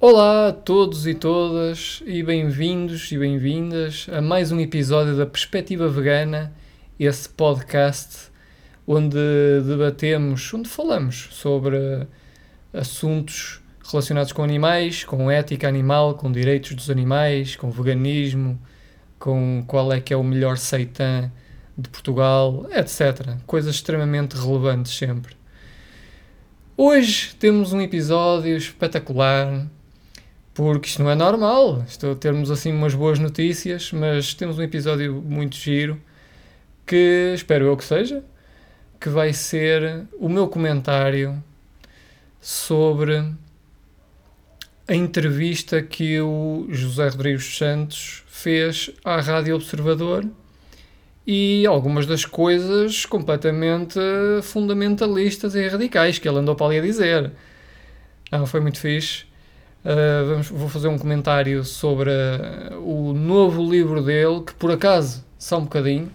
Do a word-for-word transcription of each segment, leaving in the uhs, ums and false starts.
Olá a todos e todas e bem-vindos e bem-vindas a mais um episódio da Perspectiva Vegana, esse podcast onde debatemos, onde falamos sobre assuntos relacionados com animais, com ética animal, com direitos dos animais, com veganismo, com qual é que é o melhor seitã de Portugal, etcétera. Coisas extremamente relevantes sempre. Hoje temos um episódio espetacular, porque isto não é normal, estou a termos assim umas boas notícias, mas temos um episódio muito giro, que espero eu que seja, que vai ser o meu comentário sobre a entrevista que o José Rodrigues Santos fez à Rádio Observador e algumas das coisas completamente fundamentalistas e radicais que ele andou para ali a dizer. Ah, foi muito fixe. Uh, vamos, vou fazer um comentário sobre uh, o novo livro dele, que por acaso, só um bocadinho.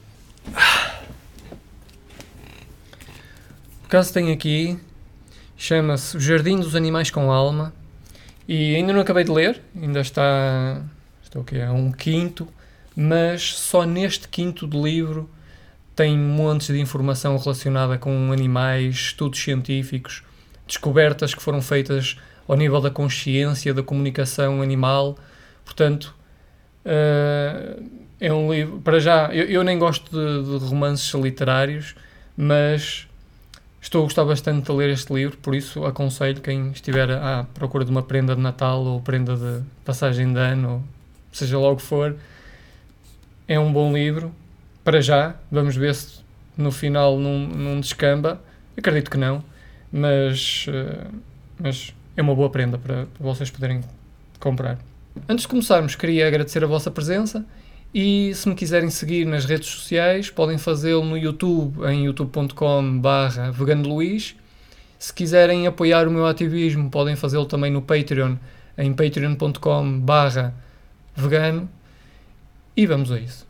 Por acaso tem aqui, chama-se O Jardim dos Animais com Alma, e ainda não acabei de ler, ainda está, está o quê? É um quinto, mas só neste quinto de livro tem montes de informação relacionada com animais, estudos científicos, descobertas que foram feitas ao nível da consciência, da comunicação animal. Portanto, uh, é um livro, para já, eu, eu nem gosto de, de romances literários, mas estou a gostar bastante de ler este livro, por isso aconselho quem estiver à procura de uma prenda de Natal ou prenda de passagem de ano, ou seja lá o que for, é um bom livro. Para já, vamos ver se no final não, não descamba, acredito que não, mas, uh, mas é uma boa prenda para, para vocês poderem comprar. Antes de começarmos, queria agradecer a vossa presença e se me quiserem seguir nas redes sociais, podem fazê-lo no YouTube, em youtube ponto com barra veganoluís. Se quiserem apoiar o meu ativismo, podem fazê-lo também no Patreon, em patreon ponto com barra vegano. E vamos a isso.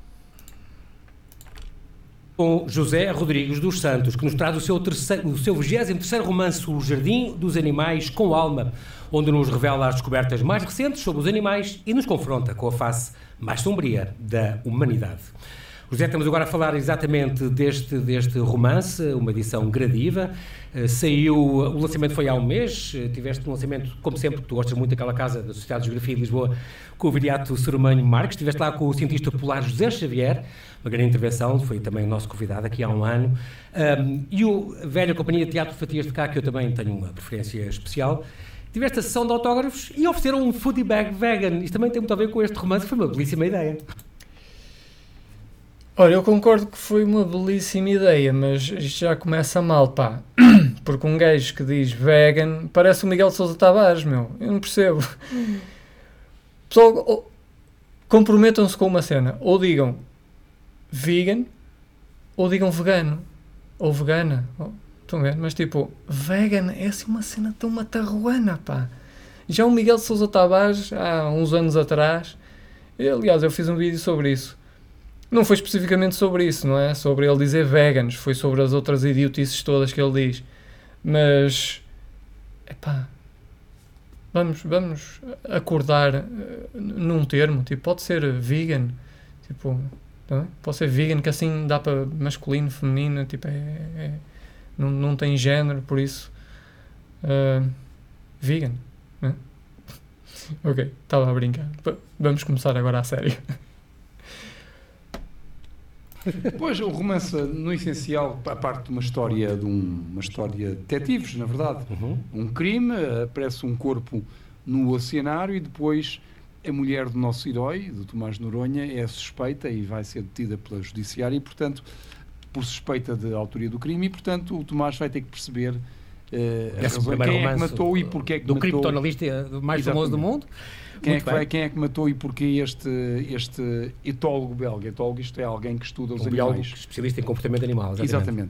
Com José Rodrigues dos Santos, que nos traz o seu, terceiro, o seu vigésimo terceiro romance, O Jardim dos Animais com Alma, onde nos revela as descobertas mais recentes sobre os animais e nos confronta com a face mais sombria da humanidade. José, estamos agora a falar exatamente deste, deste romance, uma edição gradiva. Uh, saiu, o lançamento foi há um mês, uh, tiveste um lançamento, como sempre, tu gostas muito daquela casa da Sociedade de Geografia de Lisboa, com o Viriato Cerumanho Marques, estiveste lá com o cientista polar José Xavier, uma grande intervenção, foi também o nosso convidado aqui há um ano, um, e o velho Companhia de Teatro Fatias de Cá, que eu também tenho uma preferência especial. Tiveste a sessão de autógrafos e ofereceram um foodie bag vegan. Isto também tem muito a ver com este romance, foi uma belíssima ideia. Olha, eu concordo que foi uma belíssima ideia, mas isto já começa mal, pá. Porque um gajo que diz vegan parece o Miguel de Sousa Tavares, meu. Eu não percebo. Pessoal, ou, comprometam-se com uma cena. Ou digam vegan, ou digam vegano. Ou vegana. Ou, estão a ver? Mas tipo, vegan é assim uma cena tão matarruana, pá. Já o Miguel de Sousa Tavares, há uns anos atrás, eu, aliás, eu fiz um vídeo sobre isso. Não foi especificamente sobre isso, não é? Sobre ele dizer veganos, foi sobre as outras idiotices todas que ele diz. Mas, epá, vamos, vamos acordar uh, num termo, tipo, pode ser vegan, tipo, não é? Pode ser vegan, que assim dá para masculino, feminino, tipo, é, é, não, não tem género, por isso, uh, vegan, não é? Ok, estava a brincar. Vamos começar agora a sério. Pois, o romance, no essencial, a parte de uma história de um, uma história de detetives, na verdade. Uhum. Um crime, aparece um corpo no oceanário e depois a mulher do nosso herói, do Tomás Noronha, é suspeita e vai ser detida pela judiciária e, portanto, por suspeita de autoria do crime e, portanto, o Tomás vai ter que perceber uh, a razão, quem é que matou e porque é que do matou. Do criptonalista mais famoso do mundo. Quem é, que vai, quem é que matou e porquê este, este etólogo belga? Etólogo, isto é alguém que estuda os um animais. Biólogo especialista em comportamento animal. Exatamente. Exatamente.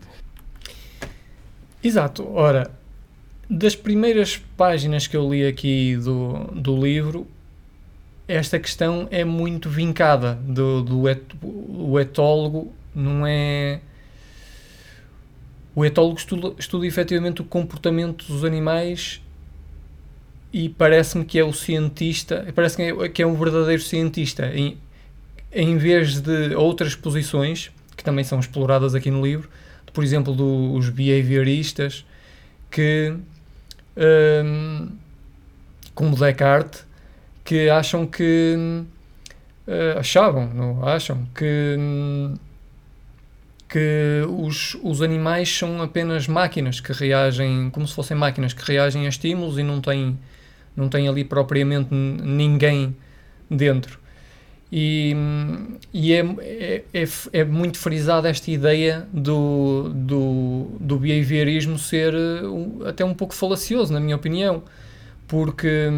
Exato. Ora, das primeiras páginas que eu li aqui do, do livro, esta questão é muito vincada. Do, do et, o etólogo não é... O etólogo estuda, estuda efetivamente o comportamento dos animais e parece-me que é o cientista, parece que é, que é um verdadeiro cientista, em, em vez de outras posições, que também são exploradas aqui no livro, por exemplo, dos behavioristas, que, um, como Descartes, que acham que, uh, achavam, não acham, que, que os, os animais são apenas máquinas que reagem, como se fossem máquinas que reagem a estímulos e não têm, não têm ali propriamente ninguém dentro. E, e é, é, é, é muito frisada esta ideia do, do, do behaviorismo ser uh, até um pouco falacioso, na minha opinião, porque,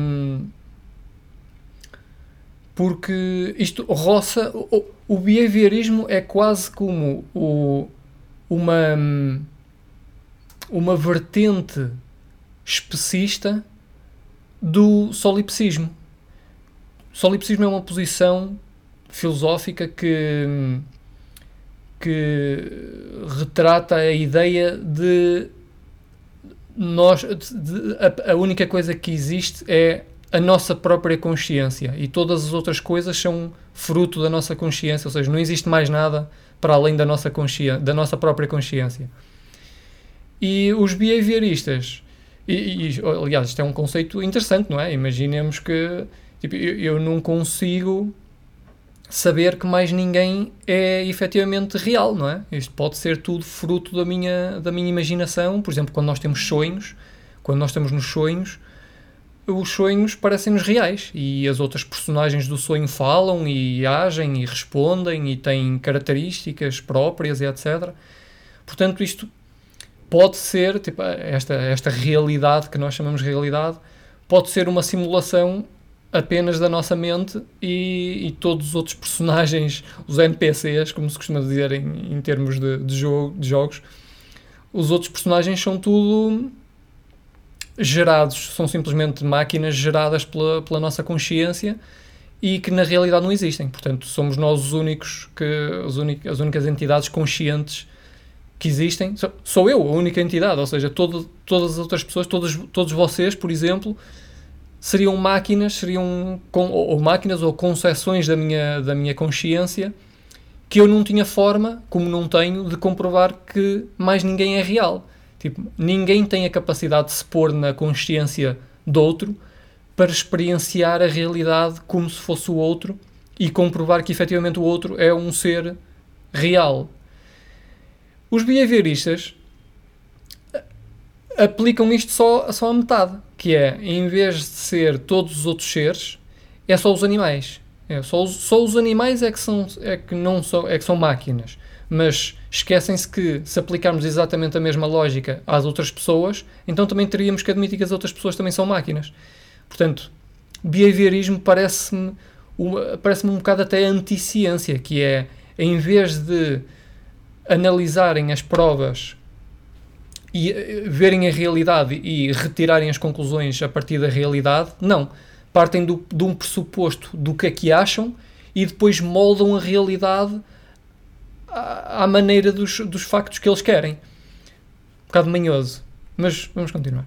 porque isto roça, o, o behaviorismo é quase como o, uma, uma vertente especista do solipsismo. O solipsismo é uma posição filosófica que, que retrata a ideia de nós, de, de, a, a única coisa que existe é a nossa própria consciência e todas as outras coisas são fruto da nossa consciência, ou seja, não existe mais nada para além da nossa, consciência, da nossa própria consciência. E os behavioristas, e, e, aliás, isto é um conceito interessante, não é? Imaginemos que tipo, eu, eu não consigo saber que mais ninguém é efetivamente real, não é? Isto pode ser tudo fruto da minha, da minha imaginação. Por exemplo, quando nós temos sonhos, quando nós estamos nos sonhos, os sonhos parecem-nos reais e as outras personagens do sonho falam e agem e respondem e têm características próprias e etcétera. Portanto, isto pode ser, tipo, esta, esta realidade que nós chamamos de realidade, pode ser uma simulação apenas da nossa mente e, e todos os outros personagens, os N P Cs, como se costuma dizer em, em termos de, de, jogo, de jogos, os outros personagens são tudo gerados, são simplesmente máquinas geradas pela, pela nossa consciência e que na realidade não existem. Portanto, somos nós os únicos, que, os unic, as únicas entidades conscientes que existem. Sou, sou eu a única entidade, ou seja, todo, todas as outras pessoas, todos, todos vocês, por exemplo, seriam máquinas, seriam ou, ou máquinas ou conceções da minha, da minha consciência que eu não tinha forma, como não tenho, de comprovar que mais ninguém é real. Tipo, ninguém tem a capacidade de se pôr na consciência do outro para experienciar a realidade como se fosse o outro e comprovar que efetivamente o outro é um ser real. Os behavioristas aplicam isto só, só a metade, que é, em vez de ser todos os outros seres, é só os animais. É, só, os, só os animais é que, são, é, que não são, é que são máquinas. Mas esquecem-se que, se aplicarmos exatamente a mesma lógica às outras pessoas, então também teríamos que admitir que as outras pessoas também são máquinas. Portanto, behaviorismo parece-me, uma, parece-me um bocado até anti-ciência, que é, em vez de analisarem as provas e verem a realidade e retirarem as conclusões a partir da realidade, não. Partem do, de um pressuposto do que é que acham e depois moldam a realidade à, à maneira dos, dos factos que eles querem. Um bocado manhoso. Mas vamos continuar.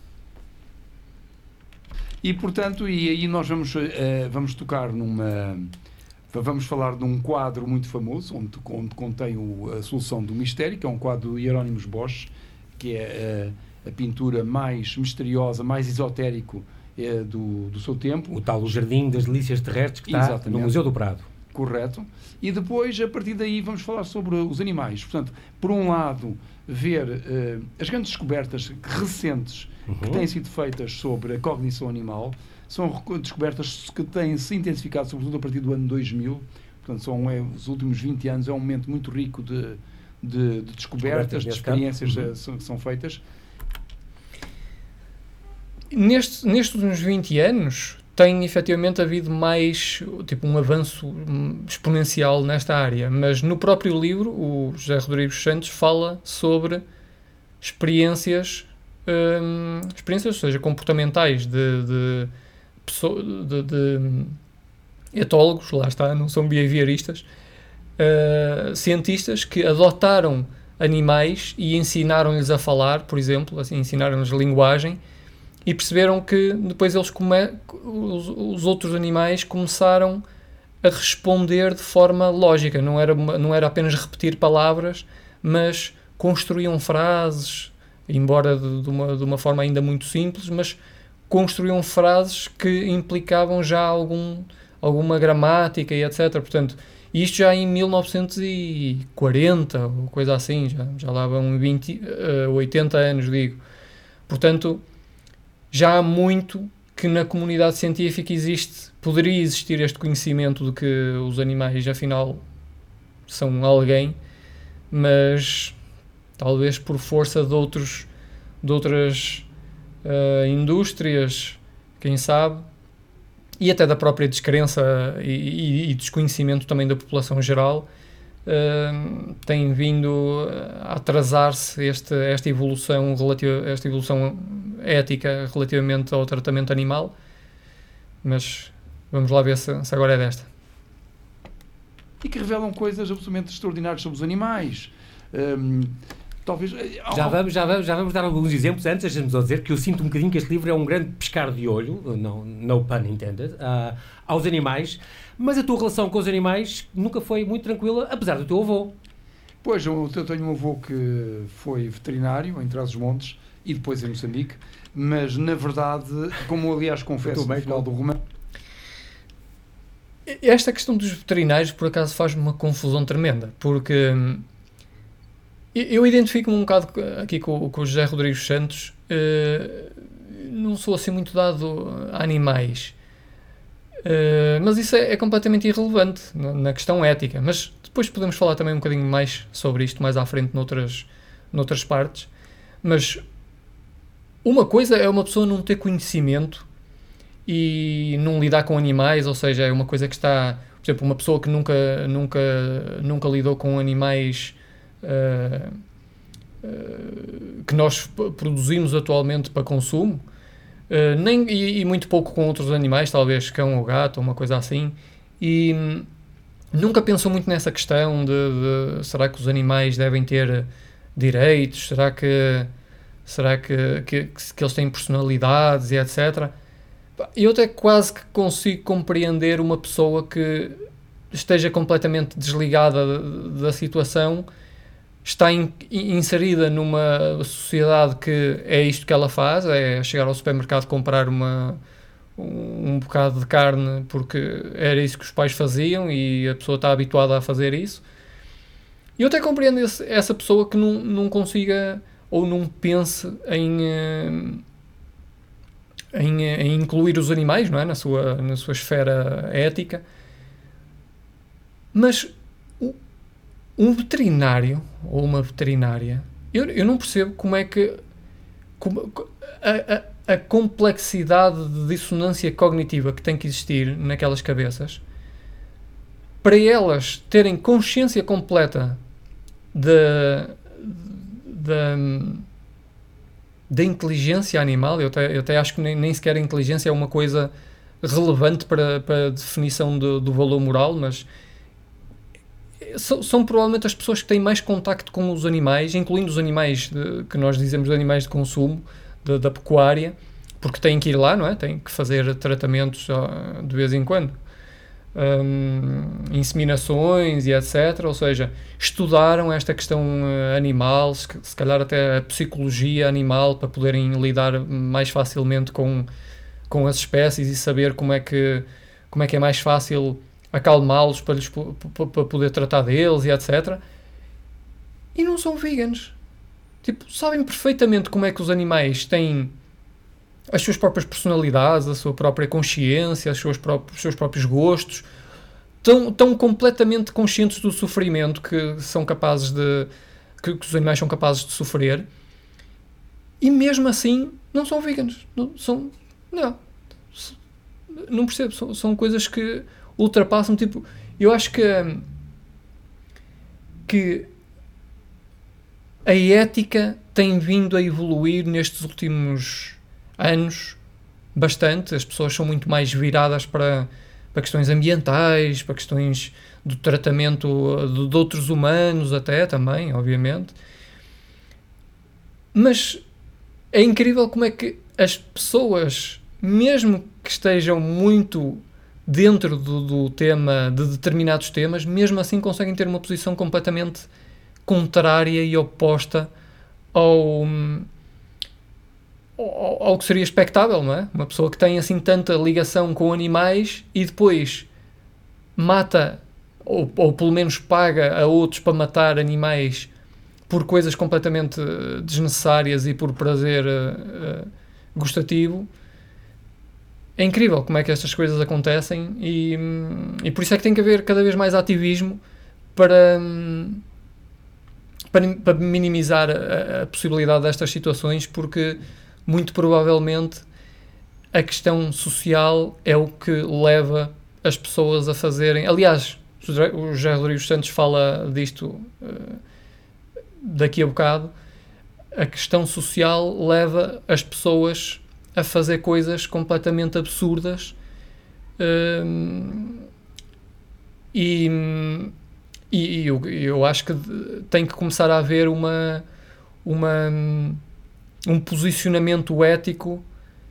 E, portanto, e aí nós vamos, uh, vamos tocar numa... Vamos falar de um quadro muito famoso, onde, onde contém o, a solução do mistério, que é um quadro do Hieronymus Bosch, que é a, a pintura mais misteriosa, mais esotérico é, do, do seu tempo. O tal o Jardim das Delícias Terrestres, que está Exatamente. No Museu do Prado. Correto. E depois, a partir daí, vamos falar sobre os animais. Portanto, por um lado, ver uh, as grandes descobertas recentes uhum. que têm sido feitas sobre a cognição animal. São descobertas que têm se intensificado, sobretudo a partir do ano dois mil. Portanto, são é, os últimos vinte anos, é um momento muito rico de, de, de descobertas, de experiências uhum. são, que são feitas. Neste, nestes últimos vinte anos, tem efetivamente havido mais, tipo, um avanço exponencial nesta área. Mas no próprio livro, o José Rodrigues Santos fala sobre experiências, hum, experiências, ou seja, comportamentais de... de De, de etólogos, lá está, não são behavioristas, uh, cientistas que adotaram animais e ensinaram-lhes a falar, por exemplo, assim, ensinaram-lhes linguagem e perceberam que depois eles come, os, os outros animais começaram a responder de forma lógica, não era, não era apenas repetir palavras, mas construíam frases, embora de, de, uma, de uma forma ainda muito simples, mas construíam frases que implicavam já algum, alguma gramática e etcétera. Portanto, isto já em mil novecentos e quarenta, ou coisa assim, já, já lá vão vinte, uh, oitenta anos, digo. Portanto, já há muito que na comunidade científica existe, poderia existir este conhecimento de que os animais, afinal, são alguém, mas talvez por força de, outros, de outras uh, indústrias, quem sabe, e até da própria descrença e, e, e desconhecimento também da população geral, uh, tem vindo a atrasar-se este, esta, evolução relativa, esta evolução ética relativamente ao tratamento animal, mas vamos lá ver se, se agora é desta. E que revelam coisas absolutamente extraordinárias sobre os animais. Um, talvez... Já vamos, já, vamos, já vamos dar alguns exemplos. Antes, deixa-me só dizer que eu sinto um bocadinho que este livro é um grande pescar de olho, não, no pun intended, uh, aos animais, mas a tua relação com os animais nunca foi muito tranquila, apesar do teu avô. Pois, eu, eu tenho um avô que foi veterinário em Trás-os-Montes e depois em Moçambique, mas na verdade, como aliás confesso no final do romance... Esta questão dos veterinários, por acaso, faz-me uma confusão tremenda, porque eu identifico-me um bocado aqui com, com o José Rodrigues Santos, uh, não sou assim muito dado a animais, uh, mas isso é, é completamente irrelevante na, na questão ética, mas depois podemos falar também um bocadinho mais sobre isto mais à frente noutras, noutras partes, mas uma coisa é uma pessoa não ter conhecimento e não lidar com animais, ou seja, é uma coisa que está, por exemplo, uma pessoa que nunca, nunca, nunca lidou com animais uh, uh, que nós produzimos atualmente para consumo, uh, nem, e, e muito pouco com outros animais, talvez cão ou gato, ou uma coisa assim, e hum, nunca pensou muito nessa questão de, de será que os animais devem ter direitos, será que, será que, que, que eles têm personalidades e etcétera. Eu até quase que consigo compreender uma pessoa que esteja completamente desligada da situação, está in, inserida numa sociedade que é isto que ela faz, é chegar ao supermercado comprar uma, um, um bocado de carne porque era isso que os pais faziam e a pessoa está habituada a fazer isso. E eu até compreendo esse, essa pessoa que não, não consiga ou não pense em... Em, em incluir os animais, não é? na, sua, na sua esfera ética, mas o, um veterinário ou uma veterinária, eu, eu não percebo como é que como, a, a, a complexidade de dissonância cognitiva que tem que existir naquelas cabeças para elas terem consciência completa de, de da inteligência animal. Eu até, eu até acho que nem, nem sequer a inteligência é uma coisa relevante para, para a definição do, do valor moral, mas são, são provavelmente as pessoas que têm mais contacto com os animais, incluindo os animais de, que nós dizemos de animais de consumo, de, da pecuária, porque têm que ir lá, não é? Têm que fazer tratamentos uh, de vez em quando. Um, inseminações e etcétera. Ou seja, estudaram esta questão uh, animal, se, se calhar até a psicologia animal, para poderem lidar mais facilmente com, com as espécies e saber como é que, como é, que é mais fácil acalmá-los para, lhes, para, para poder tratar deles e etcétera. E não são veganos. Tipo, sabem perfeitamente como é que os animais têm as suas próprias personalidades, a sua própria consciência, os seus próprios, os seus próprios gostos, estão, estão completamente conscientes do sofrimento que são capazes de, que, que os animais são capazes de sofrer, e mesmo assim não são veganos. Não, são, não, não percebo, são, são coisas que ultrapassam, tipo, eu acho que, que a ética tem vindo a evoluir nestes últimos anos bastante. As pessoas são muito mais viradas para, para questões ambientais, para questões do tratamento de, de outros humanos até também, obviamente. Mas é incrível como é que as pessoas, mesmo que estejam muito dentro do, do tema, de determinados temas, mesmo assim conseguem ter uma posição completamente contrária e oposta ao, ao, ao que seria expectável, não é? Uma pessoa que tem assim tanta ligação com animais e depois mata, ou, ou pelo menos paga a outros para matar animais por coisas completamente desnecessárias e por prazer uh, uh, gostativo. É incrível como é que estas coisas acontecem e, e por isso é que tem que haver cada vez mais ativismo para, para, para minimizar a, a possibilidade destas situações, porque muito provavelmente a questão social é o que leva as pessoas a fazerem... Aliás, o José Rodrigues Santos fala disto uh, daqui a bocado. A questão social leva as pessoas a fazer coisas completamente absurdas uh, e, e eu, eu acho que tem que começar a haver uma, uma, um posicionamento ético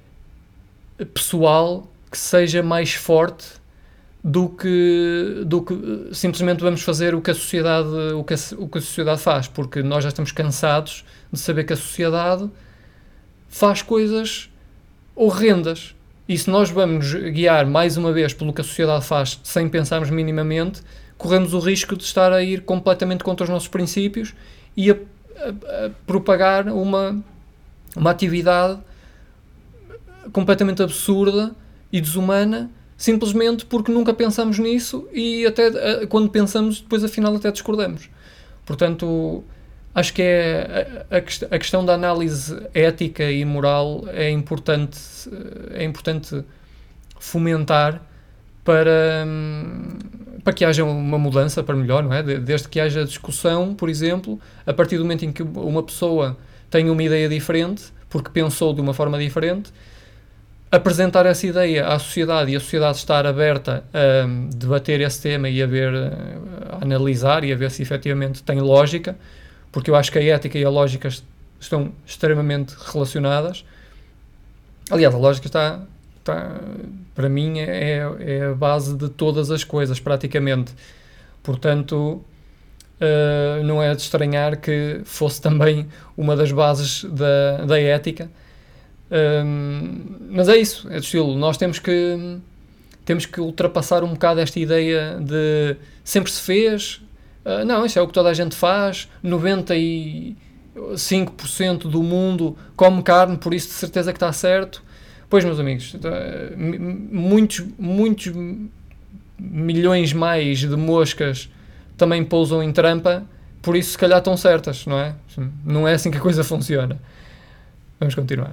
pessoal que seja mais forte do que, do que simplesmente vamos fazer o que a sociedade, o que a, o que a sociedade faz, porque nós já estamos cansados de saber que a sociedade faz coisas horrendas. E se nós vamos guiar mais uma vez pelo que a sociedade faz sem pensarmos minimamente, corremos o risco de estar a ir completamente contra os nossos princípios e a, a, a propagar uma, uma atividade completamente absurda e desumana, simplesmente porque nunca pensamos nisso e até quando pensamos, depois afinal até discordamos. Portanto, acho que é a, a, a questão da análise ética e moral é importante, é importante fomentar para, para que haja uma mudança para melhor, não é? Desde que haja discussão, por exemplo, a partir do momento em que uma pessoa tem uma ideia diferente, porque pensou de uma forma diferente, apresentar essa ideia à sociedade e a sociedade estar aberta a debater esse tema e a ver, a analisar e a ver se efetivamente tem lógica, porque eu acho que a ética e a lógica estão extremamente relacionadas. Aliás, a lógica está, está para mim, é, é a base de todas as coisas, praticamente. Portanto, uh, não é de estranhar que fosse também uma das bases da, da ética. Um, mas é isso, é do estilo, nós temos que temos que ultrapassar um bocado esta ideia de sempre se fez, uh, não, isso é o que toda a gente faz, noventa e cinco por cento do mundo come carne, por isso de certeza que está certo. Pois, meus amigos, muitos, muitos milhões mais de moscas também pousam em trampa, por isso se calhar estão certas, não é? Não é assim que a coisa funciona. Vamos continuar.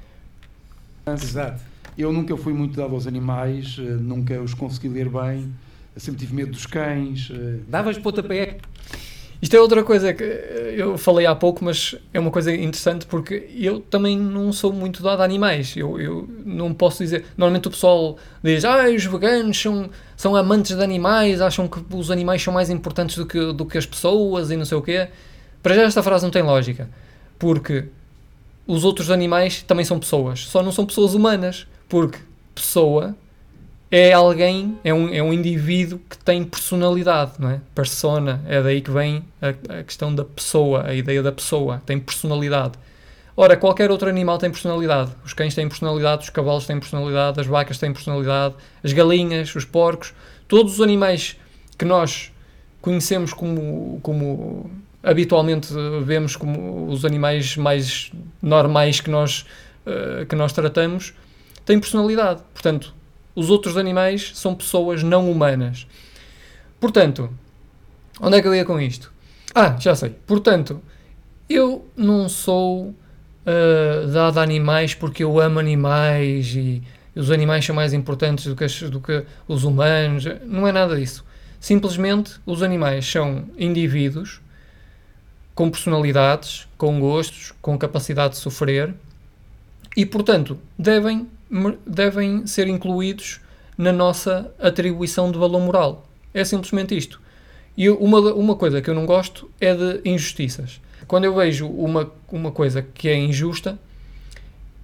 Exato. Eu nunca fui muito dado aos animais, nunca os consegui ler bem, sempre tive medo dos cães. Davas pontapé. Isto é outra coisa que eu falei há pouco, mas é uma coisa interessante porque eu também não sou muito dado a animais. Eu, eu não posso dizer... Normalmente o pessoal diz, ah, os veganos são, são amantes de animais, acham que os animais são mais importantes do que, do que as pessoas e não sei o quê. Para já esta frase não tem lógica, porque os outros animais também são pessoas, só não são pessoas humanas, porque pessoa é alguém, é um, é um indivíduo que tem personalidade, não é? Persona, é daí que vem a, a questão da pessoa, a ideia da pessoa, tem personalidade. Ora, qualquer outro animal tem personalidade, os cães têm personalidade, os cavalos têm personalidade, as vacas têm personalidade, as galinhas, os porcos, todos os animais que nós conhecemos como... como habitualmente vemos como os animais mais normais que nós, uh, que nós tratamos, têm personalidade. Portanto, os outros animais são pessoas não humanas. Portanto, onde é que eu ia com isto? Ah, já sei. Portanto, eu não sou uh, dado a animais porque eu amo animais e os animais são mais importantes do que, as, do que os humanos. Não é nada disso. Simplesmente, os animais são indivíduos com personalidades, com gostos, com capacidade de sofrer e, portanto, devem, devem ser incluídos na nossa atribuição de valor moral. É simplesmente isto. E uma, uma coisa que eu não gosto é de injustiças. Quando eu vejo uma, uma coisa que é injusta,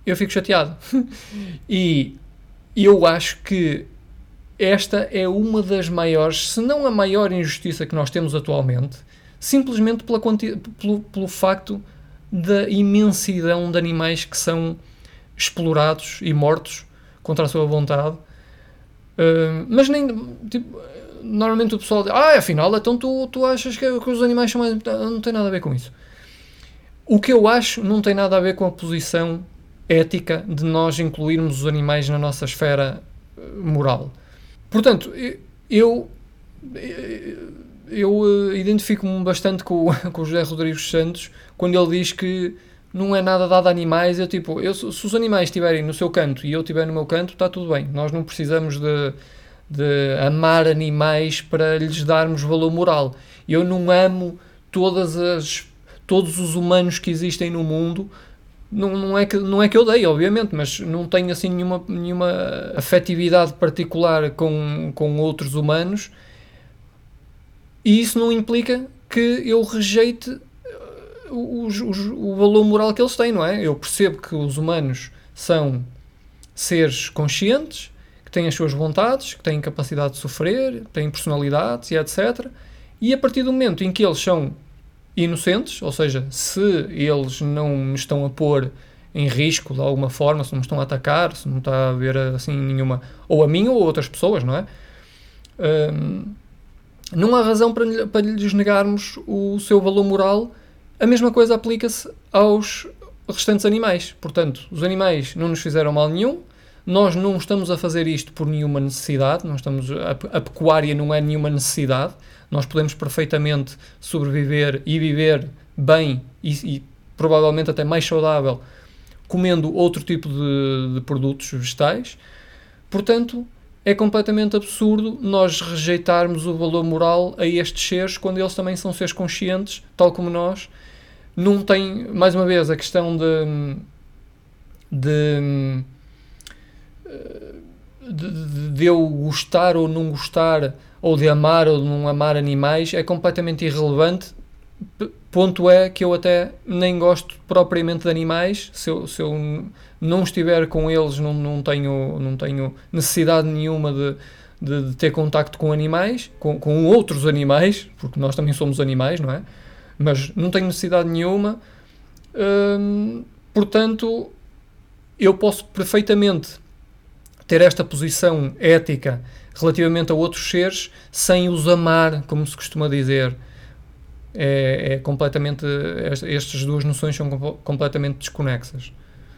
eu fico chateado. E eu acho que esta é uma das maiores, se não a maior injustiça que nós temos atualmente, simplesmente pela quanti- pelo, pelo facto da imensidão de animais que são explorados e mortos contra a sua vontade. Uh, mas nem, tipo, normalmente o pessoal diz, ah, afinal, então tu, tu achas que, que os animais são mais... Não tem nada a ver com isso. O que eu acho não tem nada a ver com a posição ética de nós incluirmos os animais na nossa esfera moral. Portanto, eu, eu, eu identifico-me bastante com, com o José Rodrigues Santos quando ele diz que não é nada dado a animais. Eu, tipo, eu, se os animais estiverem no seu canto e eu estiver no meu canto, está tudo bem. Nós não precisamos de, de amar animais para lhes darmos valor moral. Eu não amo todas as, todos os humanos que existem no mundo. Não, não, é que, não é que eu odeio, obviamente, mas não tenho assim nenhuma, nenhuma afetividade particular com, com outros humanos, e isso não implica que eu rejeite os, os, o valor moral que eles têm, não é? Eu percebo que os humanos são seres conscientes, que têm as suas vontades, que têm capacidade de sofrer, têm personalidades e etcétera. E a partir do momento em que eles são inocentes, ou seja, se eles não me estão a pôr em risco de alguma forma, se não me estão a atacar, se não está a haver assim nenhuma, ou a mim ou a outras pessoas, não é? Hum, não há razão para, para lhes negarmos o seu valor moral. A mesma coisa aplica-se aos restantes animais. Portanto, os animais não nos fizeram mal nenhum, nós não estamos a fazer isto por nenhuma necessidade, não estamos a, a pecuária não é nenhuma necessidade. Nós podemos perfeitamente sobreviver e viver bem e, e provavelmente até mais saudável comendo outro tipo de, de produtos vegetais. Portanto, é completamente absurdo nós rejeitarmos o valor moral a estes seres quando eles também são seres conscientes, tal como nós. Não tem, mais uma vez, a questão de... de De, de, de eu gostar ou não gostar, ou de amar ou de não amar animais, é completamente irrelevante. P- ponto é que eu até nem gosto propriamente de animais. Se eu, se eu não estiver com eles, não, não, tenho, não tenho necessidade nenhuma de, de, de ter contacto com animais, com, com outros animais, porque nós também somos animais, não é? Mas não tenho necessidade nenhuma. Hum, portanto, eu posso perfeitamente ter esta posição ética relativamente a outros seres sem os amar, como se costuma dizer. É, é completamente, estas duas noções são com, completamente desconexas.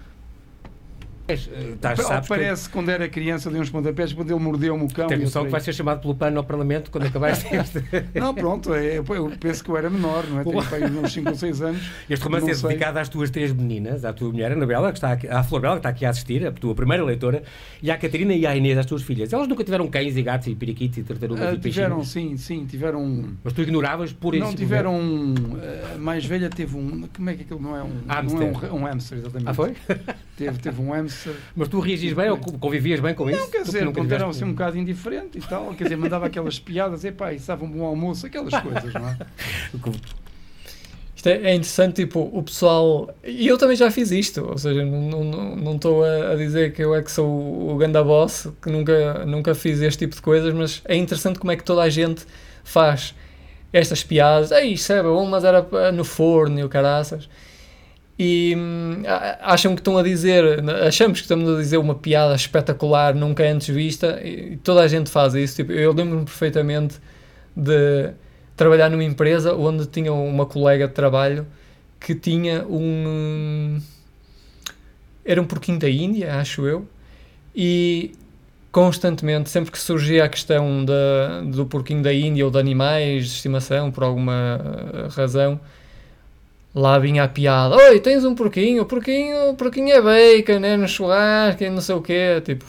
Tás, sabes Parece que quando era criança deu uns pontapés quando ele mordeu-me o cão. Tens noção que vai ser chamado pelo PAN ao Parlamento quando acabares este... Não, pronto, é, eu penso que eu era menor, não é? Tenho uns cinco ou seis anos. Este romance é sei. dedicado às tuas três meninas, à tua mulher, a Anabela, que está aqui, à Flor Bela, que está aqui a assistir, a tua primeira leitora, e à Catarina e à Inês, as tuas filhas. Elas nunca tiveram cães e gatos e periquitos e tartarugas uh, e peixinhos? Tiveram, sim, sim, tiveram... Mas tu ignoravas por isso? Não, tiveram... Um, a mais velha teve um... Como é que aquilo não é um... Hamster. Não é um, um hamster, exatamente. Ah, foi? Teve, teve um hamster. Mas tu reagias bem ou convivias bem com isso? Não, quer dizer, quando era assim um bocado indiferente e tal, quer dizer, mandava aquelas piadas, epá, isso dava um bom almoço, aquelas coisas, não é? Isto é, é interessante, tipo, o pessoal... E eu também já fiz isto, ou seja, não estou a, a dizer que eu é que sou o, o ganda boss, que nunca, nunca fiz este tipo de coisas, mas é interessante como é que toda a gente faz estas piadas. Ei, isso é bom, mas era no forno e o caraças. E hum, acham que estão a dizer, achamos que estamos a dizer uma piada espetacular, nunca antes vista, e toda a gente faz isso. Tipo, eu lembro-me perfeitamente de trabalhar numa empresa onde tinha uma colega de trabalho que tinha um... era um porquinho da Índia, acho eu, e constantemente, sempre que surgia a questão da, do porquinho da Índia ou de animais de estimação, por alguma razão, lá vinha a piada, oi, tens um porquinho, o porquinho, o porquinho é bacon, é no churrasco, é não sei o quê, tipo...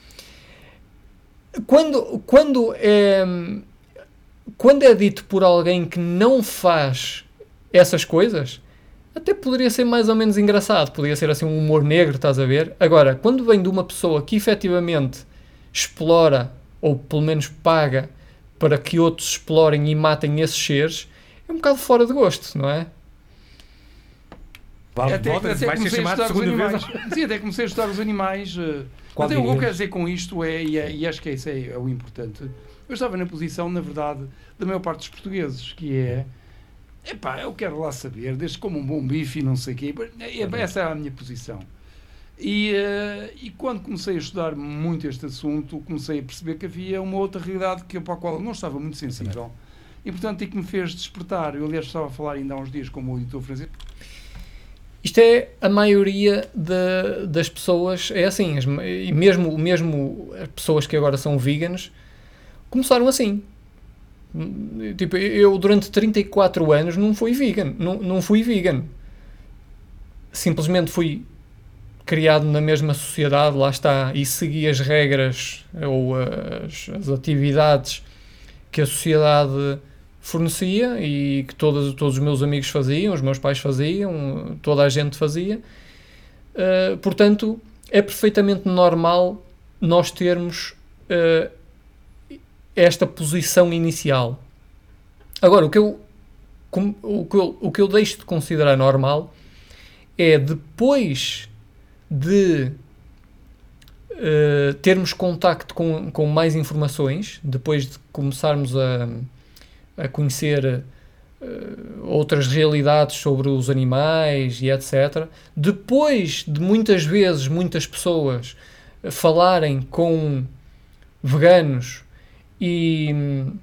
Quando, quando, é, quando é dito por alguém que não faz essas coisas, até poderia ser mais ou menos engraçado, poderia ser assim um humor negro, estás a ver? Agora, quando vem de uma pessoa que efetivamente explora, ou pelo menos paga, para que outros explorem e matem esses seres, é um bocado fora de gosto, não é? Vale, até, volta, até vai ser comecei a chamado estudar os segunda animais. vez. Sim, até comecei a estudar os animais. Uh, Qual mas eu, o que eu dirias? quero dizer com isto é, e, é, e acho que isso é, é o importante, eu estava na posição, na verdade, da maior parte dos portugueses, que é, epá, eu quero lá saber, desde como um bom bife e não sei o quê, essa é a minha posição. E, uh, e quando comecei a estudar muito este assunto, comecei a perceber que havia uma outra realidade que, para a qual eu não estava muito sensível. E, portanto, e que me fez despertar. Eu, aliás, estava a falar ainda há uns dias com o editor Francisco. Isto é a maioria de, das pessoas, é assim, as, e mesmo, mesmo as pessoas que agora são veganos, começaram assim. Tipo, eu durante trinta e quatro anos não fui vegan, não, não fui vegan. Simplesmente fui criado na mesma sociedade, lá está, e segui as regras ou as, as atividades que a sociedade fornecia e que todos, todos os meus amigos faziam, os meus pais faziam, toda a gente fazia. Uh, portanto, é perfeitamente normal nós termos uh, esta posição inicial. Agora, o que, eu, com, o, que eu, o que eu deixo de considerar normal é depois de uh, termos contacto com, com mais informações, depois de começarmos a a conhecer uh, outras realidades sobre os animais e etcétera. Depois de muitas vezes, muitas pessoas uh, falarem com veganos e,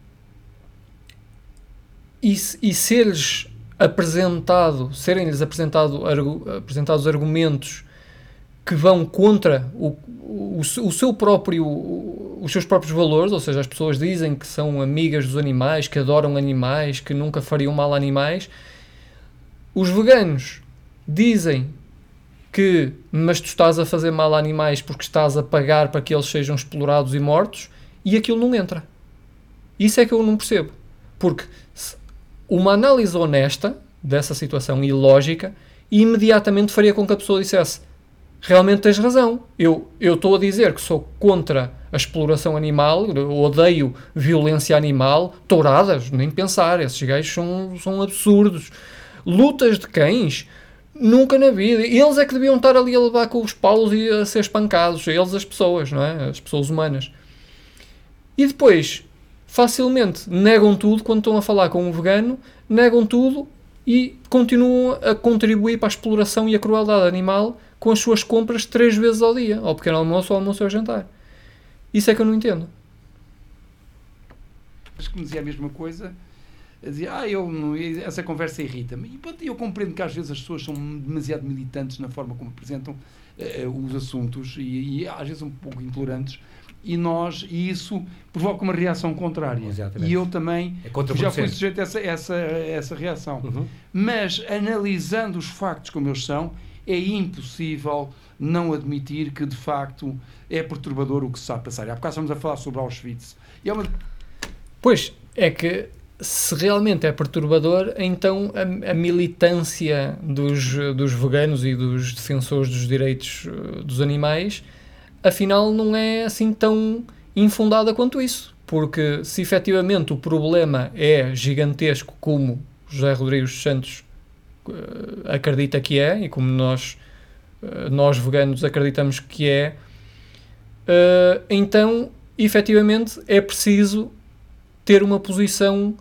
e, e ser-lhes apresentado, serem-lhes apresentado, argu, apresentados argumentos que vão contra o, o, o seu próprio, os seus próprios valores, ou seja, as pessoas dizem que são amigas dos animais, que adoram animais, que nunca fariam mal a animais. Os veganos dizem que, mas tu estás a fazer mal a animais porque estás a pagar para que eles sejam explorados e mortos, e aquilo não entra. Isso é que eu não percebo. Porque uma análise honesta dessa situação e lógica imediatamente faria com que a pessoa dissesse: realmente tens razão, eu estou a dizer que sou contra a exploração animal, eu odeio violência animal, touradas, nem pensar, esses gajos são, são absurdos. Lutas de cães, nunca na vida. Eles é que deviam estar ali a levar com os paulos e a ser espancados, eles as pessoas, não é? As pessoas humanas. E depois, facilmente, negam tudo quando estão a falar com um vegano, negam tudo e continuam a contribuir para a exploração e a crueldade animal com as suas compras três vezes ao dia, ao pequeno almoço, ao almoço ou ao jantar. Isso é que eu não entendo. Acho que me dizia a mesma coisa, dizia, ah, eu não, essa conversa irrita-me. E pronto, eu compreendo que às vezes as pessoas são demasiado militantes na forma como apresentam uh, os assuntos e, e às vezes um pouco intolerantes, e nós, e isso provoca uma reação contrária. Exatamente. E eu também é já fui sujeito a essa, essa, essa reação. Uhum. Mas, analisando os factos como eles são, é impossível não admitir que, de facto, é perturbador o que se está a passar. Há bocado estamos a falar sobre Auschwitz. E é uma... Pois, é que se realmente é perturbador, então a, a militância dos, dos veganos e dos defensores dos direitos dos animais, afinal, não é assim tão infundada quanto isso. Porque se efetivamente o problema é gigantesco, como José Rodrigues dos Santos uh, acredita que é, e como nós, uh, nós veganos acreditamos que é, uh, então, efetivamente, é preciso ter uma posição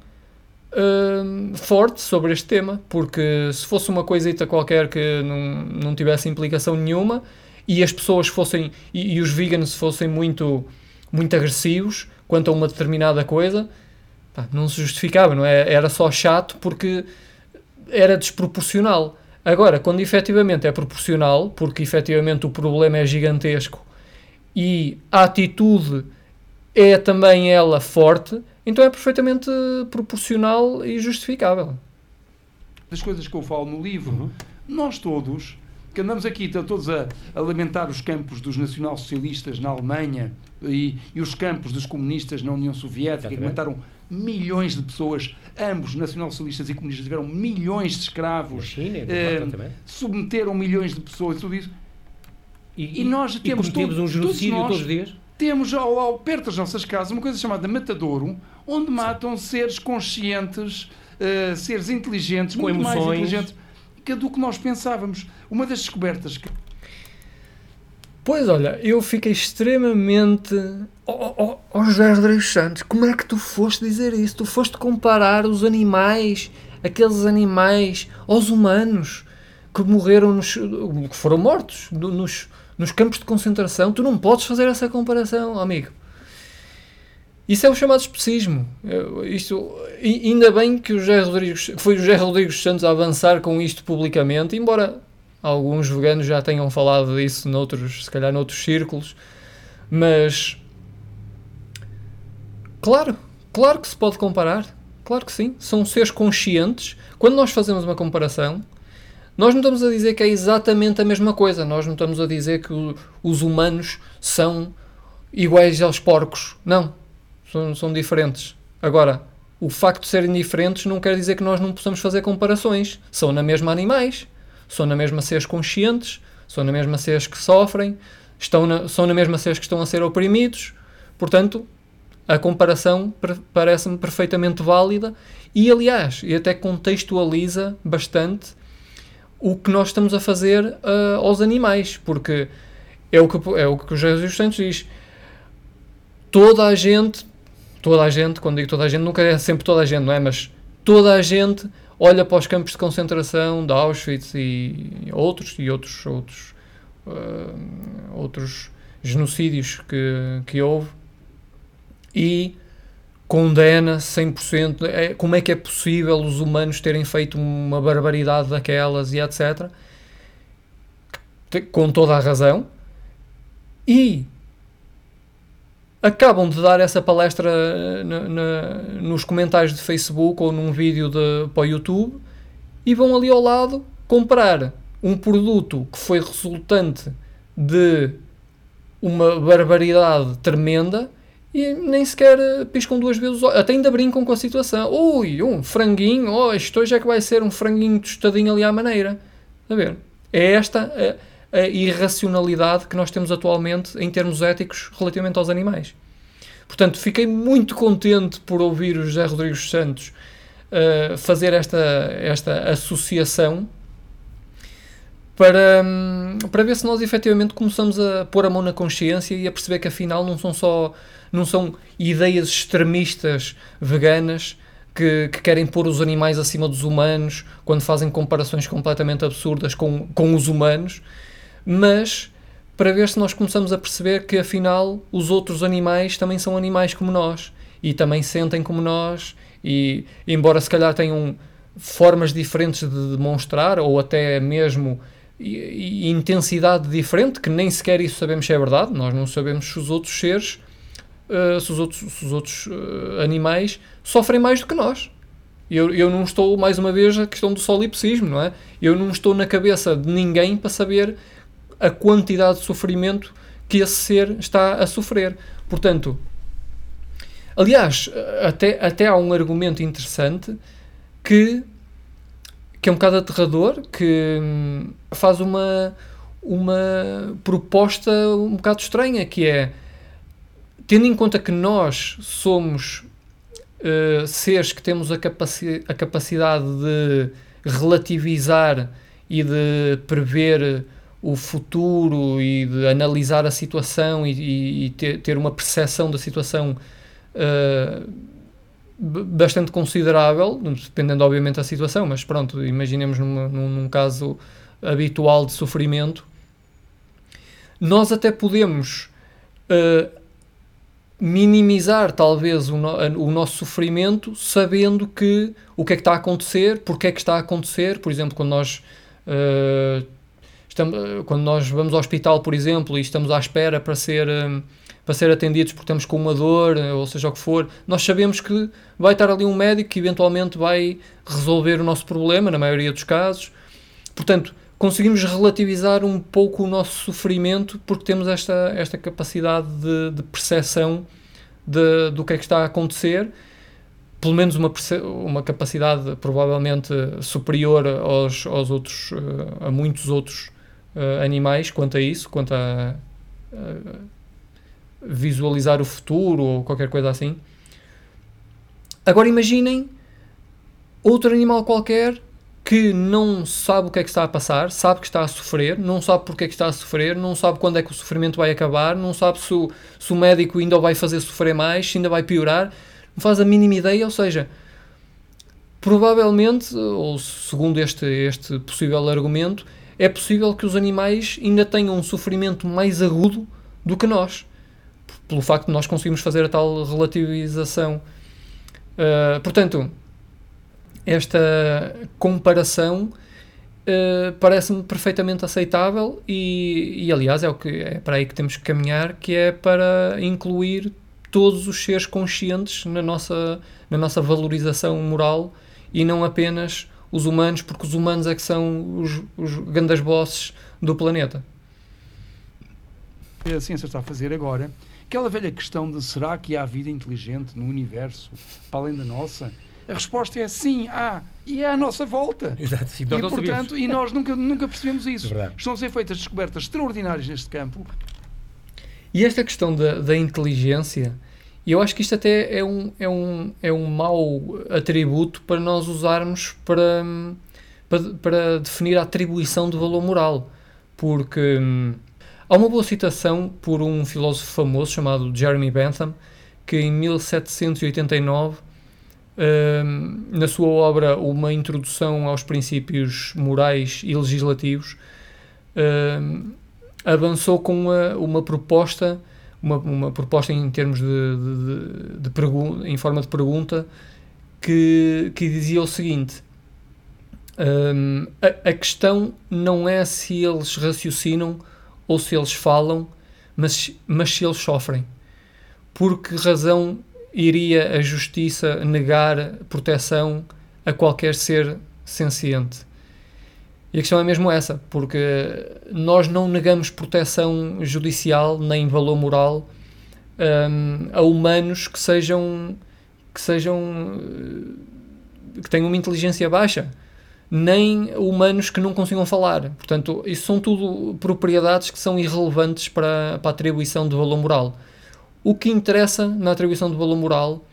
uh, forte sobre este tema, porque se fosse uma coisita qualquer que não, não tivesse implicação nenhuma, e as pessoas fossem, e, e os veganos fossem muito, muito agressivos quanto a uma determinada coisa, pá, não se justificava, não é? Era só chato porque era desproporcional. Agora, quando efetivamente é proporcional, porque efetivamente o problema é gigantesco e a atitude é também ela forte, então é perfeitamente proporcional e justificável. Das coisas que eu falo no livro, uhum. nós todos, que andamos aqui todos a, a lamentar os campos dos nacional-socialistas na Alemanha e, e os campos dos comunistas na União Soviética, que mataram milhões de pessoas, ambos nacional-socialistas e comunistas tiveram milhões de escravos, China, eh, submeteram milhões de pessoas e tudo isso. E, e nós e temos todos, um genocídio todos, todos os dias? Temos ao, ao, perto das nossas casas uma coisa chamada matadouro, onde matam Sim. seres conscientes, uh, seres inteligentes, com muito emoções. mais inteligentes, que do que nós pensávamos. Uma das descobertas que... Pois olha, eu fiquei extremamente... Oh, oh, oh José Rodrigues Santos, como é que tu foste dizer isso? Tu foste comparar os animais, aqueles animais, aos humanos que morreram, nos, que foram mortos nos, nos campos de concentração. Tu não podes fazer essa comparação, amigo. Isso é o chamado especismo. Isto, ainda bem que, o José Rodrigues, que foi o José Rodrigues Santos a avançar com isto publicamente, embora alguns veganos já tenham falado disso noutros, se calhar noutros círculos, mas claro, claro que se pode comparar, claro que sim, são seres conscientes. Quando nós fazemos uma comparação, nós não estamos a dizer que é exatamente a mesma coisa, nós não estamos a dizer que o, os humanos são iguais aos porcos, não, são, são diferentes. Agora, o facto de serem diferentes não quer dizer que nós não possamos fazer comparações, são na mesma animais, são na mesma seres conscientes, são na mesma seres que sofrem, estão na, são na mesma seres que estão a ser oprimidos. Portanto, a comparação parece-me perfeitamente válida e, aliás, e até contextualiza bastante o que nós estamos a fazer uh, aos animais, porque é o que, é o que o Jesus Santos diz. Toda a gente, toda a gente, quando digo toda a gente, nunca é sempre toda a gente, não é? Mas toda a gente olha para os campos de concentração de Auschwitz e outros, e outros, outros, uh, outros genocídios que, que houve e condena cem por cento. É, como é que é possível os humanos terem feito uma barbaridade daquelas e etcétera. Com toda a razão. E acabam de dar essa palestra na, na, nos comentários de Facebook ou num vídeo de, para o YouTube e vão ali ao lado comprar um produto que foi resultante de uma barbaridade tremenda e nem sequer piscam duas vezes os olhos, até ainda brincam com a situação. Ui, um franguinho, oh, isto hoje é que vai ser um franguinho tostadinho ali à maneira. A ver, é esta a, a irracionalidade que nós temos atualmente em termos éticos relativamente aos animais. Portanto, fiquei muito contente por ouvir o José Rodrigues Santos uh, fazer esta, esta associação para, um, para ver se nós efetivamente começamos a pôr a mão na consciência e a perceber que afinal não são só não são ideias extremistas veganas que, que querem pôr os animais acima dos humanos quando fazem comparações completamente absurdas com, com os humanos, mas para ver se nós começamos a perceber que afinal os outros animais também são animais como nós e também sentem como nós e embora se calhar tenham formas diferentes de demonstrar ou até mesmo e, e intensidade diferente, que nem sequer isso sabemos se é verdade, nós não sabemos se os outros seres, uh, se os outros, se os outros uh, animais sofrem mais do que nós. Eu, eu não estou, mais uma vez, a questão do solipsismo, não é? Eu não estou na cabeça de ninguém para saber a quantidade de sofrimento que esse ser está a sofrer. Portanto, aliás, até, até há um argumento interessante que, que é um bocado aterrador, que hum, faz uma, uma proposta um bocado estranha, que é, tendo em conta que nós somos uh, seres que temos a, capaci- a capacidade de relativizar e de prever o futuro e de analisar a situação e, e, e ter, ter uma percepção da situação uh, bastante considerável, dependendo obviamente da situação, mas pronto, imaginemos numa, num, num caso habitual de sofrimento, nós até podemos uh, minimizar talvez o, no, o nosso sofrimento sabendo que o que é que está a acontecer, porque é que está a acontecer. Por exemplo, quando nós uh, estamos, quando nós vamos ao hospital, por exemplo, e estamos à espera para ser um, para ser atendidos porque estamos com uma dor, ou seja o que for, nós sabemos que vai estar ali um médico que eventualmente vai resolver o nosso problema, na maioria dos casos. Portanto, conseguimos relativizar um pouco o nosso sofrimento porque temos esta, esta capacidade de, de percepção de, do que é que está a acontecer, pelo menos uma, uma capacidade provavelmente superior aos, aos outros, a muitos outros uh, animais quanto a isso, quanto a... a visualizar o futuro ou qualquer coisa assim. Agora imaginem outro animal qualquer que não sabe o que é que está a passar, sabe que está a sofrer, não sabe porque é que está a sofrer, não sabe quando é que o sofrimento vai acabar, não sabe se o, se o médico ainda o vai fazer sofrer mais, se ainda vai piorar, não faz a mínima ideia, ou seja, provavelmente, ou segundo este, este possível argumento, é possível que os animais ainda tenham um sofrimento mais agudo do que nós, pelo facto de nós conseguirmos fazer a tal relativização. Uh, portanto, esta comparação uh, parece-me perfeitamente aceitável e, e, aliás, é, o que, é para aí que temos que caminhar, que é para incluir todos os seres conscientes na nossa, na nossa valorização moral e não apenas os humanos, porque os humanos é que são os, os grandes bosses do planeta. A ciência está a fazer agora aquela velha questão de será que há vida inteligente no universo para além da nossa? A resposta é sim, há, e é à nossa volta. Exato, sim, nós e, portanto, e nós nunca, nunca percebemos isso. Verdade. Estão a ser feitas descobertas extraordinárias neste campo. E esta questão da, da inteligência, eu acho que isto até é um, é, um, é um mau atributo para nós usarmos para, para, para definir a atribuição do valor moral. Porque hum, há uma boa citação por um filósofo famoso chamado Jeremy Bentham, que em mil setecentos e oitenta e nove, hum, na sua obra Uma Introdução aos Princípios Morais e Legislativos, hum, avançou com uma, uma proposta, uma, uma proposta em termos de, de, de, de pergu- em forma de pergunta, que, que dizia o seguinte: um, a, a questão não é se eles raciocinam ou se eles falam, mas, mas se eles sofrem. Por que razão iria a justiça negar proteção a qualquer ser senciente? E a questão é mesmo essa, porque nós não negamos proteção judicial nem valor moral um, a humanos que sejam, que sejam, que tenham uma inteligência baixa, nem humanos que não consigam falar. Portanto, isso são tudo propriedades que são irrelevantes para, para a atribuição de valor moral. O que interessa na atribuição de valor moral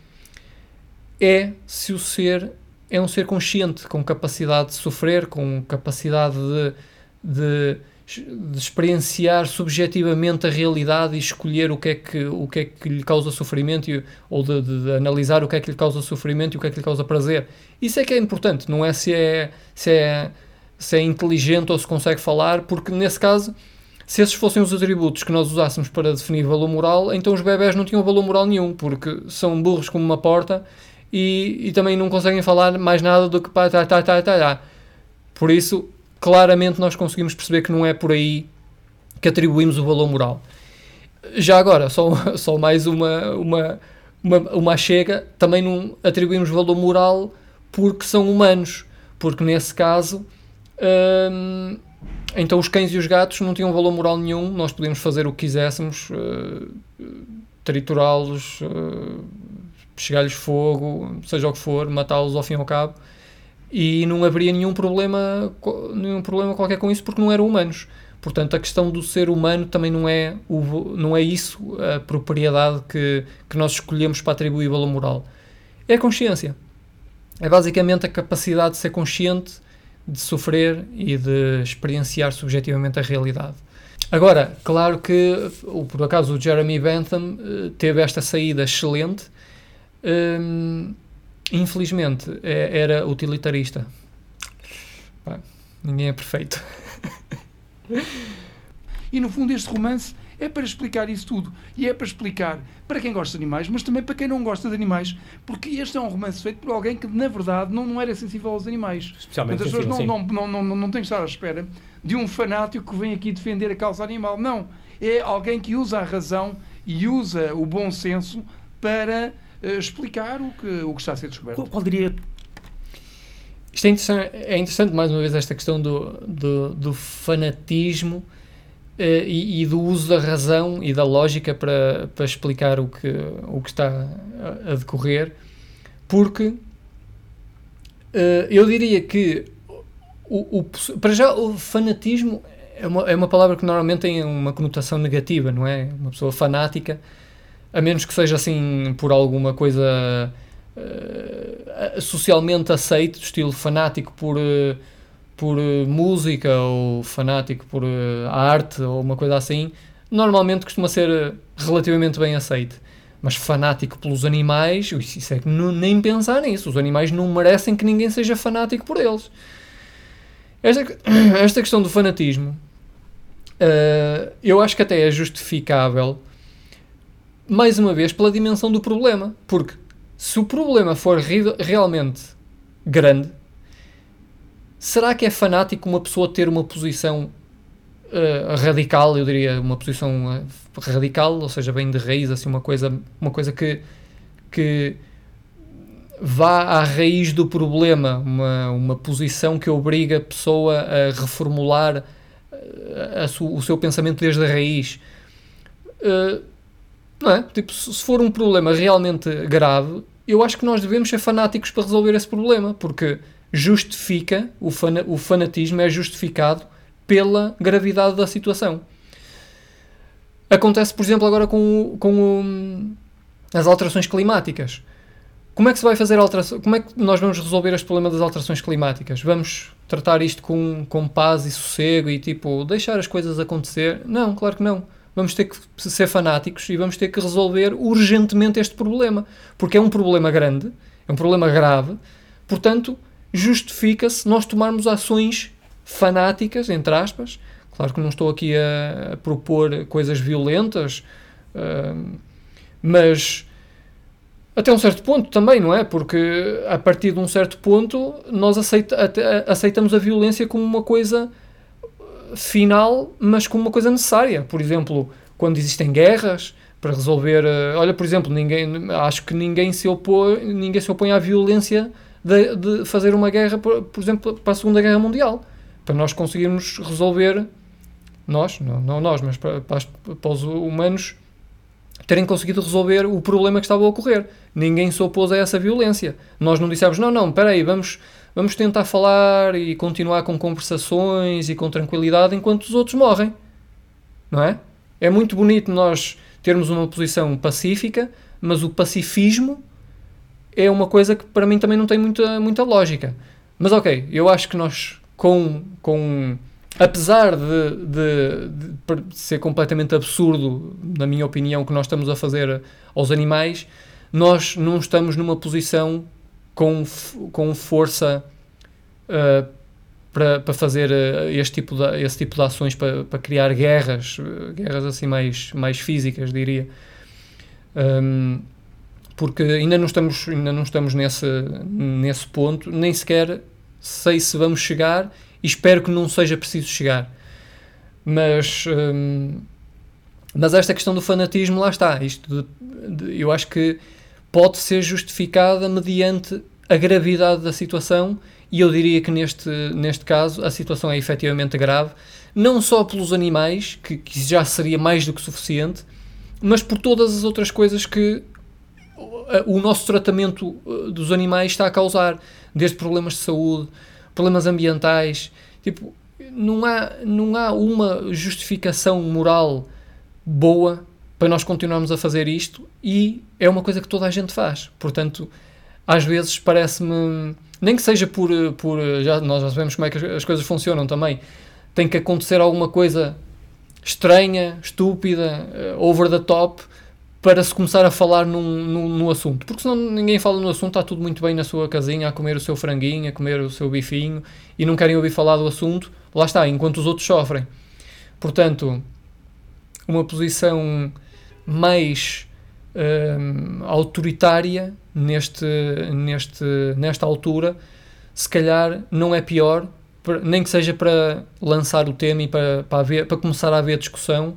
é se o ser é um ser consciente, com capacidade de sofrer, com capacidade de, de, de experienciar subjetivamente a realidade e escolher o que é que, o que, é que lhe causa sofrimento, e, ou de, de, de analisar o que é que lhe causa sofrimento e o que é que lhe causa prazer. Isso é que é importante, não é se é, se é, se é inteligente ou se consegue falar, porque nesse caso, se esses fossem os atributos que nós usássemos para definir valor moral, então os bebés não tinham valor moral nenhum, porque são burros como uma porta, E, e também não conseguem falar mais nada do que pá, tá, tá, tá, tá, tá. Por isso, claramente nós conseguimos perceber que não é por aí que atribuímos o valor moral. Já agora, só, só mais uma, uma, uma, uma chega, também não atribuímos valor moral porque são humanos, porque nesse caso hum, então os cães e os gatos não tinham valor moral nenhum, nós podíamos fazer o que quiséssemos, uh, triturá-los, uh, chegar-lhes fogo, seja o que for, matá-los ao fim e ao cabo, e não haveria nenhum problema, nenhum problema qualquer com isso, porque não eram humanos. Portanto, a questão do ser humano também não é, o, não é isso a propriedade que, que nós escolhemos para atribuir valor moral. É a consciência. É basicamente a capacidade de ser consciente, de sofrer e de experienciar subjetivamente a realidade. Agora, claro que, por acaso, o Jeremy Bentham teve esta saída excelente. Hum, infelizmente é, era utilitarista. Pá, ninguém é perfeito. E no fundo este romance é para explicar isso tudo, e é para explicar para quem gosta de animais, mas também para quem não gosta de animais, porque este é um romance feito por alguém que na verdade não, não era sensível aos animais. Especialmente as pessoas não, sim. não, não, não, não, não têm que estar à espera de um fanático que vem aqui defender a causa animal. Não, é alguém que usa a razão e usa o bom senso para Uh, explicar o que, o que está a ser descoberto. Qual, qual diria... Isto é interessante, é interessante, mais uma vez, esta questão do, do, do fanatismo uh, e, e do uso da razão e da lógica para, para explicar o que, o que está a, a decorrer, porque uh, eu diria que o, o, para já o fanatismo é uma, é uma palavra que normalmente tem uma conotação negativa, não é? Uma pessoa fanática, a menos que seja assim por alguma coisa uh, socialmente aceito, do estilo fanático por, uh, por uh, música ou fanático por uh, arte ou uma coisa assim, normalmente costuma ser uh, relativamente bem aceito. Mas fanático pelos animais, isso é que não, nem pensar nisso. Os animais não merecem que ninguém seja fanático por eles. Esta, esta questão do fanatismo, uh, eu acho que até é justificável, mais uma vez, pela dimensão do problema. Porque se o problema for re- realmente grande, será que é fanático uma pessoa ter uma posição uh, radical, eu diria, uma posição uh, radical, ou seja, bem de raiz, assim, uma coisa, uma coisa que, que vá à raiz do problema, uma, uma posição que obriga a pessoa a reformular a, a su, o seu pensamento desde a raiz. Uh, não é? Tipo, se for um problema realmente grave, eu acho que nós devemos ser fanáticos para resolver esse problema, porque justifica, o, fana, o fanatismo é justificado pela gravidade da situação. Acontece, por exemplo, agora com, com o, as alterações climáticas. Como é que se vai fazer alteração? Como é que nós vamos resolver este problema das alterações climáticas? Vamos tratar isto com, com paz e sossego e tipo, deixar as coisas acontecer? Não, claro que não. Vamos ter que ser fanáticos e vamos ter que resolver urgentemente este problema. Porque é um problema grande, é um problema grave, portanto, justifica-se nós tomarmos ações fanáticas, entre aspas. Claro que não estou aqui a, a propor coisas violentas, uh, mas até um certo ponto também, não é? Porque a partir de um certo ponto nós aceita, aceitamos a violência como uma coisa final, mas como uma coisa necessária. Por exemplo, quando existem guerras para resolver... Uh, olha, por exemplo, ninguém, acho que ninguém se opõe, ninguém se opõe à violência de, de fazer uma guerra, por, por exemplo, para a Segunda Guerra Mundial. Para nós conseguirmos resolver... Nós, não, não nós, mas para, para, para os humanos terem conseguido resolver o problema que estava a ocorrer. Ninguém se opôs a essa violência. Nós não dissemos, não, não, espera aí, vamos, vamos tentar falar e continuar com conversações e com tranquilidade enquanto os outros morrem. Não é? É muito bonito nós termos uma posição pacífica, mas o pacifismo é uma coisa que para mim também não tem muita, muita lógica. Mas ok, eu acho que nós com... com apesar de, de, de ser completamente absurdo, na minha opinião, o que nós estamos a fazer aos animais, nós não estamos numa posição com, com força uh, para, para fazer uh, este tipo de, esse tipo de ações, para, para criar guerras, uh, guerras assim mais, mais físicas, diria. Um, porque ainda não estamos, ainda não estamos nesse, nesse ponto, nem sequer sei se vamos chegar. E espero que não seja preciso chegar. Mas, hum, mas esta questão do fanatismo, lá está. Isto de, de, eu acho que pode ser justificada mediante a gravidade da situação, e eu diria que neste, neste caso a situação é efetivamente grave, não só pelos animais, que, que já seria mais do que suficiente, mas por todas as outras coisas que o, o nosso tratamento dos animais está a causar, desde problemas de saúde, problemas ambientais. Tipo, não há, não há uma justificação moral boa para nós continuarmos a fazer isto, e é uma coisa que toda a gente faz. Portanto, às vezes parece-me, nem que seja por, por já, nós já sabemos como é que as, as coisas funcionam também, tem que acontecer alguma coisa estranha, estúpida, uh, over the top, para se começar a falar num, num, no assunto. Porque senão ninguém fala no assunto, está tudo muito bem na sua casinha, a comer o seu franguinho, a comer o seu bifinho, e não querem ouvir falar do assunto. Lá está, enquanto os outros sofrem. Portanto, uma posição mais hum, autoritária neste, neste, nesta altura, se calhar não é pior, nem que seja para lançar o tema e para, para, haver, para começar a haver discussão.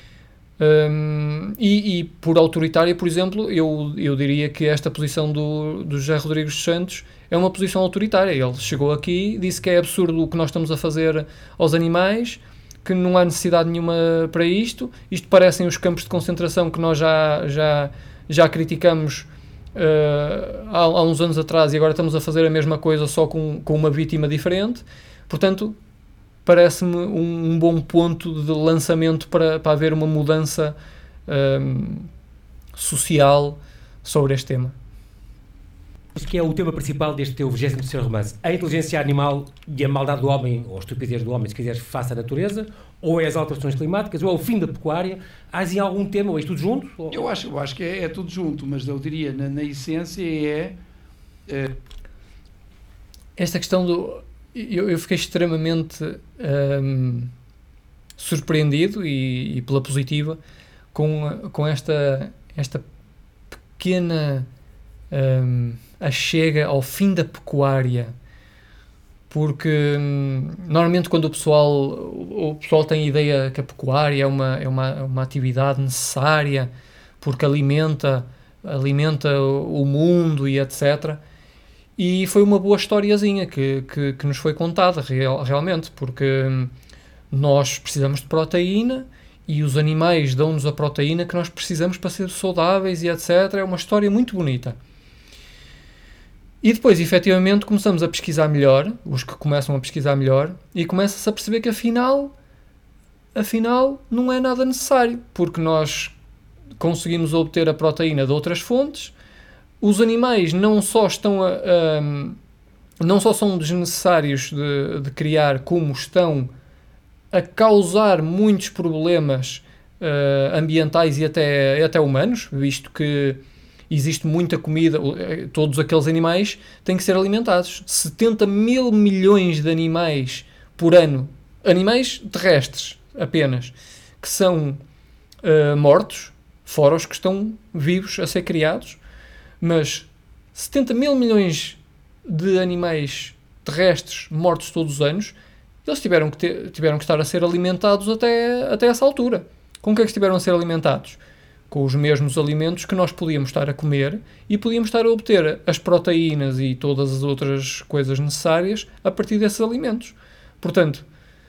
Um, e, e por autoritária, por exemplo, eu, eu diria que esta posição do, do José Rodrigues dos Santos é uma posição autoritária. Ele chegou aqui, disse que é absurdo o que nós estamos a fazer aos animais, que não há necessidade nenhuma para isto. Isto parecem os campos de concentração que nós já, já, já criticamos uh, há, há uns anos atrás, e agora estamos a fazer a mesma coisa, só com, com uma vítima diferente. Portanto, parece-me um, um bom ponto de lançamento para, para haver uma mudança um, social sobre este tema. Isso que é o tema principal deste teu vigésimo terceiro romance. A inteligência animal e a maldade do homem, ou a estupidez do homem, se quiseres, face à natureza, ou é as alterações climáticas, ou é o fim da pecuária. Há em algum tema, ou é isto tudo junto? Ou... Eu acho, eu acho que é, é tudo junto, mas eu diria, na, na essência é, é... Esta questão do... Eu, eu fiquei extremamente hum, surpreendido e, e pela positiva com, com esta, esta pequena... Um, a chega ao fim da pecuária, porque hum, normalmente quando o pessoal o pessoal tem a ideia que a pecuária é uma, é uma, uma atividade necessária porque alimenta, alimenta o mundo e etcétera. E foi uma boa historiazinha que, que, que nos foi contada real, realmente, porque hum, nós precisamos de proteína e os animais dão-nos a proteína que nós precisamos para ser saudáveis e etcétera. É uma história muito bonita. E depois, efetivamente, começamos a pesquisar melhor, os que começam a pesquisar melhor, e começa-se a perceber que afinal, afinal, não é nada necessário, porque nós conseguimos obter a proteína de outras fontes, os animais não só estão a, a não só são desnecessários de, de criar, como estão a causar muitos problemas uh, ambientais e até, até humanos, visto que existe muita comida, todos aqueles animais têm que ser alimentados. setenta mil milhões de animais por ano, animais terrestres apenas, que são uh, mortos, fora os que estão vivos a ser criados, mas setenta mil milhões de animais terrestres mortos todos os anos, eles tiveram que, ter, tiveram que estar a ser alimentados até, até essa altura. Com o que é que estiveram a ser alimentados? Com os mesmos alimentos que nós podíamos estar a comer e podíamos estar a obter as proteínas e todas as outras coisas necessárias a partir desses alimentos. Portanto,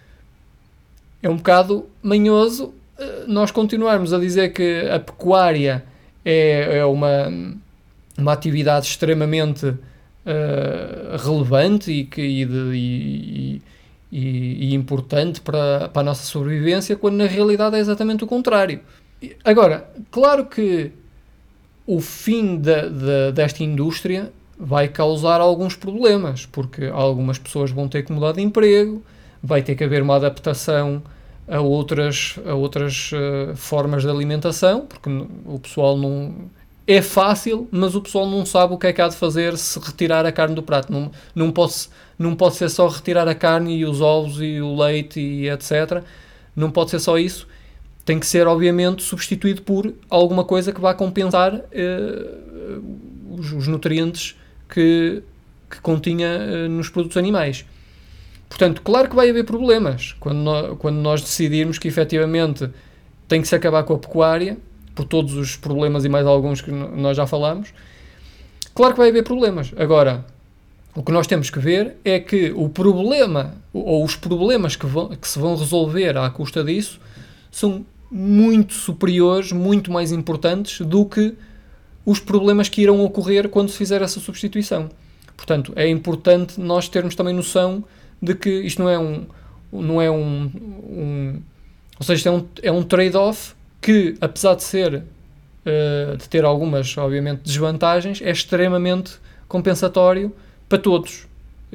é um bocado manhoso nós continuarmos a dizer que a pecuária é, é uma, uma atividade extremamente uh, relevante e, que, e, de, e, e, e importante para, para a nossa sobrevivência, quando na realidade é exatamente o contrário. Agora, claro que o fim da, da, desta indústria vai causar alguns problemas, porque algumas pessoas vão ter que mudar de emprego, vai ter que haver uma adaptação a outras, a outras uh, formas de alimentação, porque o pessoal não... É fácil, mas o pessoal não sabe o que é que há de fazer se retirar a carne do prato. Não, não, pode, não pode ser só retirar a carne e os ovos e o leite e etcétera. Não pode ser só isso. Tem que ser, obviamente, substituído por alguma coisa que vá compensar uh, os, os nutrientes que, que continha uh, nos produtos animais. Portanto, claro que vai haver problemas quando nós, quando nós decidirmos que, efetivamente, tem que se acabar com a pecuária, por todos os problemas e mais alguns que nós já falámos. Claro que vai haver problemas. Agora, o que nós temos que ver é que o problema, ou os problemas que, vão, que se vão resolver à custa disso, são muito superiores, muito mais importantes do que os problemas que irão ocorrer quando se fizer essa substituição. Portanto, é importante nós termos também noção de que isto não é um, não é um, um ou seja, é um, é um trade-off que, apesar de ser, uh, de ter algumas, obviamente, desvantagens, é extremamente compensatório para todos.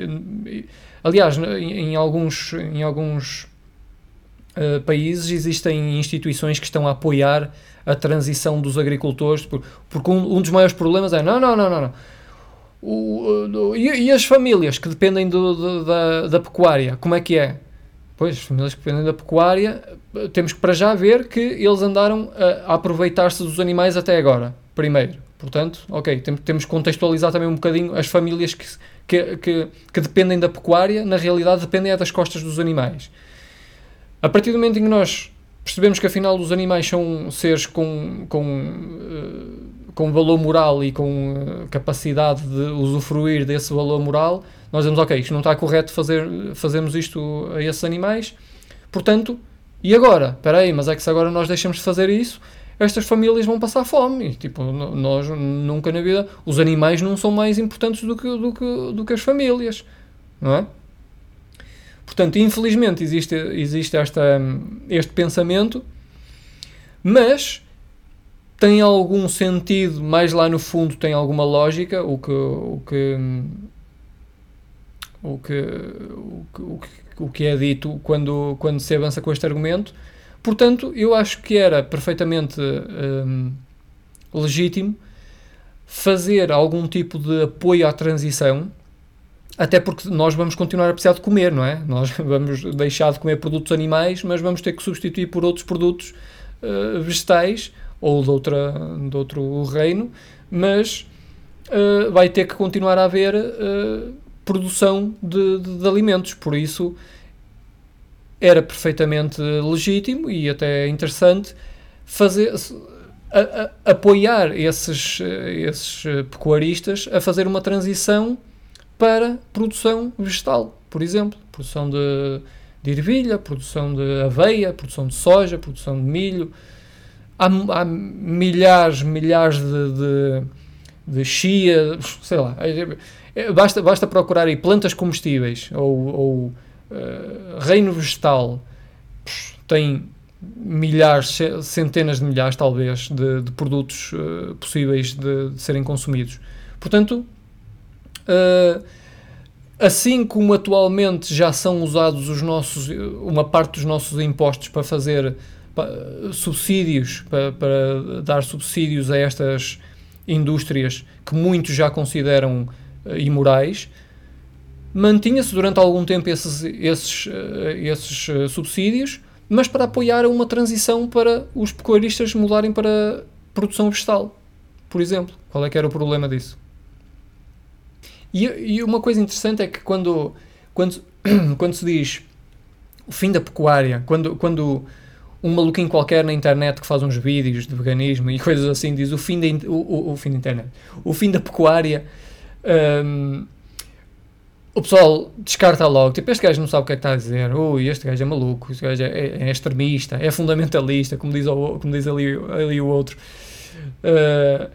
Aliás, em, em alguns, em alguns Uh, países existem instituições que estão a apoiar a transição dos agricultores, por, porque um, um dos maiores problemas é não, não, não, não, não. O, o, e, e as famílias que dependem do, do, da, da pecuária, como é que é? Pois, as famílias que dependem da pecuária, temos que para já ver que eles andaram a, a aproveitar-se dos animais até agora, primeiro. Portanto, ok, tem, temos que contextualizar também um bocadinho as famílias que, que, que, que dependem da pecuária, na realidade dependem é das costas dos animais. A partir do momento em que nós percebemos que afinal os animais são seres com, com, uh, com valor moral e com uh, capacidade de usufruir desse valor moral, nós dizemos, ok, isto não está correto fazer, fazermos isto a esses animais, portanto, e agora? Espera aí, mas é que se agora nós deixamos de fazer isso, estas famílias vão passar fome. E, tipo, nós nunca na vida, os animais não são mais importantes do que, do que, do que as famílias, não é? Portanto, infelizmente existe, existe esta, este pensamento, mas tem algum sentido, mais lá no fundo tem alguma lógica, o que o que o que, o que, o que, o que é dito quando, quando se avança com este argumento. Portanto, eu acho que era perfeitamente hum, legítimo fazer algum tipo de apoio à transição, até porque nós vamos continuar a precisar de comer, não é? Nós vamos deixar de comer produtos animais, mas vamos ter que substituir por outros produtos uh, vegetais ou de, outra, de outro reino, mas uh, vai ter que continuar a haver uh, produção de, de, de alimentos. Por isso, era perfeitamente legítimo e até interessante fazer, a, a, apoiar esses, esses pecuaristas a fazer uma transição para produção vegetal, por exemplo, produção de, de ervilha, produção de aveia, produção de soja, produção de milho. Há, há milhares, milhares de, de, de chia, sei lá, basta, basta procurar aí plantas comestíveis ou, ou uh, reino vegetal, tem milhares, centenas de milhares talvez de, de produtos uh, possíveis de, de serem consumidos. Portanto, uh, assim como atualmente já são usados os nossos, uma parte dos nossos impostos para fazer subsídios, para, para dar subsídios a estas indústrias que muitos já consideram uh, imorais, mantinha-se durante algum tempo esses, esses, uh, esses uh, subsídios, mas para apoiar uma transição para os pecuaristas mudarem para produção vegetal, por exemplo. Qual é que era o problema disso? E, e uma coisa interessante é que quando, quando, quando se diz o fim da pecuária, quando, quando um maluquinho qualquer na internet que faz uns vídeos de veganismo e coisas assim diz o fim da, o, o, o fim da internet, o fim da pecuária, um, o pessoal descarta logo, tipo, este gajo não sabe o que é que está a dizer, ui, este gajo é maluco, este gajo é, é, é extremista, é fundamentalista, como diz, o, como diz ali, ali o outro. Uh,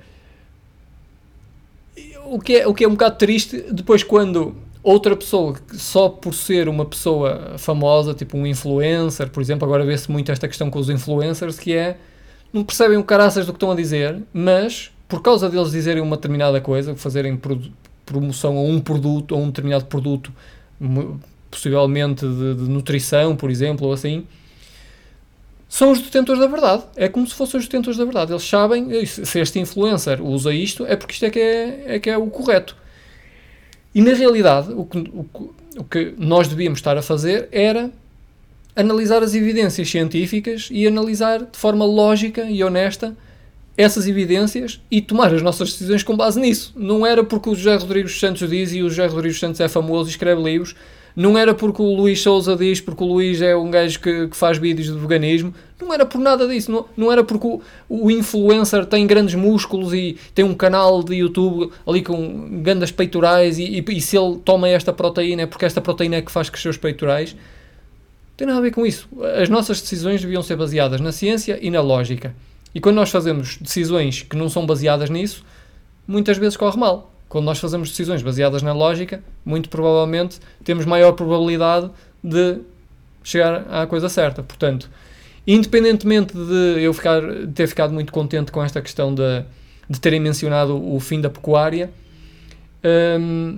o, que é, o que é um bocado triste depois quando outra pessoa, só por ser uma pessoa famosa, tipo um influencer, por exemplo, agora vê-se muito esta questão com os influencers, que é, não percebem o caraças do que estão a dizer, mas por causa deles dizerem uma determinada coisa, fazerem produ- promoção a um produto, a um determinado produto, possivelmente de, de nutrição, por exemplo, ou assim, são os detentores da verdade. É como se fossem os detentores da verdade. Eles sabem, se este influencer usa isto, é porque isto é que é, é, que é o correto. E, na realidade, o que, o, o que nós devíamos estar a fazer era analisar as evidências científicas e analisar de forma lógica e honesta essas evidências e tomar as nossas decisões com base nisso. Não era porque o José Rodrigues Santos diz e o José Rodrigues Santos é famoso e escreve livros, não era porque o Luís Sousa diz, porque o Luís é um gajo que, que faz vídeos de veganismo, não era por nada disso, não, não era porque o, o influencer tem grandes músculos e tem um canal de YouTube ali com grandes peitorais e, e, e se ele toma esta proteína é porque esta proteína é que faz crescer os peitorais. Não tem nada a ver com isso. As nossas decisões deviam ser baseadas na ciência e na lógica. E quando nós fazemos decisões que não são baseadas nisso, muitas vezes corre mal. Quando nós fazemos decisões baseadas na lógica, muito provavelmente temos maior probabilidade de chegar à coisa certa. Portanto, independentemente de eu ficar, de ter ficado muito contente com esta questão de, de terem mencionado o fim da pecuária, hum,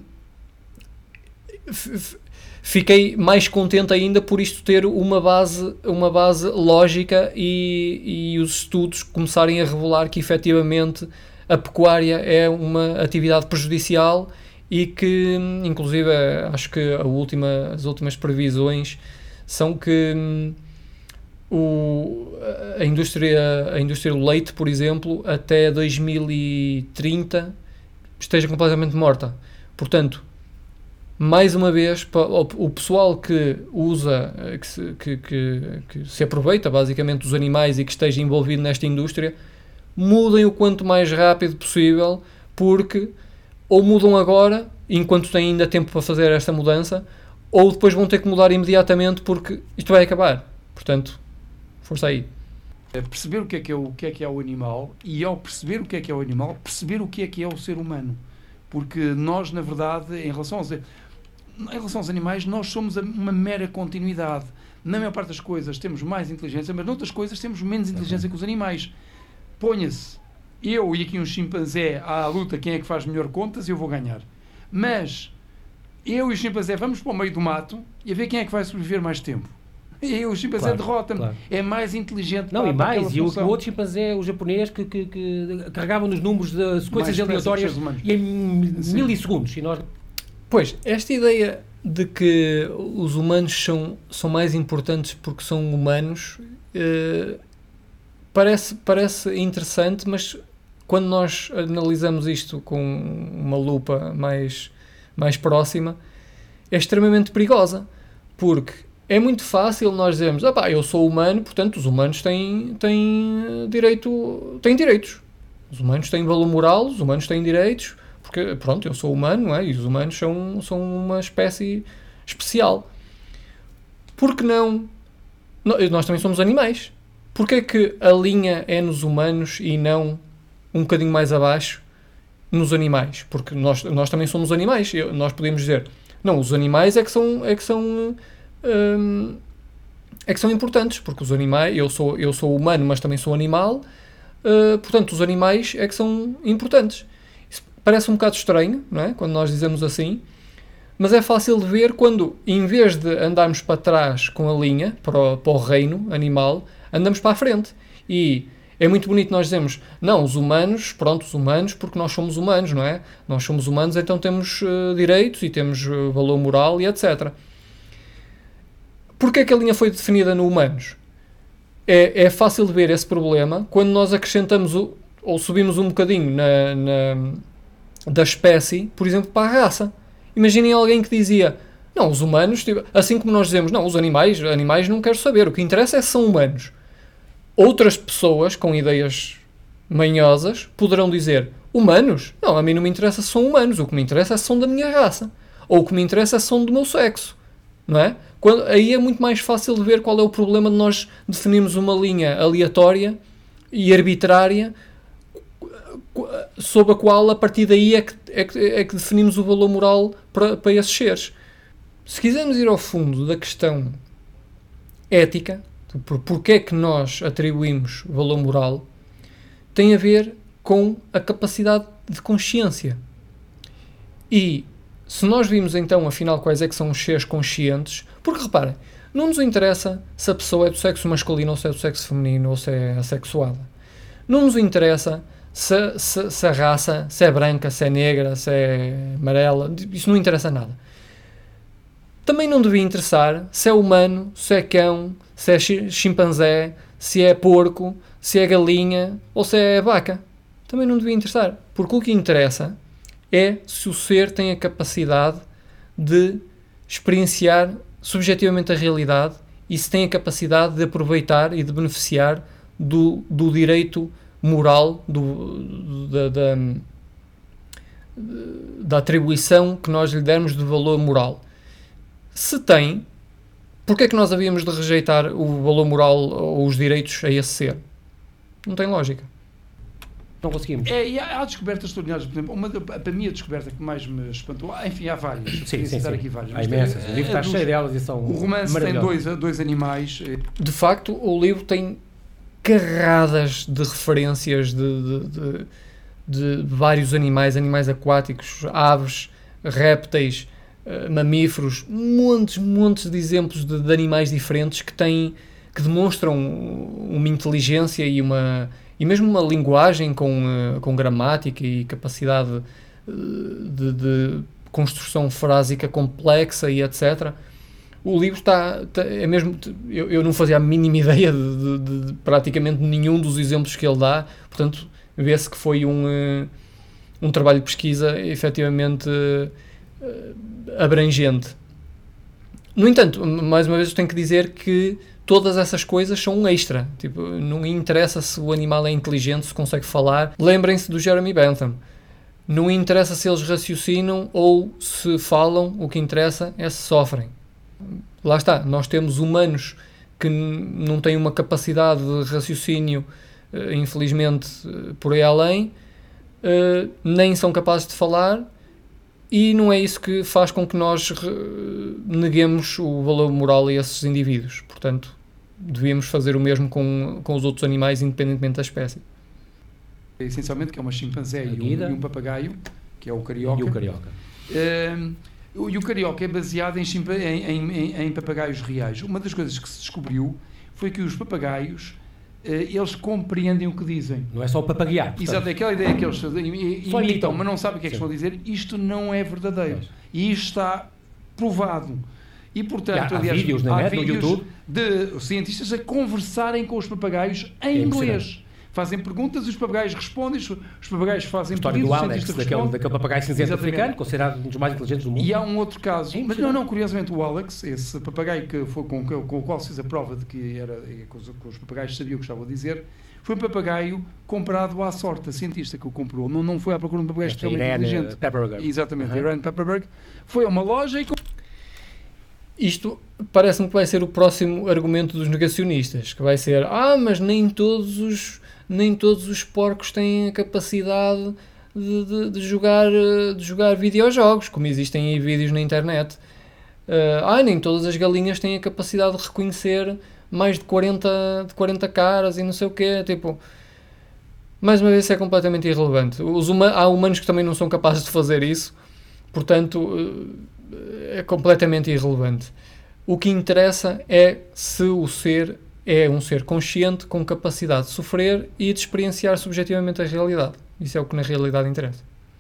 f- f- fiquei mais contente ainda por isto ter uma base, uma base lógica e, e os estudos começarem a revelar que efetivamente a pecuária é uma atividade prejudicial e que, inclusive, acho que a última, as últimas previsões são que hum, o, a, indústria, a indústria do leite, por exemplo, até dois mil e trinta esteja completamente morta. Portanto, mais uma vez, o pessoal que usa, que se, que, que, que se aproveita basicamente dos animais e que esteja envolvido nesta indústria, mudem o quanto mais rápido possível, porque ou mudam agora, enquanto têm ainda tempo para fazer esta mudança, ou depois vão ter que mudar imediatamente porque isto vai acabar. Portanto, força aí. Perceber o que é que é o, o que é que é o animal e, ao perceber o que é que é o animal, perceber o que é que é o ser humano. Porque nós, na verdade, em relação aos, em relação aos animais, nós somos uma mera continuidade. Na maior parte das coisas temos mais inteligência, mas noutras coisas temos menos inteligência que os animais. ponha-se eu e aqui um chimpanzé à luta, quem é que faz melhor contas, eu vou ganhar. Mas eu e o chimpanzé vamos para o meio do mato e a ver quem é que vai sobreviver mais tempo. E eu, o chimpanzé Claro, derrota-me. claro. É mais inteligente Não, para, e para mais, aquela e o, função. o outro chimpanzé, o japonês, que, que, que carregava nos números de sequências Mais depressa que os aleatórias seres humanos. e em Sim. milissegundos. E nós, Pois, esta ideia de que os humanos são, são mais importantes porque são humanos eh, parece, parece interessante, mas quando nós analisamos isto com uma lupa mais, mais próxima, é extremamente perigosa, porque é muito fácil nós dizermos, ah pá, eu sou humano, portanto os humanos têm, têm, direito, têm direitos. Os humanos têm valor moral, os humanos têm direitos, porque, pronto, eu sou humano, não é? E os humanos são, são uma espécie especial. Por que não? Nós também somos animais. Porquê é que a linha é nos humanos e não um bocadinho mais abaixo nos animais? Porque nós, nós também somos animais. Eu, nós podemos dizer, não, os animais é que são, é que são, hum, é que são importantes, porque os animais, eu sou, eu sou humano, mas também sou animal, uh, portanto, os animais é que são importantes. Isso parece um bocado estranho, não é? Quando nós dizemos assim, mas é fácil de ver quando, em vez de andarmos para trás com a linha, para o, para o reino animal, andamos para a frente. E é muito bonito nós dizermos, não, os humanos, pronto, os humanos, porque nós somos humanos, não é? Nós somos humanos, então temos uh, direitos e temos uh, valor moral e etcétera. Porquê é que a linha foi definida no humanos? É, é fácil de ver esse problema quando nós acrescentamos o, ou subimos um bocadinho na, na, da espécie, por exemplo, para a raça. Imaginem alguém que dizia, não, os humanos, assim como nós dizemos, não, os animais, animais não quero saber, o que interessa é se são humanos. Outras pessoas com ideias manhosas poderão dizer, humanos? Não, a mim não me interessa se são humanos, o que me interessa é se são da minha raça, ou o que me interessa é se são do meu sexo, não é? Quando, aí é muito mais fácil de ver qual é o problema de nós definirmos uma linha aleatória e arbitrária sob a qual, a partir daí, é que, é que, é que definimos o valor moral para, para esses seres. Se quisermos ir ao fundo da questão ética, por porque é que nós atribuímos valor moral, tem a ver com a capacidade de consciência. E se nós vimos então, afinal, quais é que são os seres conscientes, porque reparem, não nos interessa se a pessoa é do sexo masculino ou se é do sexo feminino ou se é assexuada. Não nos interessa se, se, se a raça, se é branca, se é negra, se é amarela, isso não interessa nada. Também não devia interessar se é humano, se é cão, se é chimpanzé, se é porco, se é galinha ou se é vaca. Também não devia interessar, porque o que interessa é se o ser tem a capacidade de experienciar subjetivamente a realidade e se tem a capacidade de aproveitar e de beneficiar do, do direito moral, do, da, da, da atribuição que nós lhe dermos de valor moral. Se tem, porquê é que nós havíamos de rejeitar o valor moral ou os direitos a esse ser? Não tem lógica. Não conseguimos. É, e há, há descobertas extraordinárias. Por exemplo, uma da, para mim a descoberta que mais me espantou, enfim, há várias. Sim, sim, sim. Aqui várias, Há imensas. O livro está dos, cheio delas e são o romance tem dois, dois animais. De facto, o livro tem carradas de referências de, de, de, de vários animais, animais aquáticos, aves, répteis, uh, mamíferos, montes, montes de exemplos de, de animais diferentes que têm, que demonstram uma inteligência e uma e mesmo uma linguagem com, uh, com gramática e capacidade uh, de, de construção frásica complexa e etcétera. O livro está, está é mesmo, eu, eu não fazia a mínima ideia de, de, de praticamente nenhum dos exemplos que ele dá, portanto, vê-se que foi um, uh, um trabalho de pesquisa efetivamente uh, abrangente. No entanto, mais uma vez eu tenho que dizer que todas essas coisas são um extra. Tipo, não interessa se o animal é inteligente, se consegue falar. Lembrem-se do Jeremy Bentham. Não interessa se eles raciocinam ou se falam, o que interessa é se sofrem. Lá está, nós temos humanos que n- não têm uma capacidade de raciocínio, uh, infelizmente, uh, por aí além, uh, nem são capazes de falar, e não é isso que faz com que nós re- neguemos o valor moral a esses indivíduos. Portanto, devíamos fazer o mesmo com, com os outros animais, independentemente da espécie. essencialmente, que é uma chimpanzé e um, e um papagaio, que é o carioca. E o carioca. Uh, o, e o carioca é baseado em, chimpa, em, em, em papagaios reais. Uma das coisas que se descobriu foi que os papagaios, uh, eles compreendem o que dizem. Não é só o papagaio. Portanto... Exato, aquela ideia que eles imitam, imitam, mas não sabem o que é que estão a dizer. Isto não é verdadeiro. Mas... E isto está provado. E, portanto, há, aliás, há vídeos na há net, vídeos no YouTube de cientistas a conversarem com os papagaios em é inglês. Fazem perguntas e os papagaios respondem, os papagaios fazem história pedidos, do Alex, daquele, daquele papagaio cinzento africano, considerado um dos mais inteligentes do mundo. E há um outro caso, é mas não, não, curiosamente o Alex, esse papagaio que foi com, com o qual se fez a prova de que era, que os, que os papagaios sabiam o que estavam a dizer, foi um papagaio comprado à sorte, a cientista que o comprou, não, não foi à procura de um papagaio extremamente inteligente. Pepperberg. Exatamente, uh-huh. Irene Pepperberg. Foi a uma loja e... Isto parece-me que vai ser o próximo argumento dos negacionistas, que vai ser, ah, mas nem todos os, nem todos os porcos têm a capacidade de, de, de, jogar, de jogar videojogos, como existem aí vídeos na internet. Uh, ah, nem todas as galinhas têm a capacidade de reconhecer mais de quarenta, de quarenta caras e não sei o quê. Tipo, mais uma vez, isso é completamente irrelevante. Os huma- há humanos que também não são capazes de fazer isso, portanto... Uh, é completamente irrelevante. O que interessa é se o ser é um ser consciente com capacidade de sofrer e de experienciar subjetivamente a realidade. Isso é o que na realidade interessa.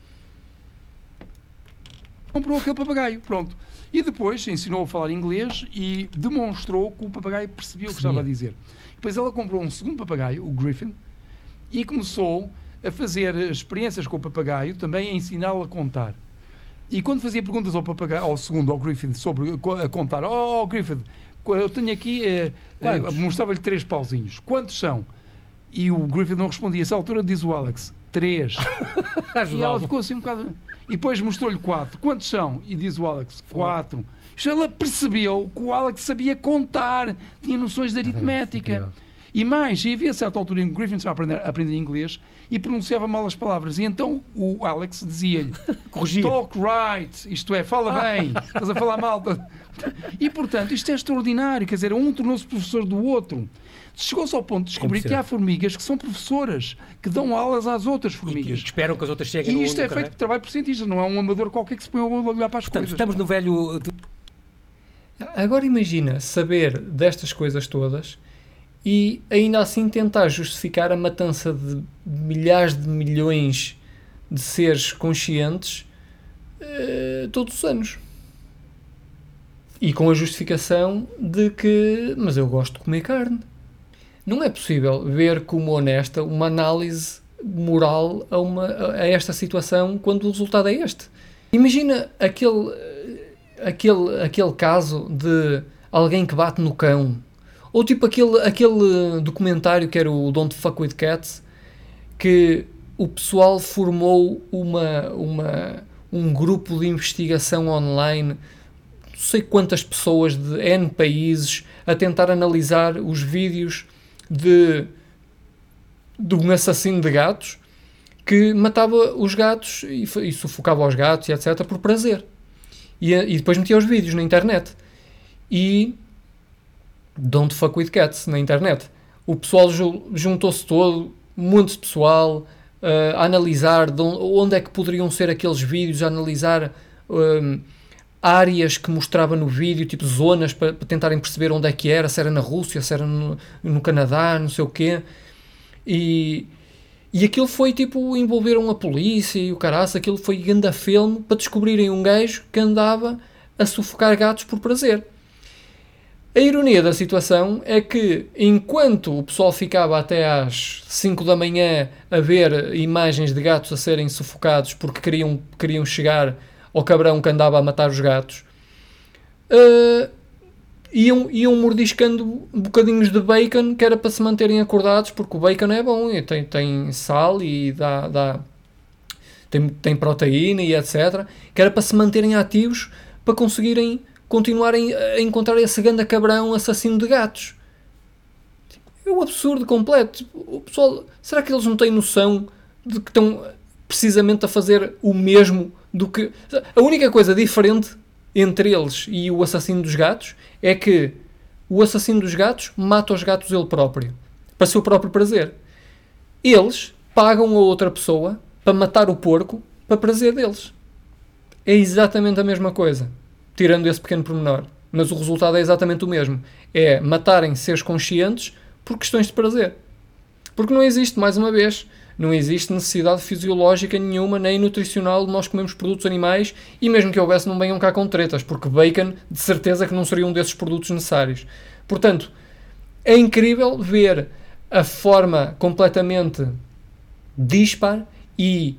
Comprou aquele papagaio, pronto. E depois ensinou a falar inglês e demonstrou que o papagaio percebia o que estava a dizer. Depois ela comprou um segundo papagaio, o Griffin, e começou a fazer experiências com o papagaio, também a ensiná-lo a contar. E quando fazia perguntas ao papagaio, ao segundo, ao Griffin, sobre a contar, oh, oh Griffin, eu tenho aqui, eh, eh, mostrava-lhe três pauzinhos, quantos são? E o Griffin não respondia. A essa altura diz o Alex, três. E ela ficou assim um bocado... E depois mostrou-lhe quatro. Quantos são? E diz o Alex, quatro. Isto ela percebeu que o Alex sabia contar, tinha noções de aritmética. E mais, e havia a certa altura em que o Griffin estava a aprender, a aprender inglês e pronunciava mal as palavras. E então o Alex dizia-lhe, talk right, isto é, fala bem, estás a falar mal. E portanto, isto é extraordinário, quer dizer, um tornou-se professor do outro. Chegou-se ao ponto de descobrir que há formigas que são professoras, que dão aulas às outras formigas. E que esperam que as outras cheguem. E isto é feito de trabalho por cientistas, não é um amador qualquer que se põe a olhar para as Portanto, coisas. Estamos no velho... Agora imagina saber destas coisas todas e ainda assim tentar justificar a matança de milhares de milhões de seres conscientes uh, todos os anos. E com a justificação de que, mas eu gosto de comer carne. Não é possível ver como honesta uma análise moral a, uma, a esta situação quando o resultado é este. Imagina aquele, aquele, aquele caso de alguém que bate no cão. Ou tipo aquele, aquele documentário que era o Don't Fuck With Cats, que o pessoal formou uma, uma, um grupo de investigação online, não sei quantas pessoas de N países, a tentar analisar os vídeos de, de um assassino de gatos que matava os gatos e, e sufocava os gatos e etcétera por prazer. E, e depois metia os vídeos na internet. E Don't Fuck With Cats na internet. O pessoal juntou-se todo, muito pessoal, uh, a analisar de onde é que poderiam ser aqueles vídeos, a analisar um, áreas que mostrava no vídeo, tipo zonas, para, para tentarem perceber onde é que era, se era na Rússia, se era no, no Canadá, não sei o quê. E, e aquilo foi tipo, envolveram a polícia e o caraço, aquilo foi ganda filme para descobrirem um gajo que andava a sufocar gatos por prazer. A ironia da situação é que, enquanto o pessoal ficava até às cinco da manhã a ver imagens de gatos a serem sufocados porque queriam, queriam chegar ao cabrão que andava a matar os gatos, uh, iam, iam mordiscando bocadinhos de bacon que era para se manterem acordados, porque o bacon é bom, e tem, tem sal e dá, dá, tem, tem proteína e etcétera, que era para se manterem ativos para conseguirem continuarem a encontrar esse ganda cabrão assassino de gatos. É um absurdo completo. O pessoal, será que eles não têm noção de que estão precisamente a fazer o mesmo do que... A única coisa diferente entre eles e o assassino dos gatos é que o assassino dos gatos mata os gatos ele próprio, para seu próprio prazer. Eles pagam a outra pessoa para matar o porco para prazer deles. É exatamente a mesma coisa, tirando esse pequeno pormenor. Mas o resultado é exatamente o mesmo. É matarem seres conscientes por questões de prazer. Porque não existe, mais uma vez, não existe necessidade fisiológica nenhuma, nem nutricional, de nós comermos produtos animais, e mesmo que houvesse, não venham cá com tretas, porque bacon, de certeza que não seria um desses produtos necessários. Portanto, é incrível ver a forma completamente dispar e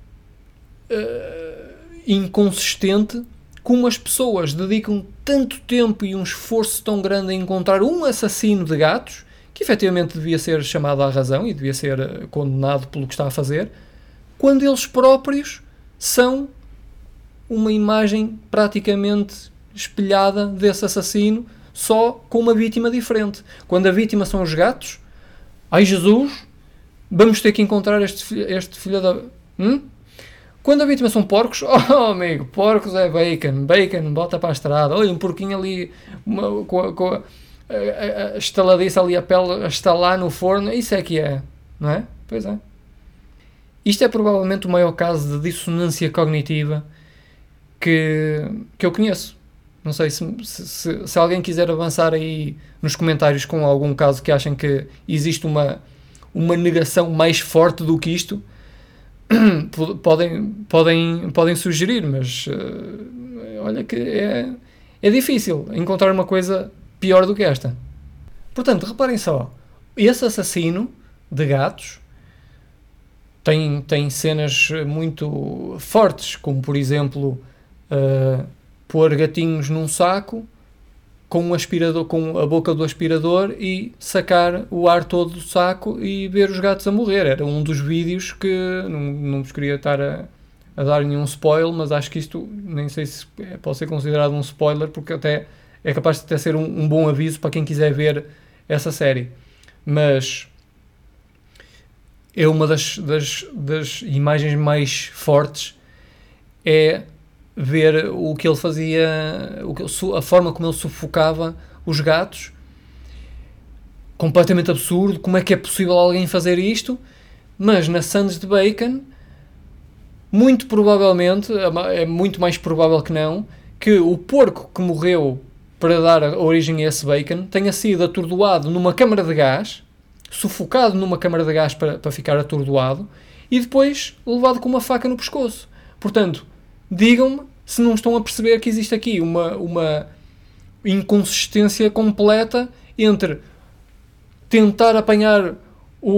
uh, inconsistente como as pessoas dedicam tanto tempo e um esforço tão grande a encontrar um assassino de gatos, que efetivamente devia ser chamado à razão e devia ser condenado pelo que está a fazer, quando eles próprios são uma imagem praticamente espelhada desse assassino, só com uma vítima diferente. Quando a vítima são os gatos, ai Jesus, vamos ter que encontrar este, este filho da... Hum? Quando a vítima são porcos, oh amigo, porcos é bacon, bacon, bota para a estrada, olha um porquinho ali uma, com, a, com a, a, a estaladiça ali, a pele a estalar no forno, isso é que é, não é? Pois é. Isto é provavelmente o maior caso de dissonância cognitiva que, que eu conheço. Não sei se, se, se alguém quiser avançar aí nos comentários com algum caso que achem que existe uma, uma negação mais forte do que isto, podem, podem, podem sugerir, mas uh, olha que é, é difícil encontrar uma coisa pior do que esta. Portanto, reparem só, esse assassino de gatos tem, tem cenas muito fortes, como por exemplo uh, pôr gatinhos num saco com um aspirador, com a boca do aspirador e sacar o ar todo do saco e ver os gatos a morrer. Era um dos vídeos que não, não vos queria estar a, a dar nenhum spoiler, mas acho que isto nem sei se é, pode ser considerado um spoiler, porque até é capaz de até ser um, um bom aviso para quem quiser ver essa série. Mas é uma das, das, das imagens mais fortes, é ver o que ele fazia, o que, a forma como ele sufocava os gatos. Completamente absurdo. Como é que é possível alguém fazer isto? Mas na Sands de Bacon, muito provavelmente, é muito mais provável que não, que o porco que morreu para dar a origem a esse bacon tenha sido atordoado numa câmara de gás, sufocado numa câmara de gás para, para ficar atordoado, e depois levado com uma faca no pescoço. Portanto, digam-me se não estão a perceber que existe aqui uma, uma inconsistência completa entre tentar apanhar o,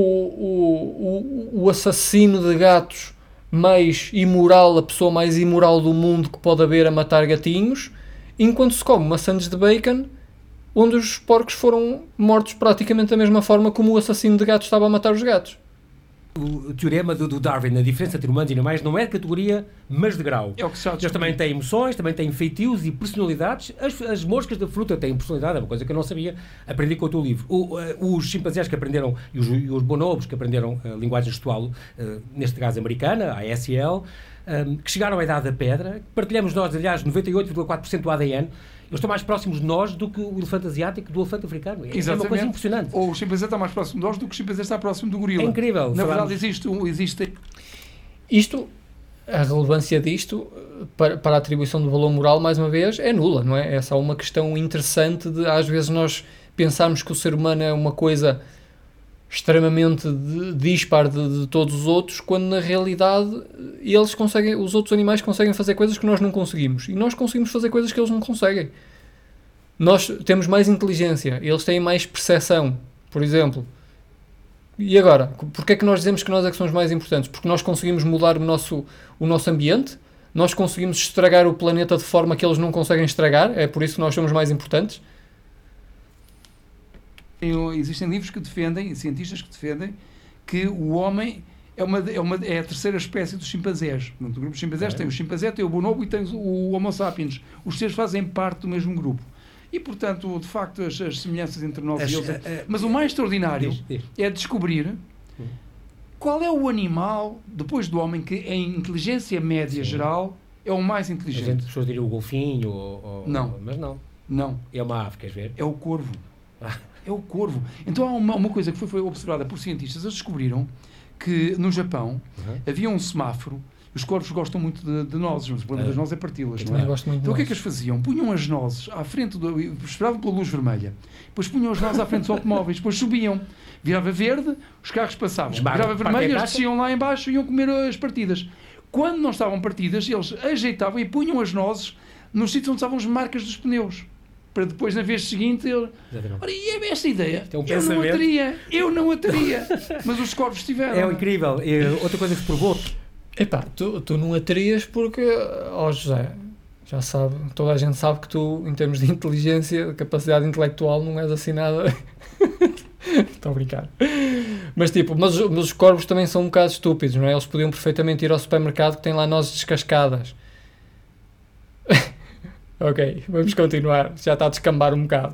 o, o, o assassino de gatos mais imoral, a pessoa mais imoral do mundo que pode haver a matar gatinhos, enquanto se come uma sandes de bacon onde os porcos foram mortos praticamente da mesma forma como o assassino de gatos estava a matar os gatos. O teorema do, do Darwin, a diferença entre humanos e animais, não é de categoria, mas de grau. É o que se Eles também têm emoções, também têm feitios e personalidades. As, as moscas da fruta têm personalidade, é uma coisa que eu não sabia, aprendi com o teu livro. O, uh, os chimpanzés que aprenderam, e os, e os bonobos que aprenderam a uh, linguagem gestual, uh, neste caso americana, a A S L, um, que chegaram à idade da pedra, partilhamos nós, aliás, noventa e oito vírgula quatro por cento do A D N, eles estão mais próximos de nós do que o elefante asiático do elefante africano. É, é uma coisa impressionante. Ou o chimpanzé está mais próximo de nós do que o chimpanzé está próximo do gorila. É incrível. Na falamos... verdade, existe, um, existe... Isto, a relevância disto para, para a atribuição de valor moral, mais uma vez, é nula, não é? É só uma questão interessante de, às vezes, nós pensarmos que o ser humano é uma coisa extremamente de, dispar de, de todos os outros, quando na realidade eles conseguem, os outros animais conseguem fazer coisas que nós não conseguimos, e nós conseguimos fazer coisas que eles não conseguem. Nós temos mais inteligência, eles têm mais percepção, por exemplo. E agora, porque é que nós dizemos que nós é que somos mais importantes? Porque nós conseguimos mudar o nosso, o nosso ambiente, nós conseguimos estragar o planeta de forma que eles não conseguem estragar, é por isso que nós somos mais importantes. Existem livros que defendem, cientistas que defendem, que o homem é, uma, é, uma, é a terceira espécie dos chimpanzés. No grupo de chimpanzés é. tem o chimpanzé, tem o bonobo e tem o Homo sapiens. Os três fazem parte do mesmo grupo. E, portanto, de facto, as, as semelhanças entre nós as, e eles... É, mas o mais extraordinário diz, diz. é descobrir hum. qual é o animal, depois do homem, que em inteligência média Sim. geral é o mais inteligente. As pessoas diriam o golfinho, ou, ou, não. mas não. Não. É uma ave, queres ver? É o corvo. É o corvo. Então há uma, uma coisa que foi, foi observada por cientistas, eles descobriram que no Japão Uhum. havia um semáforo. Os corvos gostam muito de, de nozes, mas o problema É. das nozes é parti-las, Eu não também é? gosto muito Então o que é de que eles faziam? Punham as nozes à frente, do, esperavam pela luz vermelha, depois punham as nozes à frente dos automóveis, depois subiam, virava verde, os carros passavam, Esbarra- virava parte vermelho, em eles caixa. desciam lá em baixo e iam comer as partidas. Quando não estavam partidas, eles ajeitavam e punham as nozes nos sítios onde estavam as marcas dos pneus, para depois, na vez seguinte, ele... Exatamente. Ora, e é esta ideia? é um eu não a pensamento. teria, eu não a teria, mas os corvos tiveram. É incrível. E outra coisa que se provou, Epá, tu, tu não a terias porque, ó José, já sabe, toda a gente sabe que tu, em termos de inteligência, de capacidade intelectual, não és assim nada. Estou a brincar. Mas tipo, mas, mas os corvos também são um bocado estúpidos, não é? Eles podiam perfeitamente ir ao supermercado que tem lá nozes descascadas. Ok, vamos continuar. Já está a descambar um bocado.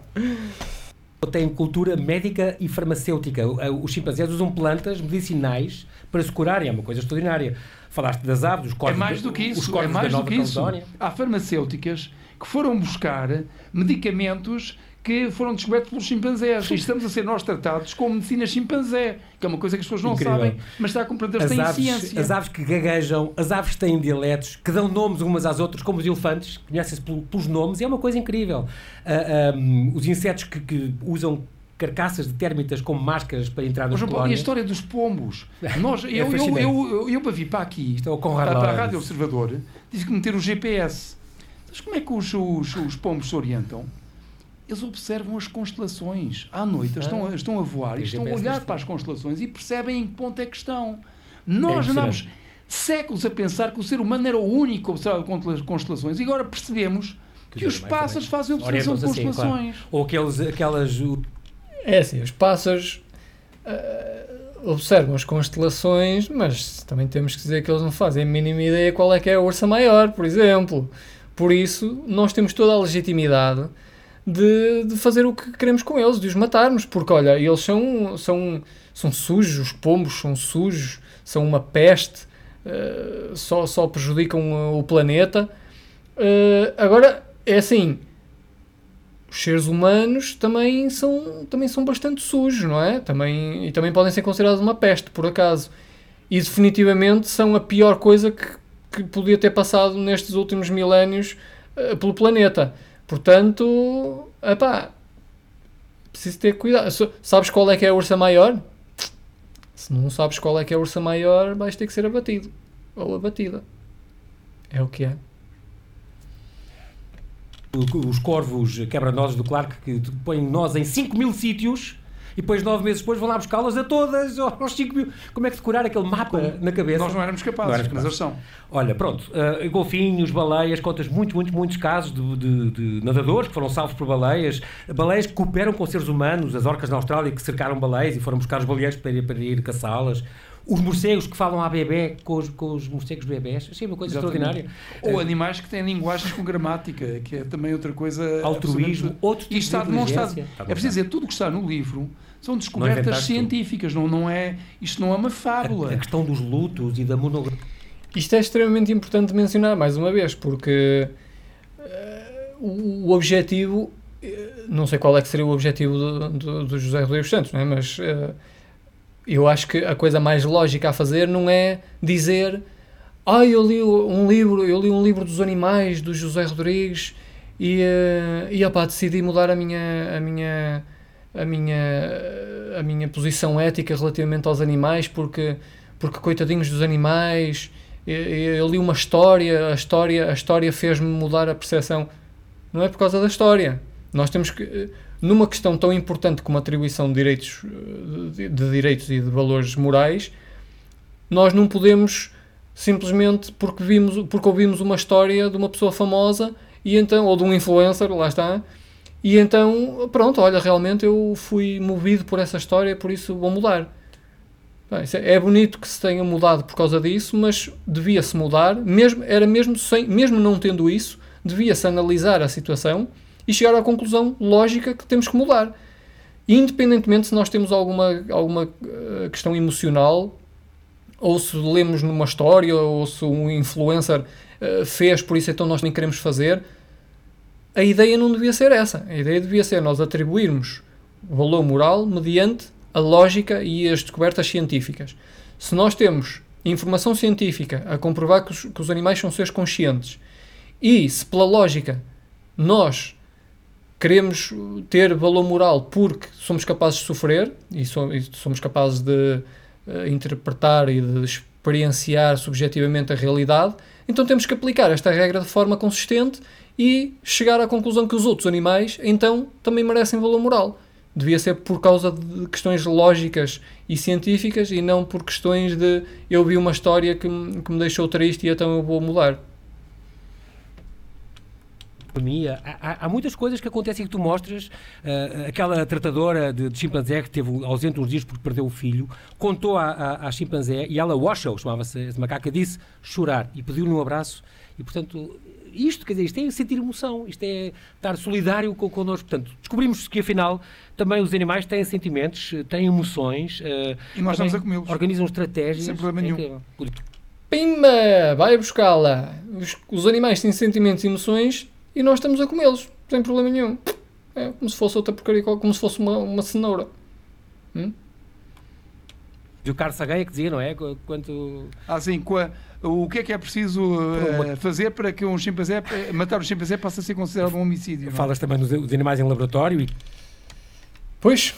tem cultura médica e farmacêutica. Os chimpanzés usam plantas medicinais para se curarem, é uma coisa extraordinária. Falaste das aves, dos É corvos, mais do que os isso, é corvos mais da do Nova que isso. Caledónia. Há farmacêuticas que foram buscar medicamentos que foram descobertos pelos chimpanzés. E estamos a ser nós tratados como medicina chimpanzé, que é uma coisa que as pessoas não Incrível. sabem, mas está a compreender, As têm aves, ciência. as aves que gaguejam, as aves que têm dialetos, que dão nomes umas às outras, como os elefantes, conhecem-se pelo- pelos nomes, e é uma coisa incrível. Ah, ah, os insetos que, que usam carcaças de térmitas como máscaras para entrar Mas, nas João Paulo, e a colónias. história dos pombos? Nós, eu, eu, fascinante. eu, eu, eu, para vir para aqui, Isto é o Conrad para, para a Lorenz. Rádio Observador, tive que meter o G P S. Mas como é que os, os, os pombos se orientam? Eles observam as constelações. À noite Ah. estão, a- estão a voar Tem e estão a G P S olhar neste para as constelações e percebem em que ponto é que estão. É Nós impressionante. andámos séculos a pensar que o ser humano era o único a observar constela- constelações e agora percebemos que, Que os os animais pássaros também. fazem observação de Orientam-se assim, constelações. Ou aqueles, aquelas... o- É assim, os pássaros ah, observam as constelações, mas também temos que dizer que eles não fazem a mínima ideia qual é que é a Ursa Maior, por exemplo. Por isso, nós temos toda a legitimidade de, de fazer o que queremos com eles, de os matarmos, porque, olha, eles são, são, são sujos, os pombos são sujos, são uma peste, ah, só, só prejudicam o planeta. Ah, agora, é assim... Os seres humanos também são, também são bastante sujos, não é? Também, e também podem ser considerados uma peste, por acaso. E definitivamente são a pior coisa que, que podia ter passado nestes últimos milénios uh, pelo planeta. Portanto, epá, preciso ter cuidado. So- Sabes qual é que é a ursa maior? Se não sabes qual é que é a ursa maior, vais ter que ser abatido. Ou abatida. É o que é. os corvos quebra-nozes do Clark, que põem nós em cinco mil sítios e depois, nove meses depois, vão lá buscá-las a todas aos cinco mil. Como é que decorar aquele mapa na cabeça? Nós não éramos capazes, Não éramos mas eles capazes. são. Olha, pronto, uh, golfinhos, baleias, contas muitos, muitos, muitos casos de, de- de nadadores que foram salvos por baleias, baleias que cooperam com seres humanos, as orcas na Austrália que cercaram baleias e foram buscar os baleeiros para ir, para ir caçá-las, os morcegos que falam à bebê com os, com os morcegos bebés, achei uma coisa Exatamente. extraordinária. Ou Eh, animais que têm linguagens com gramática, que é também outra coisa. altruísmo, absolutamente- outro tipo E está de demonstrado. inteligência. Está É preciso dizer, tudo o que está no livro são descobertas inventaste tu. científicas, não, não é, isto não é uma A, fábula. a questão dos lutos e da monografia. Isto é extremamente importante mencionar, mais uma vez, porque eh, o, o objetivo, eh, não sei qual é que seria o objetivo do, do, do José Rodrigues Santos, não é? Mas eh, eu acho que a coisa mais lógica a fazer não é dizer ah, eu li um livro, eu li um livro dos animais do José Rodrigues e, eh, e opá, decidi mudar a minha, a minha, a minha, a minha posição ética relativamente aos animais porque, porque coitadinhos dos animais. Eu, eu li uma história, a história, a história fez-me mudar a percepção. Não é por causa da história. Nós temos que, numa questão tão importante como a atribuição de direitos, de, de direitos e de valores morais, nós não podemos simplesmente porque vimos, porque ouvimos uma história de uma pessoa famosa e então, ou de um influencer, lá está, e então, pronto, olha, realmente eu fui movido por essa história, por isso vou mudar. Bem, isso é, é bonito que se tenha mudado por causa disso, mas devia-se mudar, mesmo, era mesmo, sem, mesmo não tendo isso, devia-se analisar a situação e chegar à conclusão lógica que temos que mudar. Independentemente se nós temos alguma, alguma uh, questão emocional, ou se lemos numa história, ou se um influencer uh, fez, por isso então nós nem queremos fazer, a ideia não devia ser essa. A ideia devia ser nós atribuirmos valor moral mediante a lógica e as descobertas científicas. Se nós temos informação científica a comprovar que os, que os animais são seres conscientes e se pela lógica nós queremos ter valor moral porque somos capazes de sofrer e, so, e somos capazes de uh, interpretar e de experienciar subjetivamente a realidade, então temos que aplicar esta regra de forma consistente e chegar à conclusão que os outros animais então também merecem valor moral. Devia ser por causa de questões lógicas e científicas e não por questões de eu vi uma história que me, que me deixou triste e então eu vou mudar. Há, há muitas coisas que acontecem que tu mostras. Uh, aquela tratadora de, de chimpanzé que esteve ausente uns dias porque perdeu o filho, contou à, à, à chimpanzé e ela, Washoe, chamava-se essa macaca, disse chorar e pediu-lhe um abraço e, portanto, isto, quer dizer, isto é sentir emoção, isto é estar solidário com, connosco. Portanto, descobrimos que, afinal, também os animais têm sentimentos, têm emoções. Uh, e nós estamos a comê-los. Organizam estratégias. Sem problema nenhum. É, Pimba! Vai buscá-la. Os, os animais têm sentimentos e emoções e nós estamos a comê-los, sem problema nenhum. É como se fosse outra porcaria, como se fosse uma, uma cenoura. Hum? E o Carlos Sagan que dizia, não é? Quanto... Ah, sim. O que é que é preciso uh, fazer para que um chimpanzé, matar um chimpanzé passe a ser considerado um homicídio? Falas também dos, dos animais em laboratório e... Pois.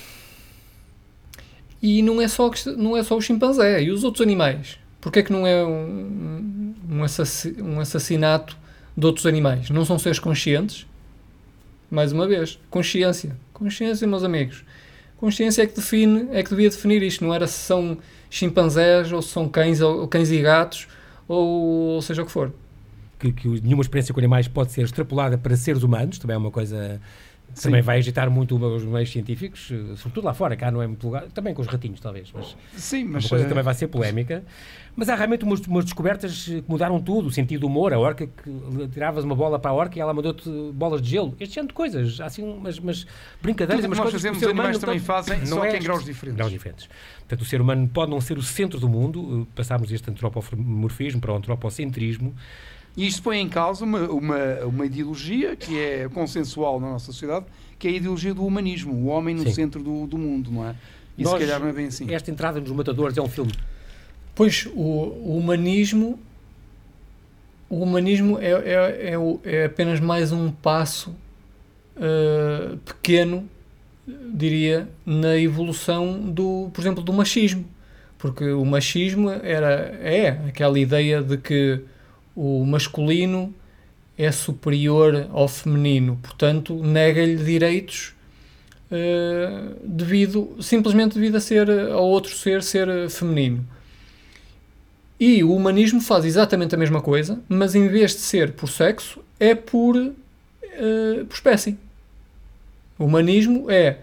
E não é só, não é só o chimpanzé. E os outros animais? Porquê é que não é um, um, assass, um assassinato de outros animais? Não são seres conscientes? Mais uma vez, consciência. Consciência, meus amigos. Consciência é que define, é que devia definir isto. Não era se são chimpanzés ou se são cães, ou cães e gatos, ou, ou seja o que for. Que, que nenhuma experiência com animais pode ser extrapolada para seres humanos, também é uma coisa... Sim. Também vai agitar muito os meios científicos, sobretudo lá fora, cá não é muito lugar, também com os ratinhos talvez, mas, Sim, mas uma coisa uh... também vai ser polémica. Mas há realmente umas, umas descobertas que mudaram tudo, o sentido do humor, a orca que tiravas uma bola para a orca e ela mandou-te bolas de gelo, este género de coisas, há assim umas, umas brincadeiras, tudo umas nós coisas fazemos, que o ser os animais humano também não fazem, não só é que em graus diferentes. graus diferentes. Portanto, o ser humano pode não ser o centro do mundo, passámos deste antropomorfismo para o antropocentrismo. E isto põe em causa uma, uma, uma ideologia que é consensual na nossa sociedade, que é a ideologia do humanismo, o homem no Sim. centro do, do mundo, não é? E Nós, se calhar não é bem assim. Esta entrada nos Matadores é um filme. Pois, o, o humanismo o humanismo é, é, é, é apenas mais um passo uh, pequeno, diria, na evolução do, por exemplo, do machismo. Porque o machismo era, é aquela ideia de que o masculino é superior ao feminino, portanto nega-lhe direitos uh, devido, simplesmente devido a ser, ao outro ser ser feminino. E o humanismo faz exatamente a mesma coisa, mas em vez de ser por sexo, é por, uh, por espécie. O humanismo é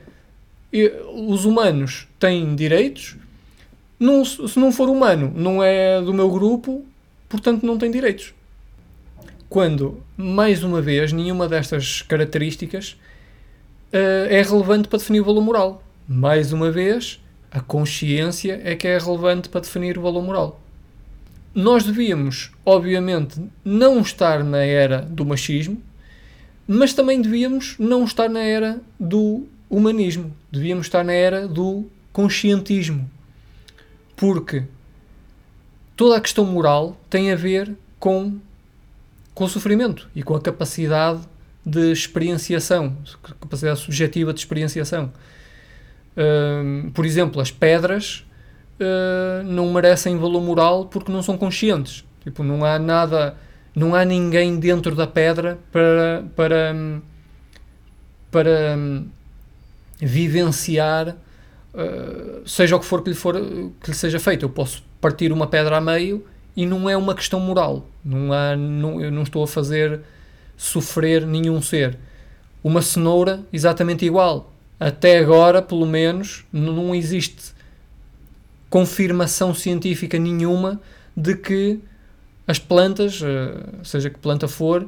os humanos têm direitos, não, se não for humano, não é do meu grupo, portanto não tem direitos. Quando, mais uma vez, nenhuma destas características uh, é relevante para definir o valor moral. Mais uma vez, a consciência é que é relevante para definir o valor moral. Nós devíamos, obviamente, não estar na era do machismo, mas também devíamos não estar na era do humanismo. Devíamos estar na era do conscientismo. Porque toda a questão moral tem a ver com, com o sofrimento e com a capacidade de experienciação, capacidade subjetiva de experienciação. Uh, por exemplo, as pedras uh, não merecem valor moral porque não são conscientes. Tipo, não há nada, não há ninguém dentro da pedra para, para, para um, vivenciar uh, seja o que for que lhe, for que lhe seja feito. Eu posso partir uma pedra a meio e não é uma questão moral. Não há, não, eu não estou a fazer sofrer nenhum ser. Uma cenoura, exatamente igual. Até agora, pelo menos, não existe confirmação científica nenhuma de que as plantas, seja que planta for,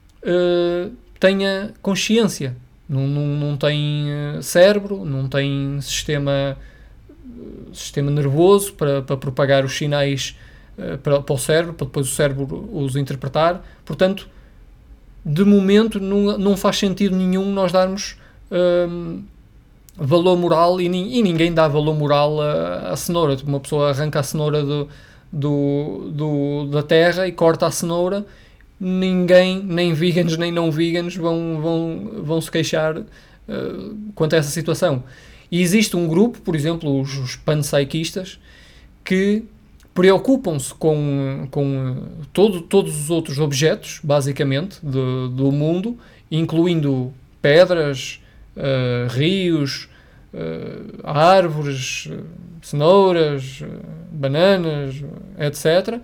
tenha consciência. Não, não, não tem cérebro, não tem sistema, sistema nervoso para, para propagar os sinais para, para o cérebro, para depois o cérebro os interpretar. Portanto, de momento, não, não faz sentido nenhum nós darmos hum, valor moral e, e ninguém dá valor moral à, à cenoura. Tipo, uma pessoa arranca a cenoura do, do, do, da terra e corta a cenoura, ninguém, nem veganos nem não veganos, vão, vão, vão se queixar uh, quanto a essa situação. E existe um grupo, por exemplo, os, os panpsychistas, que preocupam-se com, com todo, todos os outros objetos, basicamente, do, do mundo, incluindo pedras, uh, rios, uh, árvores, uh, cenouras, uh, bananas, etcétera.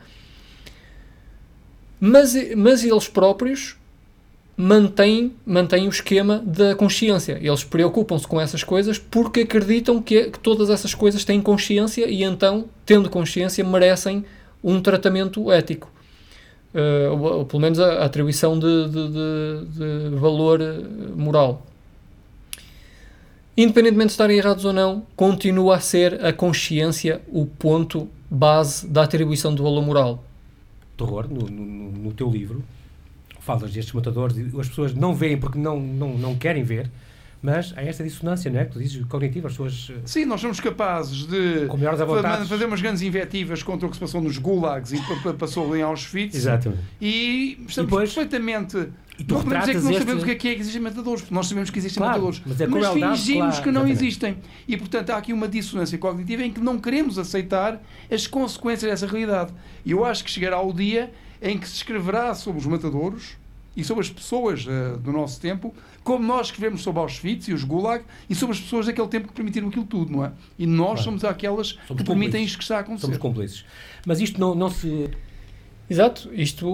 Mas, mas eles próprios mantêm, mantêm o esquema da consciência. Eles preocupam-se com essas coisas porque acreditam que, que todas essas coisas têm consciência e então, tendo consciência, merecem um tratamento ético. Uh, ou, ou pelo menos a, a atribuição de, de, de, de valor moral. Independentemente de estarem errados ou não, continua a ser a consciência o ponto base da atribuição do valor moral. Terror, no, no, no teu livro, falas destes matadores e as pessoas não veem porque não, não, não querem ver, mas há esta dissonância, não é? Que tu dizes, cognitiva, as pessoas... Sim, nós somos capazes de com melhores vontades, fazer umas grandes invectivas contra o que se passou nos gulags e passou em Auschwitz. Exatamente. E estamos e depois, perfeitamente... E tu não podemos dizer que não este... sabemos o que é que, é que existem matadores, porque nós sabemos que existem claro, matadores, mas, é mas fingimos claro, que não exatamente. existem. E, portanto, há aqui uma dissonância cognitiva em que não queremos aceitar as consequências dessa realidade. E eu acho que chegará o dia em que se escreverá sobre os matadouros e sobre as pessoas uh, do nosso tempo, como nós escrevemos sobre Auschwitz e os Gulag, e sobre as pessoas daquele tempo que permitiram aquilo tudo, não é? E nós claro. somos aquelas somos que permitem isto que está a acontecer. Somos cúmplices. Mas isto não, não se... Exato. Isto...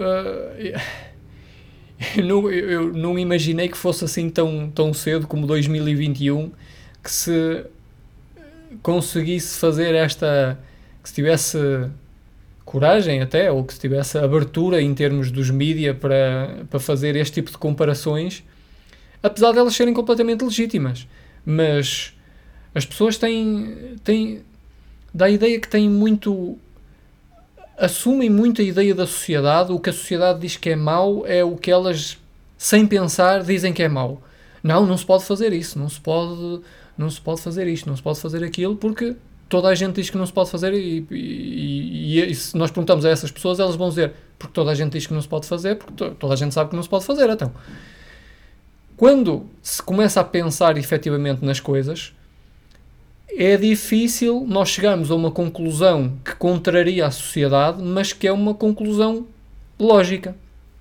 Uh, eu, não, eu não imaginei que fosse assim tão, tão cedo como dois mil e vinte e um, que se conseguisse fazer esta... que se tivesse... coragem até, ou que se tivesse abertura em termos dos mídia para, para fazer este tipo de comparações, apesar de elas serem completamente legítimas. Mas as pessoas têm, têm dá a ideia que têm muito, assumem muito a ideia da sociedade, o que a sociedade diz que é mau é o que elas, sem pensar, dizem que é mau. Não, não se pode fazer isso, não se pode, não se pode fazer isto, não se pode fazer aquilo, porque toda a gente diz que não se pode fazer e, e, e, e se nós perguntamos a essas pessoas, elas vão dizer porque toda a gente diz que não se pode fazer, porque to, toda a gente sabe que não se pode fazer. Então, quando se começa a pensar efetivamente nas coisas, é difícil nós chegarmos a uma conclusão que contraria a sociedade, mas que é uma conclusão lógica.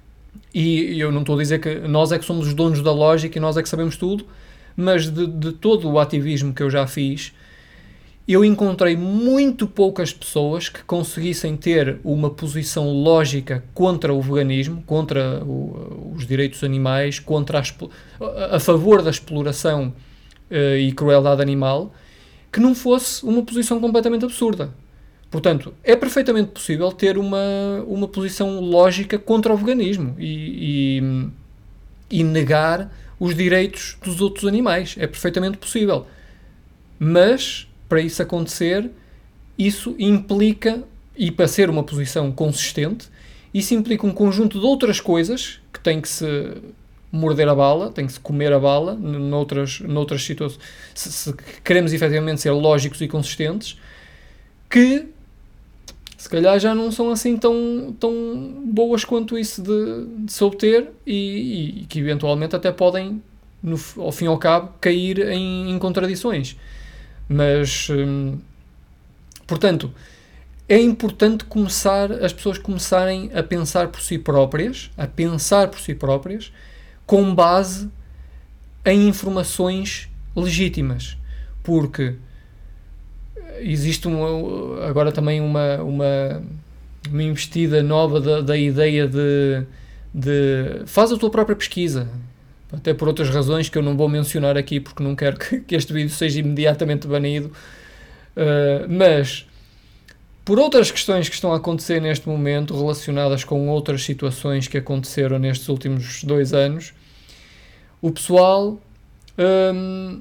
E eu não estou a dizer que nós é que somos os donos da lógica e nós é que sabemos tudo, mas de, de todo o ativismo que eu já fiz, eu encontrei muito poucas pessoas que conseguissem ter uma posição lógica contra o veganismo, contra o, os direitos animais, contra a, a favor da exploração uh, e crueldade animal, que não fosse uma posição completamente absurda. Portanto, é perfeitamente possível ter uma, uma posição lógica contra o veganismo e, e, e negar os direitos dos outros animais. É perfeitamente possível. Mas... para isso acontecer, isso implica, e para ser uma posição consistente, isso implica um conjunto de outras coisas que tem que se morder a bala, tem que se comer a bala, noutras, noutras situações, se, se queremos efetivamente ser lógicos e consistentes, que se calhar já não são assim tão, tão boas quanto isso de, de se obter e, e que eventualmente até podem, no, ao fim e ao cabo, cair em, em contradições. Mas, hum, portanto, é importante começar, as pessoas começarem a pensar por si próprias, a pensar por si próprias, com base em informações legítimas. Porque existe uma, agora também uma, uma, uma investida nova da, da ideia de, de faz a tua própria pesquisa. Até por outras razões que eu não vou mencionar aqui porque não quero que, que este vídeo seja imediatamente banido, uh, mas por outras questões que estão a acontecer neste momento relacionadas com outras situações que aconteceram nestes últimos dois anos, o pessoal um,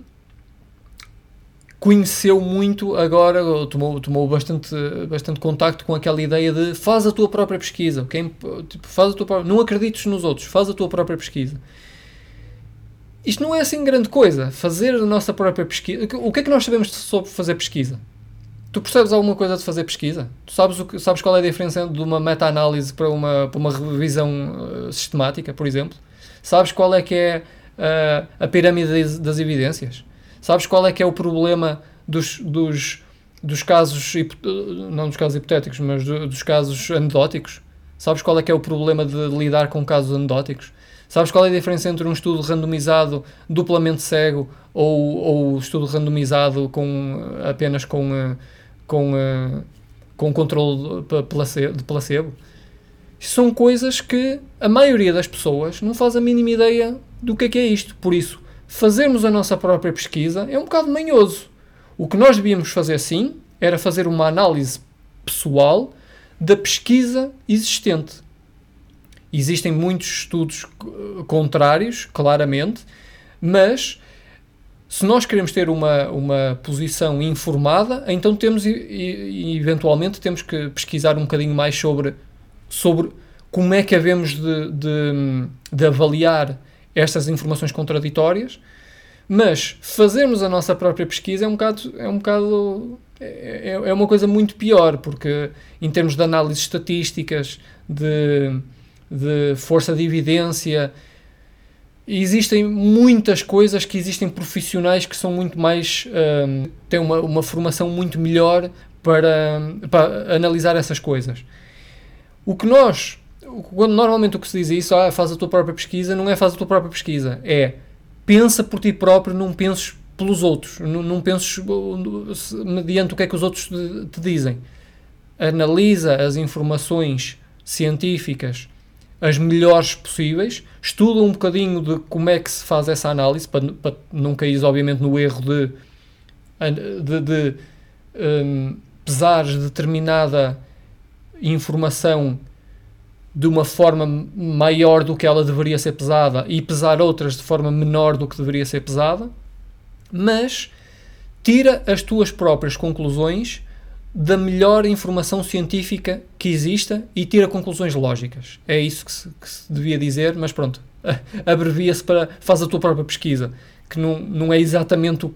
conheceu muito agora, tomou, tomou bastante, bastante contacto com aquela ideia de faz a tua própria pesquisa, okay? Tipo, faz a tua própria, não acredites nos outros, faz a tua própria pesquisa. isto não é assim grande coisa, fazer a nossa própria pesquisa. O que é que nós sabemos sobre fazer pesquisa? Tu percebes alguma coisa de fazer pesquisa? Tu sabes, o que, sabes qual é a diferença de uma meta-análise para uma, para uma revisão uh, sistemática, por exemplo? Sabes qual é que é uh, a pirâmide das, das evidências? Sabes qual é que é o problema dos, dos, dos casos, não dos casos hipotéticos, mas do, dos casos anedóticos? Sabes qual é que é o problema de lidar com casos anedóticos? Sabes qual é a diferença entre um estudo randomizado duplamente cego ou, ou estudo randomizado com, apenas com, com, com controle de placebo? São coisas que a maioria das pessoas não faz a mínima ideia do que é que é isto. Por isso, fazermos a nossa própria pesquisa é um bocado manhoso. O que nós devíamos fazer, sim, era fazer uma análise pessoal da pesquisa existente. Existem muitos estudos contrários, claramente, mas se nós queremos ter uma, uma posição informada, então temos e, e eventualmente temos que pesquisar um bocadinho mais sobre, sobre como é que havemos de, de, de avaliar estas informações contraditórias, mas fazermos a nossa própria pesquisa é um bocado, é um bocado é, é uma coisa muito pior, porque em termos de análises estatísticas, de de força de evidência, existem muitas coisas que existem profissionais que são muito mais, um, têm uma, uma formação muito melhor para, para analisar essas coisas. O que nós, quando normalmente o que se diz isso, ah, faz a tua própria pesquisa, não é faz a tua própria pesquisa, é pensa por ti próprio, não penses pelos outros, não, não penses mediante o que é que os outros te, te dizem. Analisa as informações científicas as melhores possíveis, estuda um bocadinho de como é que se faz essa análise, para, para não cair obviamente no erro de, de, de um, pesares determinada informação de uma forma maior do que ela deveria ser pesada e pesar outras de forma menor do que deveria ser pesada, mas tira as tuas próprias conclusões da melhor informação científica que exista e tira conclusões lógicas. É isso que se, que se devia dizer, mas pronto, abrevia-se para faz a tua própria pesquisa, que não, não é exatamente o,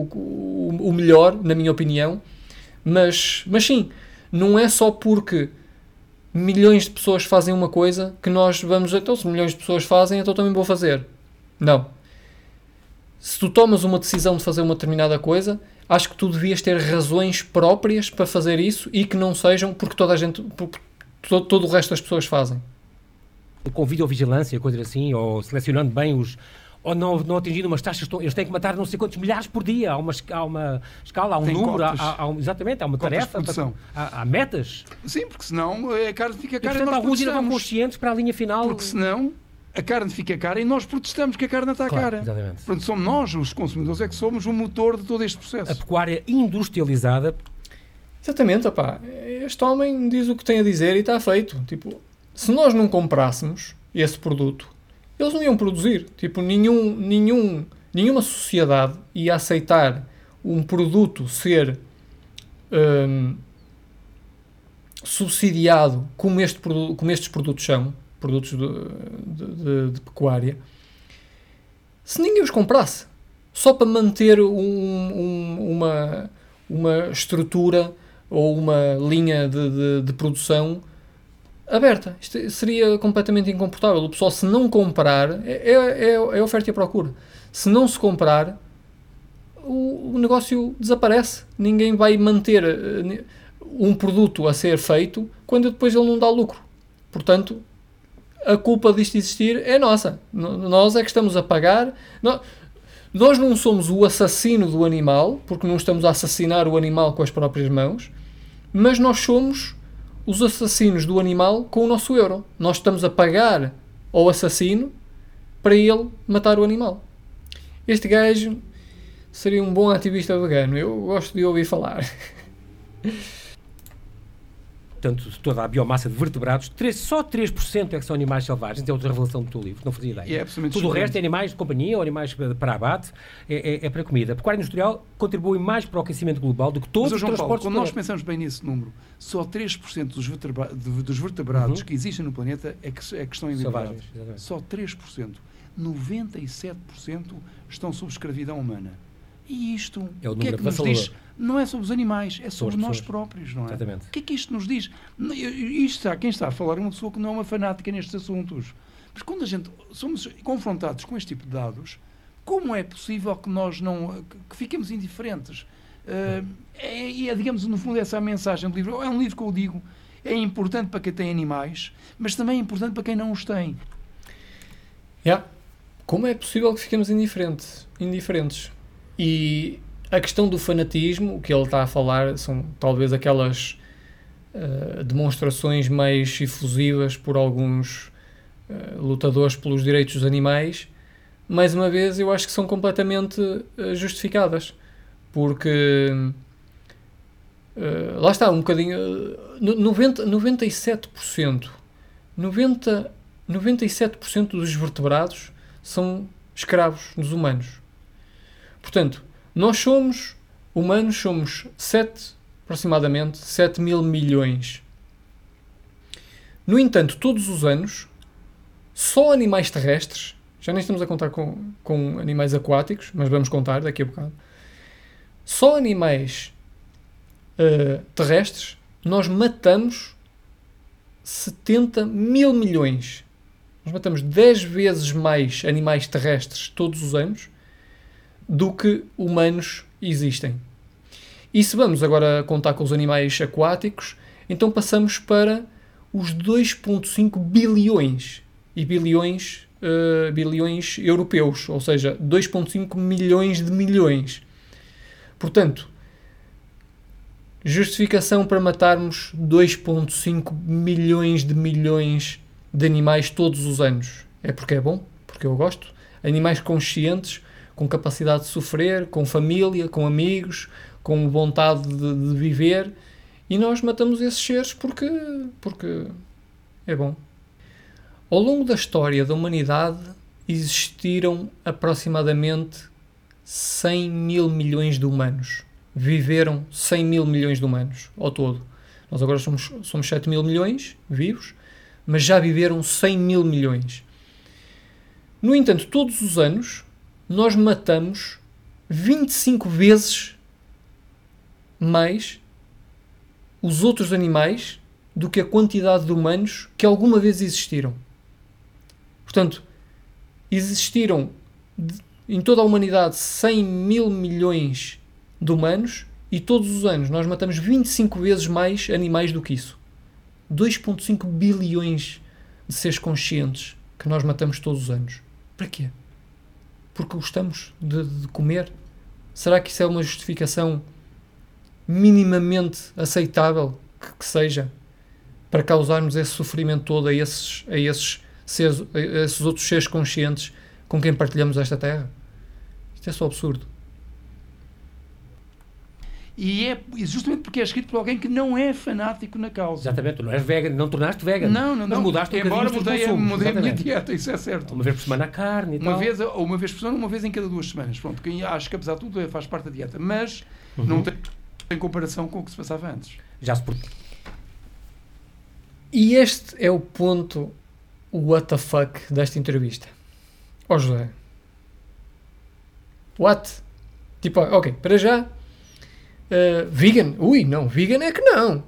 o, o melhor, na minha opinião, mas, mas sim, não é só porque milhões de pessoas fazem uma coisa que nós vamos, então se milhões de pessoas fazem, então também vou fazer. Não. Se tu tomas uma decisão de fazer uma determinada coisa, acho que tu devias ter razões próprias para fazer isso e que não sejam porque toda a gente, porque todo, todo o resto das pessoas fazem. Com videovigilância, coisas assim, ou selecionando bem os... ou não, não atingindo umas taxas, eles têm que matar não sei quantos milhares por dia, há uma, há uma escala, há um Tem número, há, cotas, há, exatamente, há uma tarefa, há, há metas. Sim, porque senão a carne fica cara e, portanto, e nós alguns ainda vão protestamos. conscientes para a linha final. Porque senão a carne fica cara e nós protestamos que a carne está claro, cara. Exatamente. Portanto, somos nós, os consumidores, é que somos o motor de todo este processo. A pecuária industrializada. Exatamente, opá. Este homem diz o que tem a dizer e está feito. Tipo, se nós não comprássemos esse produto, eles não iam produzir. Tipo, nenhum, nenhum, nenhuma sociedade ia aceitar um produto ser hum, subsidiado como, este, como estes produtos são, produtos de, de, de, de pecuária, se ninguém os comprasse, só para manter um, um, uma, uma estrutura ou uma linha de, de, de produção aberta. Isto seria completamente incomportável. O pessoal, se não comprar, é, é, é oferta e procura. Se não se comprar, o, o negócio desaparece. Ninguém vai manter uh, um produto a ser feito quando depois ele não dá lucro. Portanto, a culpa disto existir é nossa. Nós é que estamos a pagar. Nós não somos o assassino do animal, porque não estamos a assassinar o animal com as próprias mãos, mas nós somos os assassinos do animal com o nosso euro. Nós estamos a pagar ao assassino para ele matar o animal. Este gajo seria um bom ativista vegano. Eu gosto de ouvir falar. Portanto, toda a biomassa de vertebrados, três, só três por cento é que são animais selvagens, é outra revelação do teu livro, não fazia ideia. É Tudo o resto é animais de companhia ou animais para abate, é, é, é para comida. A pecuária industrial contribui mais para o aquecimento global do que todos Mas, os João transportes... Paulo, quando nós pensamos bem nesse número, só três por cento dos, vertebra- dos vertebrados uhum. que existem no planeta é que, é que estão em liberdade. Só três por cento. noventa e sete por cento estão sob escravidão humana. E isto, é o, o que é que nos diz? Não é sobre os animais, é sobre nós próprios, não é? Exatamente. O que é que isto nos diz? Isto, quem está a falar é uma pessoa que não é uma fanática nestes assuntos. Mas quando a gente somos confrontados com este tipo de dados, como é possível que nós não, que fiquemos indiferentes? Uh, é, é, digamos, no fundo, essa é a mensagem do livro. É um livro que eu digo, é importante para quem tem animais, mas também é importante para quem não os tem. Yeah. Como é possível que fiquemos indiferentes? indiferentes? E a questão do fanatismo, o que ele está a falar, são talvez aquelas uh, demonstrações mais efusivas por alguns uh, lutadores pelos direitos dos animais. Mais uma vez, eu acho que são completamente uh, justificadas, porque uh, lá está, um bocadinho, uh, noventa, noventa e sete por cento, noventa, noventa e sete por cento dos vertebrados são escravos dos humanos. Portanto, nós somos, humanos, somos sete, aproximadamente, sete mil milhões. No entanto, todos os anos, só animais terrestres, já nem estamos a contar com, com animais aquáticos, mas vamos contar daqui a bocado, só animais uh, terrestres, nós matamos setenta mil milhões. Nós matamos dez vezes mais animais terrestres todos os anos do que humanos existem. E se vamos agora contar com os animais aquáticos, então passamos para os dois vírgula cinco bilhões. E bilhões, uh, bilhões europeus, ou seja, dois vírgula cinco milhões de milhões. Portanto, justificação para matarmos dois vírgula cinco milhões de milhões de animais todos os anos. É porque é bom, porque eu gosto. Animais conscientes, com capacidade de sofrer, com família, com amigos, com vontade de, de viver, e nós matamos esses seres porque, porque é bom. Ao longo da história da humanidade existiram aproximadamente cem mil milhões de humanos. Viveram cem mil milhões de humanos ao todo. Nós agora somos, somos sete mil milhões vivos, mas já viveram cem mil milhões. No entanto, todos os anos nós matamos vinte e cinco vezes mais os outros animais do que a quantidade de humanos que alguma vez existiram. Portanto, existiram em toda a humanidade cem mil milhões de humanos e todos os anos nós matamos vinte e cinco vezes mais animais do que isso. dois vírgula cinco bilhões de seres conscientes que nós matamos todos os anos. Para quê? Porque gostamos de, de comer? Será que isso é uma justificação minimamente aceitável que, que seja para causarmos esse sofrimento todo a esses, a, esses seres, a esses outros seres conscientes com quem partilhamos esta terra? Isto é só absurdo. E é justamente porque é escrito por alguém que não é fanático na causa. Exatamente, não és vegan, não tornaste vegan. Não, não, não. Mas mudaste um Embora bocadinho mudei, os teus mudei a minha Exatamente. dieta, isso é certo. Uma vez por semana a carne e uma tal. Vez, ou uma vez por semana, uma vez em cada duas semanas. Pronto, que acho que apesar de tudo faz parte da dieta. Mas uhum. não tem, tem comparação com o que se passava antes. Já se por... E este é o ponto what the fuck desta entrevista. Ó oh, José. What? Tipo, ok, para já uh, vegan? Ui, não, vegan é que não.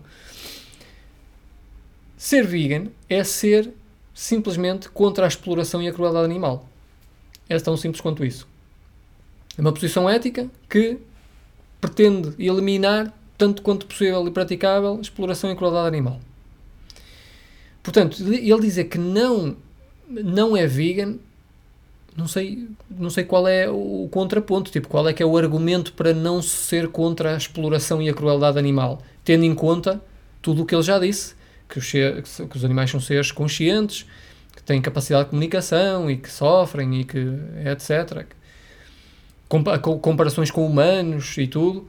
Ser vegan é ser simplesmente contra a exploração e a crueldade animal. É tão simples quanto isso. É uma posição ética que pretende eliminar, tanto quanto possível e praticável, a exploração e a crueldade animal. Portanto, ele dizer que não, não é vegan, não sei, não sei qual é o contraponto, tipo, qual é que é o argumento para não ser contra a exploração e a crueldade animal, tendo em conta tudo o que ele já disse, que os, que os animais são seres conscientes, que têm capacidade de comunicação e que sofrem e que etcétera. Comparações com humanos e tudo.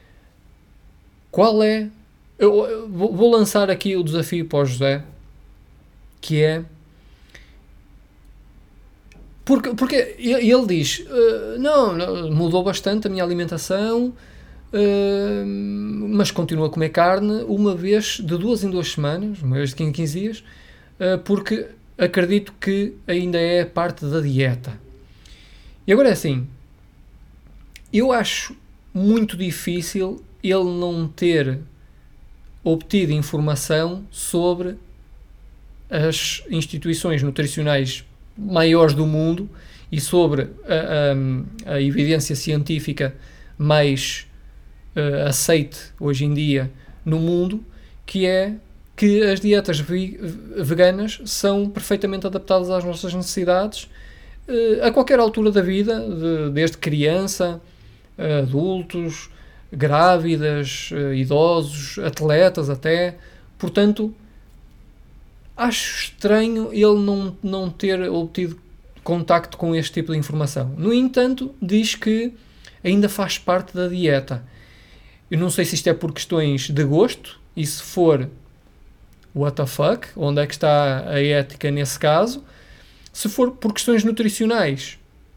Qual é... Eu, eu vou lançar aqui o desafio para o José, que é... Porque, porque ele diz, uh, não, não, mudou bastante a minha alimentação, uh, mas continuo a comer carne uma vez de duas em duas semanas, uma vez de quinze em quinze dias, uh, porque acredito que ainda é parte da dieta. E agora é assim, eu acho muito difícil ele não ter obtido informação sobre as instituições nutricionais maiores do mundo e sobre a, a, a evidência científica mais uh, aceite hoje em dia no mundo, que é que as dietas vi- veganas são perfeitamente adaptadas às nossas necessidades uh, a qualquer altura da vida, de, desde criança, uh, adultos, grávidas, uh, idosos, atletas até. Portanto, acho estranho ele não, não ter obtido contacto com este tipo de informação. No entanto, diz que ainda faz parte da dieta. Eu não sei se isto é por questões de gosto, e se for, what the fuck, onde é que está a ética nesse caso? Se for por questões nutricionais,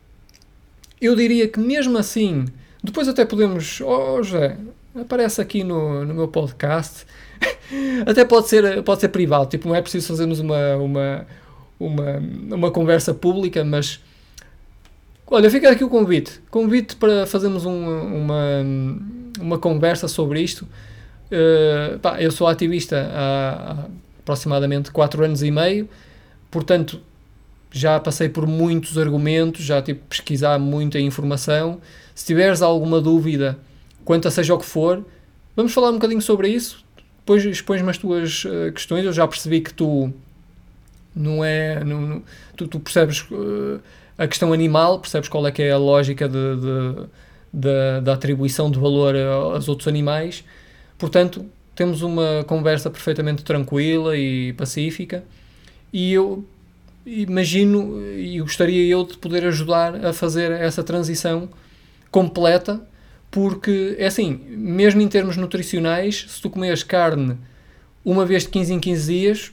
eu diria que mesmo assim, depois até podemos, oh José, aparece aqui no, no meu podcast, até pode ser, pode ser privado, tipo, não é preciso fazermos uma, uma, uma, uma conversa pública, mas olha, fica aqui o convite, convite para fazermos um, uma, uma conversa sobre isto. Uh, pá, eu sou ativista há, há aproximadamente quatro anos e meio, portanto já passei por muitos argumentos, já tive que pesquisar muita informação. Se tiveres alguma dúvida quanto a seja o que for, vamos falar um bocadinho sobre isso, depois expões-me as tuas uh, questões. Eu já percebi que tu não é, não, não, tu, tu percebes uh, a questão animal, percebes qual é que é a lógica de, de, de, da atribuição de valor aos outros animais. Portanto, temos uma conversa perfeitamente tranquila e pacífica, e eu imagino e gostaria eu de poder ajudar a fazer essa transição completa, porque é assim, mesmo em termos nutricionais, se tu comes carne uma vez de quinze em quinze dias,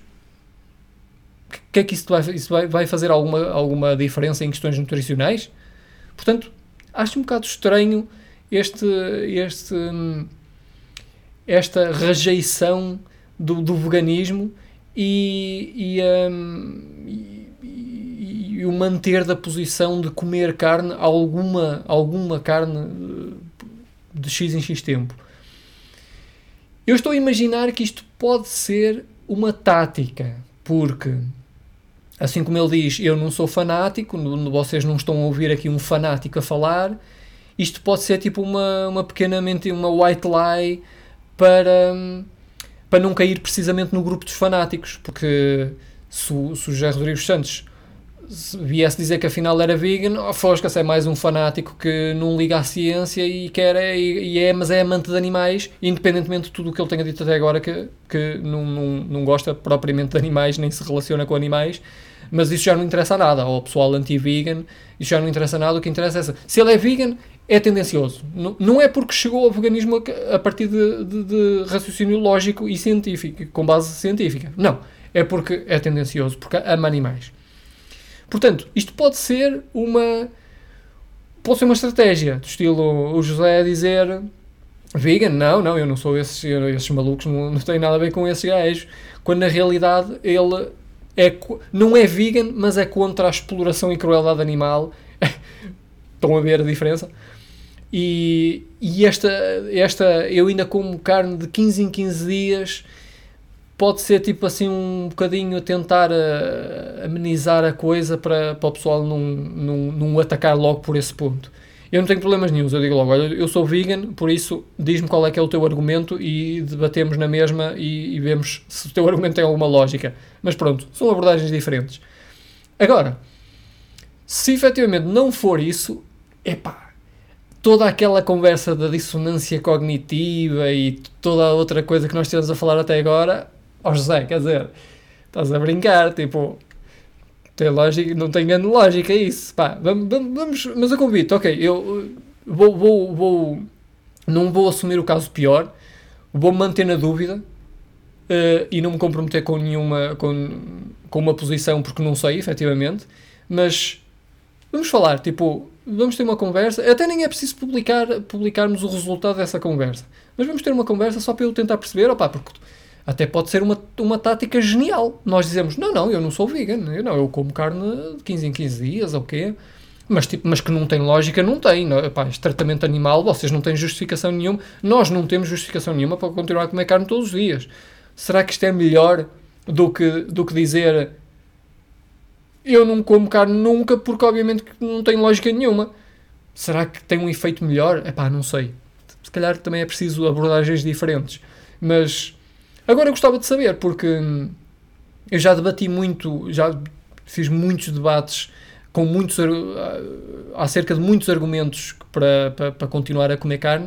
o que é que isso vai, isso vai, vai fazer alguma, alguma diferença em questões nutricionais? Portanto, acho um bocado estranho este... este esta rejeição do, do veganismo e, e, um, e, e, e o manter da posição de comer carne, alguma, alguma carne de X em X tempo. Eu estou a imaginar que isto pode ser uma tática, porque, assim como ele diz, eu não sou fanático, vocês não estão a ouvir aqui um fanático a falar, isto pode ser tipo uma, uma pequena mentira, uma white lie, para, para não cair precisamente no grupo dos fanáticos, porque se o, se o José Rodrigues Santos viesse dizer que afinal era vegan, oh, fosca-se, é mais um fanático que não liga à ciência e, quer, é, e é, mas é amante de animais, independentemente de tudo o que ele tenha dito até agora, que, que não, não, não gosta propriamente de animais, nem se relaciona com animais, mas isso já não interessa a nada, ao pessoal anti-vegan, isso já não interessa nada. O que interessa é essa. Se ele é vegan, é tendencioso. Não, não é porque chegou ao veganismo a, a partir de, de, de raciocínio lógico e científico, com base científica. Não. É porque é tendencioso, porque ama animais. Portanto, isto pode ser uma... Pode ser uma estratégia, do estilo o José a dizer... Vegan? Não, não, eu não sou esses, esses malucos, não, não tenho nada a ver com esses gajos. Quando na realidade ele é, não é vegan, mas é contra a exploração e crueldade animal. Estão a ver a diferença? E, e esta, esta, eu ainda como carne de quinze em quinze dias, pode ser tipo assim um bocadinho a tentar a, amenizar a coisa para, para o pessoal não, não, não atacar logo por esse ponto. Eu não tenho problemas nenhum, eu digo logo, olha, eu sou vegan, por isso diz-me qual é que é o teu argumento e debatemos na mesma e, e vemos se o teu argumento tem alguma lógica. Mas pronto, são abordagens diferentes. Agora, se efetivamente não for isso, epá, toda aquela conversa da dissonância cognitiva e toda a outra coisa que nós temos a falar até agora, ó José, quer dizer, estás a brincar, tipo, tem lógica, não tem grande lógica isso, pá, vamos, vamos, mas eu convido, ok, eu vou, vou, vou, não vou assumir o caso pior, vou manter na dúvida uh, e não me comprometer com nenhuma, com, com uma posição, porque não sei, efetivamente, mas vamos falar, tipo, vamos ter uma conversa, até nem é preciso publicar, publicarmos o resultado dessa conversa, mas vamos ter uma conversa só para eu tentar perceber, opá, porque Até pode ser uma, uma tática genial. Nós dizemos, não, não, eu não sou vegan, eu, não, eu como carne de quinze em quinze dias, ou o quê? Mas, tipo, mas que não tem lógica, não tem. Não, epá, este tratamento animal, vocês não têm justificação nenhuma, nós não temos justificação nenhuma para continuar a comer carne todos os dias. Será que isto é melhor do que, do que dizer eu não como carne nunca porque obviamente não tem lógica nenhuma? Será que tem um efeito melhor? Epá, não sei. Se calhar também é preciso abordagens diferentes. Mas agora eu gostava de saber, porque eu já debati muito, já fiz muitos debates com muitos, acerca de muitos argumentos para, para, para continuar a comer carne,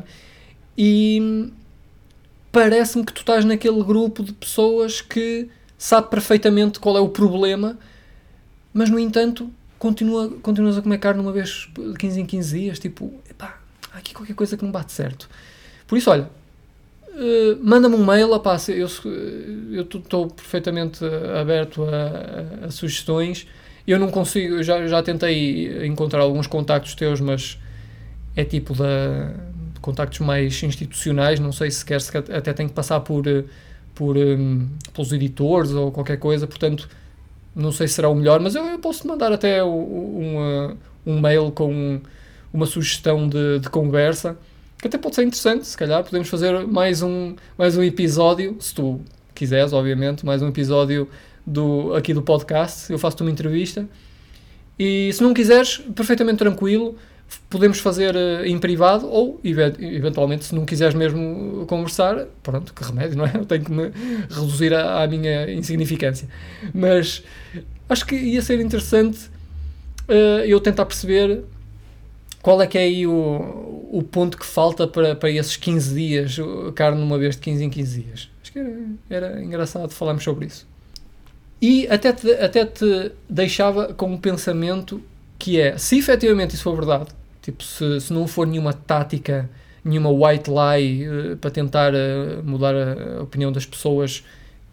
e parece-me que tu estás naquele grupo de pessoas que sabe perfeitamente qual é o problema, mas no entanto continua, continuas a comer carne uma vez de quinze em quinze dias, tipo, epá, há aqui qualquer coisa que não bate certo. Por isso, olha, uh, manda-me um mail, opá, eu estou perfeitamente aberto a, a, a sugestões. Eu não consigo, eu já, já tentei encontrar alguns contactos teus, mas é tipo da, de contactos mais institucionais, não sei se quer, se até tem que passar por, por um, pelos editores ou qualquer coisa, portanto, não sei se será o melhor, mas eu, eu posso mandar até um, um, um mail com uma sugestão de, de conversa, que até pode ser interessante, se calhar podemos fazer mais um, mais um episódio, se tu quiseres, obviamente, mais um episódio do, aqui do podcast, eu faço-te uma entrevista, e se não quiseres, perfeitamente tranquilo, podemos fazer uh, em privado, ou eventualmente, se não quiseres mesmo conversar, pronto, que remédio, não é? Eu tenho que me reduzir à, à minha insignificância, mas acho que ia ser interessante uh, eu tentar perceber qual é que é aí o, o ponto que falta para, para esses quinze dias, carne uma vez de quinze em quinze dias. Acho que era, era engraçado falarmos sobre isso. E até te, até te deixava com um pensamento que é, se efetivamente isso for verdade, tipo, se, se não for nenhuma tática, nenhuma white lie uh, para tentar uh, mudar a, a opinião das pessoas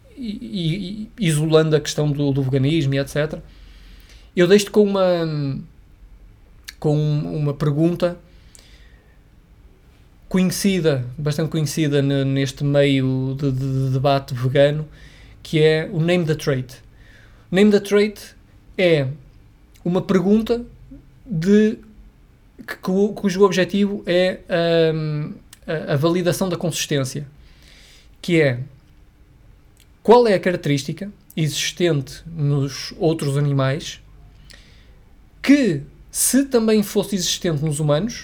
e, e isolando a questão do, do veganismo e etcétera, eu deixo-te com uma, com uma pergunta conhecida, bastante conhecida neste meio de, de, de debate vegano, que é o Name the Trait. Name the Trait é uma pergunta de, que, cujo objetivo é um, a, a validação da consistência, que é qual é a característica existente nos outros animais que, se também fosse existente nos humanos,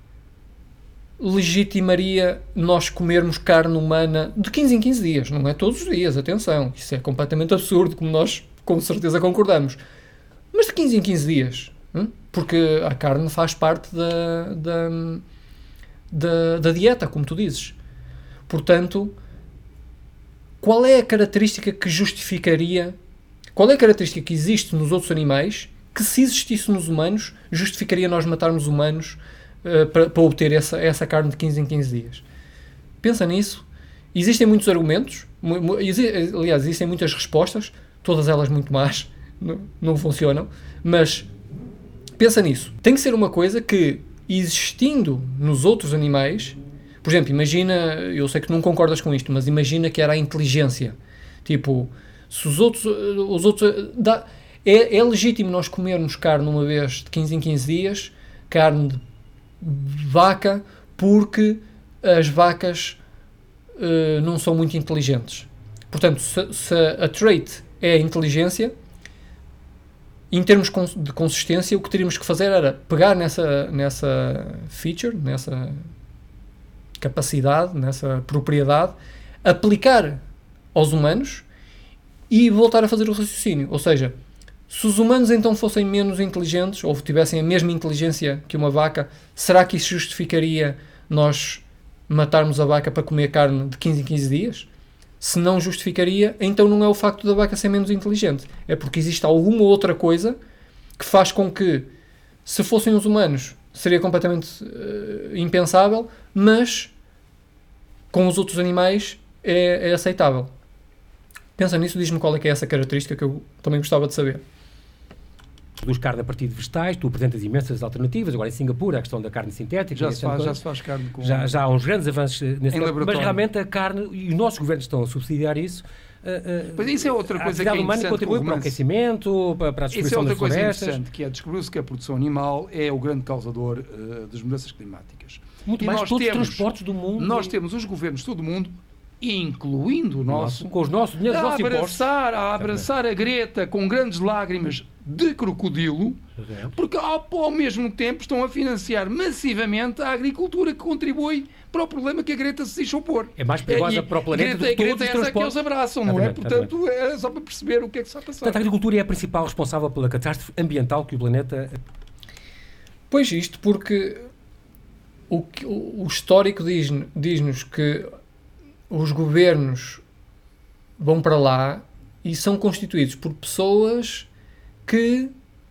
legitimaria nós comermos carne humana de quinze em quinze dias, não é todos os dias, atenção, isso é completamente absurdo, como nós com certeza concordamos, mas de quinze em quinze dias, hein? Porque a carne faz parte da, da, da, da dieta, como tu dizes. Portanto, qual é a característica que justificaria, qual é a característica que existe nos outros animais que, se existisse nos humanos, justificaria nós matarmos humanos Uh, para, para obter essa, essa carne de quinze em quinze dias. Pensa nisso. Existem muitos argumentos, mu, mu, exi, aliás, existem muitas respostas, todas elas muito más, não, não funcionam, mas pensa nisso. Tem que ser uma coisa que, existindo nos outros animais, por exemplo, imagina, eu sei que não concordas com isto, mas imagina que era a inteligência. Tipo, se os outros, os outros dá, é, é legítimo nós comermos carne uma vez de quinze em quinze dias, carne de vaca, porque as vacas uh, não são muito inteligentes. Portanto, se, se a trait é a inteligência, em termos de consistência, o que teríamos que fazer era pegar nessa, nessa feature, nessa capacidade, nessa propriedade, aplicar aos humanos e voltar a fazer o raciocínio. Ou seja, se os humanos então fossem menos inteligentes, ou tivessem a mesma inteligência que uma vaca, será que isso justificaria nós matarmos a vaca para comer carne de quinze em quinze dias? Se não justificaria, então não é o facto da vaca ser menos inteligente. É porque existe alguma outra coisa que faz com que, se fossem os humanos, seria completamente uh, impensável, mas com os outros animais é, é aceitável. Pensa nisso, diz-me qual é que é essa característica que eu também gostava de saber. Produz carne a partir de vegetais, tu apresentas imensas alternativas, agora em Singapura a questão da carne sintética. Já, se faz, já se faz carne com... Já, já há uns grandes avanços nesse campo, mas realmente a carne, e os nossos governos estão a subsidiar isso, uh, uh, pois isso é outra coisa que é humana contribui para o aquecimento, para, para a destruição das florestas. Isso é outra coisa interessante, que é descobriu-se que a produção animal é o grande causador uh, das mudanças climáticas. Muito e mais nós todos temos, os transportes do mundo. Nós temos os governos de todo o mundo, incluindo o nosso, com os nossos dinheiros, a nossos abraçar, impostos. a abraçar a Greta com grandes lágrimas de crocodilo, porque ao, ao mesmo tempo estão a financiar massivamente a agricultura que contribui para o problema que a Greta se deixou pôr. É mais perigosa e, para o planeta Greta, do que todos Greta os é essa transportes. que eles abraçam, não é? Portanto, é só para perceber o que é que está a passar. Portanto, a agricultura é a principal responsável pela catástrofe ambiental que o planeta... Pois isto, porque o, o histórico diz, diz-nos que os governos vão para lá e são constituídos por pessoas que,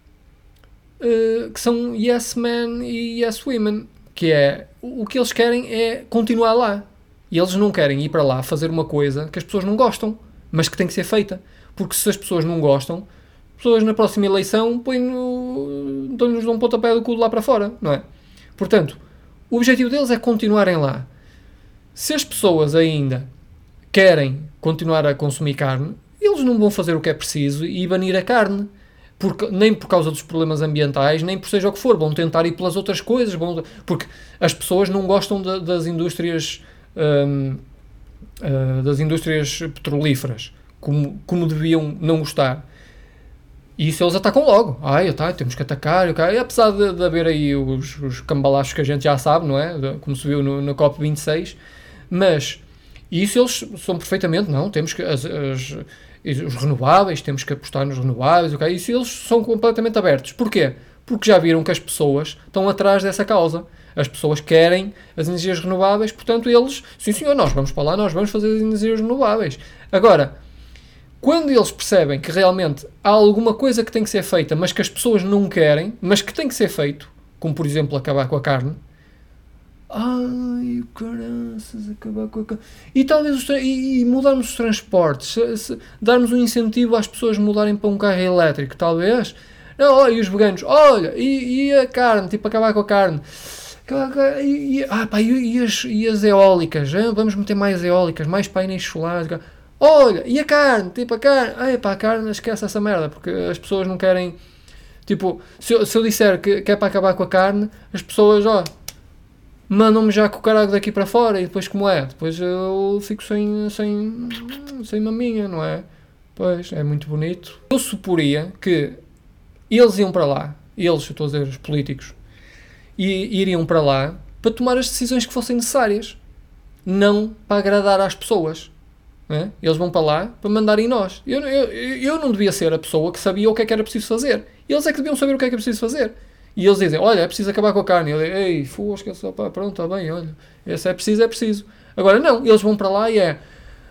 uh, que são yes men e yes women, que é, o que eles querem é continuar lá. E eles não querem ir para lá fazer uma coisa que as pessoas não gostam, mas que tem que ser feita. Porque se as pessoas não gostam, as pessoas na próxima eleição põem no, dão-nos um pontapé do cu de lá para fora, não é? Portanto, o objetivo deles é continuarem lá. Se as pessoas ainda querem continuar a consumir carne, eles não vão fazer o que é preciso e banir a carne. Porque, nem por causa dos problemas ambientais, nem por seja o que for. Vão tentar ir pelas outras coisas. Vão, porque as pessoas não gostam de, das indústrias hum, uh, das indústrias petrolíferas como, como deviam não gostar. E isso eles atacam logo. Ai, tá, temos que atacar. Okay. E apesar de, de haver aí os, os cambalachos que a gente já sabe, não é? De, como se viu no, no COP vinte e seis. Mas isso eles são perfeitamente, não, temos que as, as, os renováveis, temos que apostar nos renováveis, ok? Isso eles são completamente abertos. Porquê? Porque já viram que as pessoas estão atrás dessa causa. As pessoas querem as energias renováveis, portanto eles, sim senhor, nós vamos para lá, nós vamos fazer as energias renováveis. Agora, quando eles percebem que realmente há alguma coisa que tem que ser feita, mas que as pessoas não querem, mas que tem que ser feito, como por exemplo acabar com a carne, ai, caraças, acabar com a carne, e talvez os, e, e mudarmos os transportes, se, se, darmos um incentivo às pessoas mudarem para um carro elétrico, talvez, não, olha, e os veganos, olha, e, e a carne, tipo acabar com a carne, e, e, ah, pá, e, e, as, e as eólicas, hein? Vamos meter mais eólicas, mais painéis solares, olha, e a carne, tipo a carne, ai pá, a carne, esquece essa merda, porque as pessoas não querem, tipo, se eu, se eu disser que, que é para acabar com a carne, as pessoas, ó, mandam-me já com o caralho daqui para fora, e depois como é? Depois eu fico sem, sem, sem maminha, não é? Pois, é muito bonito. Eu suporia que eles iam para lá, eles, eu estou a dizer, os políticos, e iriam para lá para tomar as decisões que fossem necessárias, não para agradar às pessoas. É? Eles vão para lá para mandarem nós. Eu, eu, eu não devia ser a pessoa que sabia o que é que era preciso fazer. Eles é que deviam saber o que é que é preciso fazer. E eles dizem, olha, é preciso acabar com a carne. E eu digo, ei, fosca, só pá, pronto, está bem, olha. Esse é preciso, é preciso. Agora não, eles vão para lá e é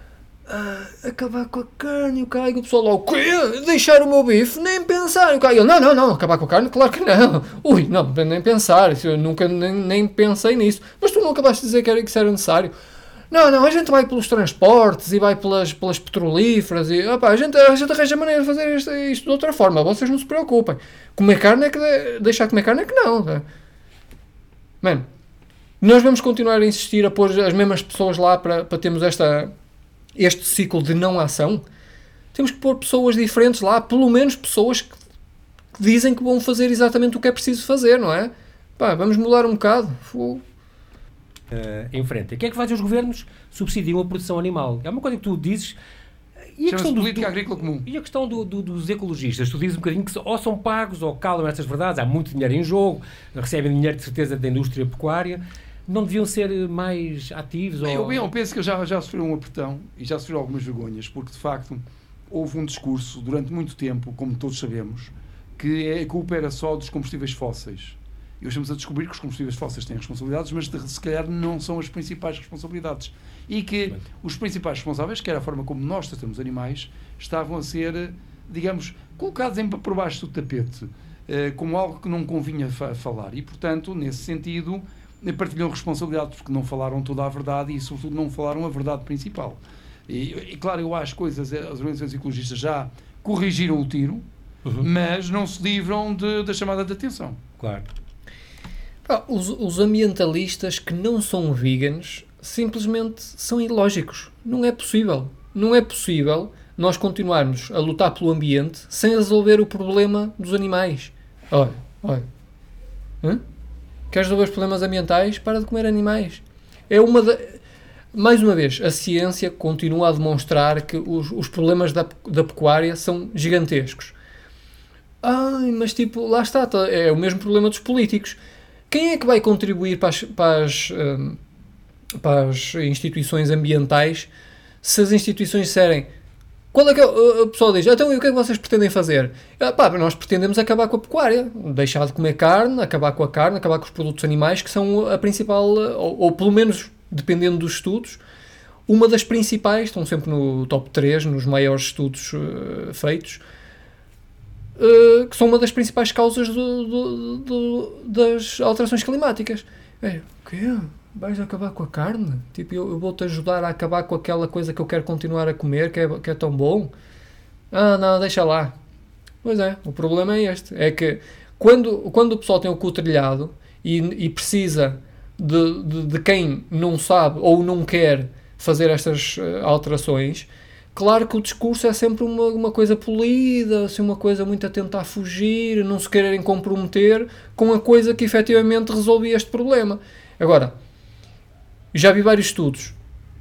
ah, acabar com a carne, o cara, o pessoal lá, o quê? Deixar o meu bife? Nem pensar. O cara, eu, não, não, não, acabar com a carne? Claro que não. Ui, não, nem pensar. Eu nunca nem, nem pensei nisso. Mas tu não acabaste de dizer que, era, que isso era necessário. Não, não, a gente vai pelos transportes e vai pelas, pelas petrolíferas e opa, a, gente, a gente arranja maneira de fazer isto, isto de outra forma, vocês não se preocupem. Comer carne é que de, deixar comer carne é que não. Tá? Mano, nós vamos continuar a insistir a pôr as mesmas pessoas lá para, para termos esta, este ciclo de não ação. Temos que pôr pessoas diferentes lá, pelo menos pessoas que, que dizem que vão fazer exatamente o que é preciso fazer, não é? Pá, vamos mudar um bocado. Fogo. Uh, em frente. O que é que fazem os governos? Subsidiam a produção animal. É uma coisa que tu dizes. E a questão do, política do, agrícola comum. E a questão do, do, dos ecologistas? Tu dizes um bocadinho que ou são pagos ou calam essas verdades. Há muito dinheiro em jogo, recebem dinheiro de certeza da indústria pecuária. Não deviam ser mais ativos? Bem, ou... eu, eu penso que já, já sofreram um apertão e já sofreram algumas vergonhas, porque de facto houve um discurso durante muito tempo, como todos sabemos, que é, a culpa era só dos combustíveis fósseis. E hoje estamos a descobrir que os combustíveis fósseis têm responsabilidades, mas de, se calhar não são as principais responsabilidades. E que os principais responsáveis, que era a forma como nós tratamos animais, estavam a ser, digamos, colocados em, por baixo do tapete, eh, como algo que não convinha fa- falar. E, portanto, nesse sentido, partilham responsabilidades, porque não falaram toda a verdade e, sobretudo, não falaram a verdade principal. E, e claro, eu acho que coisas, as organizações ecologistas já corrigiram o tiro, uhum. mas não se livram de, da chamada de atenção. Claro. Ah, os, os ambientalistas que não são veganos simplesmente são ilógicos. Não é possível. Não é possível nós continuarmos a lutar pelo ambiente sem resolver o problema dos animais. Olha, olha. Hã? Queres resolver os problemas ambientais? Para de comer animais. É uma da... Mais uma vez, a ciência continua a demonstrar que os, os problemas da, da pecuária são gigantescos. Ai, mas tipo, lá está, é o mesmo problema dos políticos. Quem é que vai contribuir para as, para as, um, para as instituições ambientais se as instituições disserem qual é que é, o pessoal diz, então e o que é que vocês pretendem fazer? Ah, pá, nós pretendemos acabar com a pecuária, deixar de comer carne, acabar com a carne, acabar com os produtos animais, que são a principal, ou, ou pelo menos, dependendo dos estudos, uma das principais, estão sempre no top três, nos maiores estudos uh, feitos, uh, que são uma das principais causas do, do, do, das alterações climáticas. É, o quê? Vais acabar com a carne? Tipo, eu, eu vou-te ajudar a acabar com aquela coisa que eu quero continuar a comer, que é, que é tão bom? Ah, não, deixa lá. Pois é, o problema é este. É que quando, quando o pessoal tem o cu trilhado e, e precisa de, de, de quem não sabe ou não quer fazer estas uh, alterações, claro que o discurso é sempre uma, uma coisa polida, assim, uma coisa muito a tentar fugir, não se quererem comprometer com a coisa que efetivamente resolvia este problema. Agora, já vi vários estudos.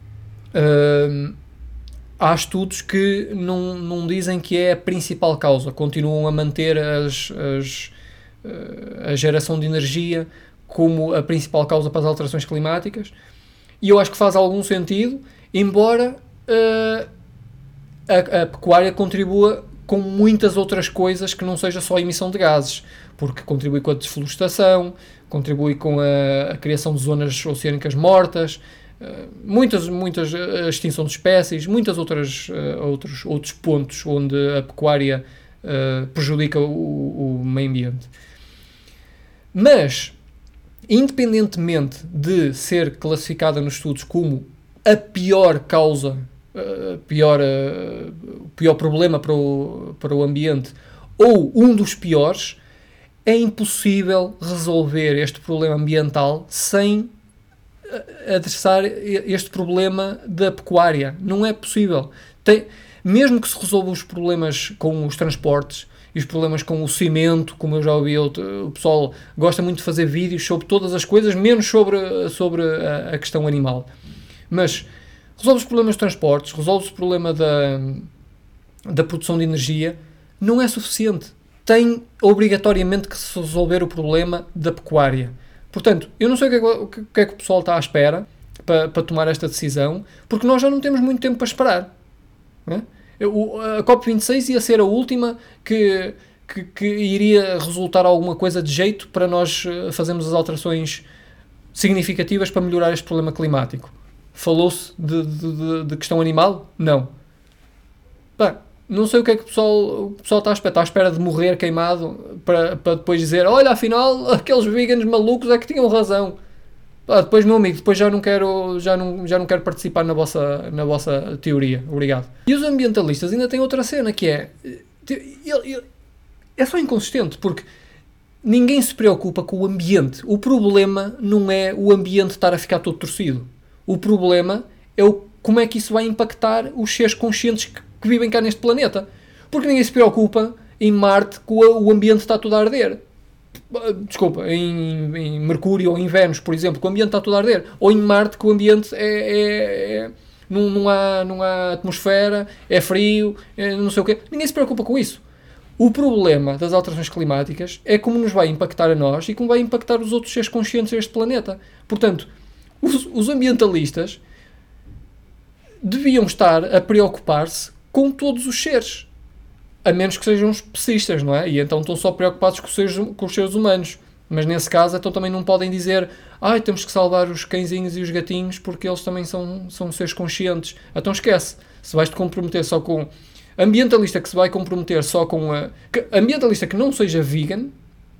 Uh, há estudos que não, não dizem que é a principal causa. Continuam a manter as, as, uh, a geração de energia como a principal causa para as alterações climáticas. E eu acho que faz algum sentido, embora uh, a, a pecuária contribua com muitas outras coisas que não seja só a emissão de gases. Porque contribui com a desflorestação, contribui com a, a criação de zonas oceânicas mortas, uh, muitas, muitas a extinção de espécies, muitas outras uh, outros, outros pontos onde a pecuária uh, prejudica o, o meio ambiente. Mas, independentemente de ser classificada nos estudos como a pior causa, uh, pior, uh, o pior problema para o, para o ambiente, ou um dos piores, é impossível resolver este problema ambiental sem adressar este problema da pecuária. Não é possível. Tem, mesmo que se resolvam os problemas com os transportes e os problemas com o cimento, como eu já ouvi, o, o pessoal gosta muito de fazer vídeos sobre todas as coisas, menos sobre, sobre a, a questão animal. Mas resolve os problemas de transportes, resolve o problema da, da produção de energia, não é suficiente. Tem obrigatoriamente que se resolver o problema da pecuária. Portanto, eu não sei o que é que o, que é que o pessoal está à espera para, para tomar esta decisão, porque nós já não temos muito tempo para esperar. Não é? O, a COP vinte e seis ia ser a última que, que, que iria resultar alguma coisa de jeito para nós fazermos as alterações significativas para melhorar este problema climático. Falou-se de, de, de, de questão animal? Não. Bem, não sei o que é que o pessoal, o pessoal está à espera. Está à espera de morrer queimado para, para depois dizer, olha, afinal, aqueles veganos malucos é que tinham razão. Ah, depois, meu amigo, depois já não quero, já não, já não quero participar na vossa, na vossa teoria. Obrigado. E os ambientalistas ainda têm outra cena, que é... Ele, ele, é só inconsistente, porque ninguém se preocupa com o ambiente. O problema não é o ambiente estar a ficar todo torcido. O problema é o, como é que isso vai impactar os seres conscientes que que vivem cá neste planeta. Porque ninguém se preocupa em Marte que o ambiente está tudo a arder. Desculpa, em, em Mercúrio ou em Vênus, por exemplo, que o ambiente está tudo a arder. Ou em Marte que o ambiente é... é, é não, não, há, não há atmosfera, é frio, é não sei o quê. Ninguém se preocupa com isso. O problema das alterações climáticas é como nos vai impactar a nós e como vai impactar os outros seres conscientes deste planeta. Portanto, os, os ambientalistas deviam estar a preocupar-se com todos os seres, a menos que sejam especistas, não é? E então estão só preocupados com os seres, com os seres humanos. Mas nesse caso, então também não podem dizer ai, temos que salvar os cãezinhos e os gatinhos porque eles também são, são seres conscientes. Então esquece. Se vais-te comprometer só com... Ambientalista que se vai comprometer só com a... Que, ambientalista que não seja vegan,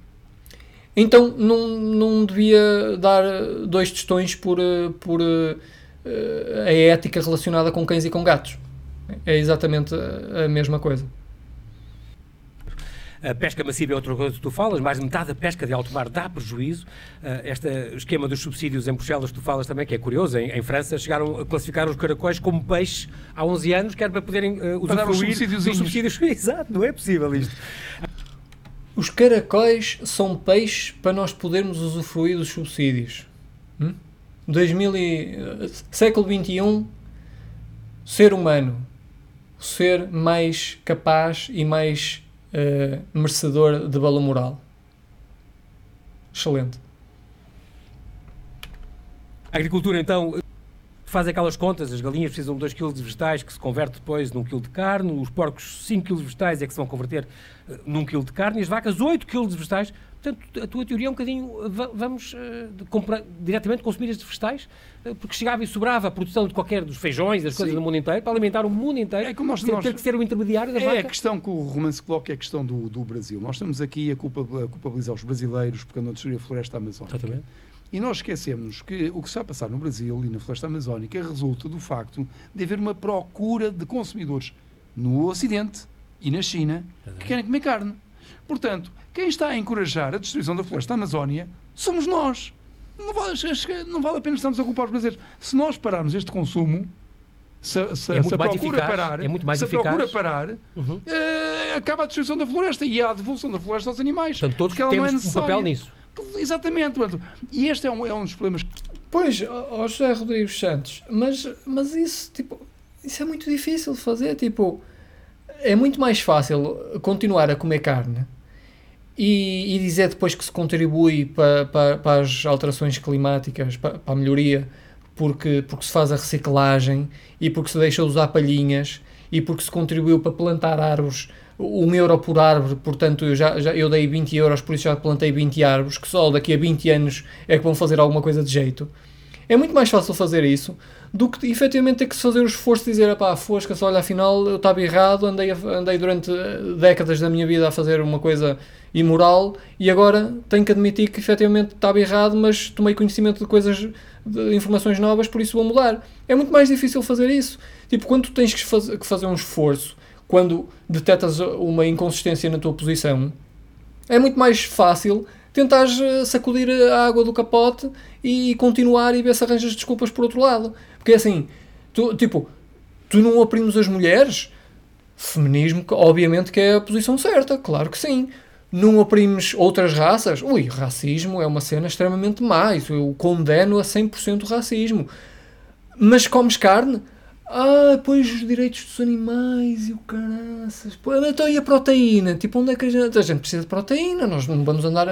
então não, não devia dar dois tostões por, por uh, a ética relacionada com cães e com gatos. É exatamente a mesma coisa. A pesca massiva é outra coisa que tu falas, mais de metade da pesca de alto mar dá prejuízo. Uh, este esquema dos subsídios em Bruxelas, tu falas também, que é curioso, em, em França chegaram a classificar os caracóis como peixe há onze anos, que era para poderem uh, usufruir dos subsídios. Exato, não é possível isto. Os caracóis são peixes para nós podermos usufruir dos subsídios. Hum? dois mil e, uh, século vinte e um, ser humano, o ser mais capaz e mais uh, merecedor de valor moral. Excelente. A agricultura, então, faz aquelas contas, as galinhas precisam de dois quilos de vegetais que se converte depois num quilo de carne, os porcos cinco quilos de vegetais é que se vão converter uh, num quilo de carne e as vacas oito quilos de vegetais. Portanto, a tua teoria é um bocadinho, vamos uh, comprar, diretamente consumir estes vegetais, uh, porque chegava e sobrava a produção de qualquer dos feijões, das Sim. coisas do mundo inteiro, para alimentar o mundo inteiro, é como nós, ter, nós, ter que ser o intermediário da é vaca. É a questão que o romance coloca, é a questão do, do Brasil. Nós estamos aqui a, culpa, a culpabilizar os brasileiros porque andam a destruir a floresta amazónica. Exatamente. E nós esquecemos que o que está a passar no Brasil e na floresta amazónica resulta do facto de haver uma procura de consumidores no Ocidente e na China que querem comer carne. Portanto, quem está a encorajar a destruição da floresta Amazónia somos nós. Não vale, não vale a pena estarmos a culpar os brasileiros. Se nós pararmos este consumo, se, se, é se a procura eficaz, parar, é muito mais se a eficaz. procura parar, uhum. eh, acaba a destruição da floresta e há a devolução da floresta aos animais. Portanto, todos temos é um papel nisso. Exatamente. E este é um, é um dos problemas. Pois, ó José Rodrigues Santos, mas, mas isso, tipo, isso é muito difícil de fazer. Tipo, é muito mais fácil continuar a comer carne e, e dizer depois que se contribui para, para, para as alterações climáticas, para, para a melhoria, porque, porque se faz a reciclagem e porque se deixa de usar palhinhas e porque se contribuiu para plantar árvores, um euro por árvore, portanto eu, já, já, eu dei vinte euros, por isso já plantei vinte árvores, que só daqui a vinte anos é que vão fazer alguma coisa de jeito. É muito mais fácil fazer isso do que efetivamente ter que se fazer o esforço de dizer, pá, fosca-se, olha, afinal eu estava errado, andei, andei durante décadas da minha vida a fazer uma coisa imoral e agora tenho que admitir que efetivamente estava errado, mas tomei conhecimento de coisas, de informações novas, por isso vou mudar. É muito mais difícil fazer isso. Tipo, quando tu tens que fazer, que fazer um esforço, quando detectas uma inconsistência na tua posição, é muito mais fácil tentares sacudir a água do capote e continuar e ver se arranjas desculpas por outro lado. Porque assim, tu, tipo, tu não oprimes as mulheres? Feminismo, obviamente que é a posição certa, claro que sim. Não oprimes outras raças? Ui, racismo é uma cena extremamente má, isso eu condeno a cem por cento o racismo. Mas comes carne? Ah, pois os direitos dos animais e o caraças. Pô, então e a proteína? Tipo, onde é que a gente... A gente precisa de proteína, nós não vamos andar...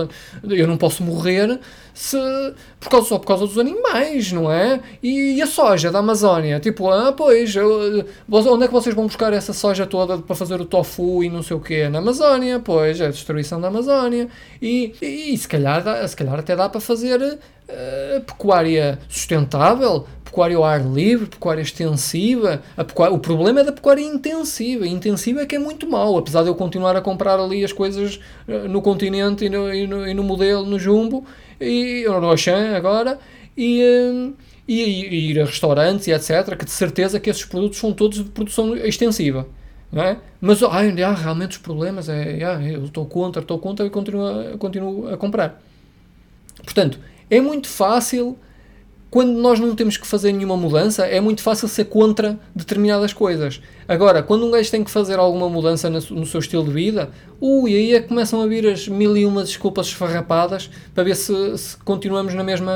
Eu não posso morrer se, por causa, só por causa dos animais, não é? E, e a soja da Amazónia? Tipo, ah, pois, eu, onde é que vocês vão buscar essa soja toda para fazer o tofu e não sei o quê? Na Amazónia, pois, é a destruição da Amazónia. E, e, e se, calhar dá, se calhar até dá para fazer uh, pecuária sustentável, pecuária ao ar livre, pecuária extensiva. A pecuária, o problema é da pecuária intensiva. A intensiva é que é muito mau, apesar de eu continuar a comprar ali as coisas uh, no Continente e no, e, no, e no Modelo, no Jumbo, e no Auchan agora, e, uh, e, e ir a restaurantes e etcétera, que de certeza que esses produtos são todos de produção extensiva. Não é? Mas ai, ah, realmente os problemas, é, ah, eu estou contra, estou contra e continuo, continuo a comprar. Portanto, é muito fácil... Quando nós não temos que fazer nenhuma mudança, é muito fácil ser contra determinadas coisas. Agora, quando um gajo tem que fazer alguma mudança no seu estilo de vida, ui, aí é que começam a vir as mil e uma desculpas esfarrapadas para ver se, se continuamos na mesma,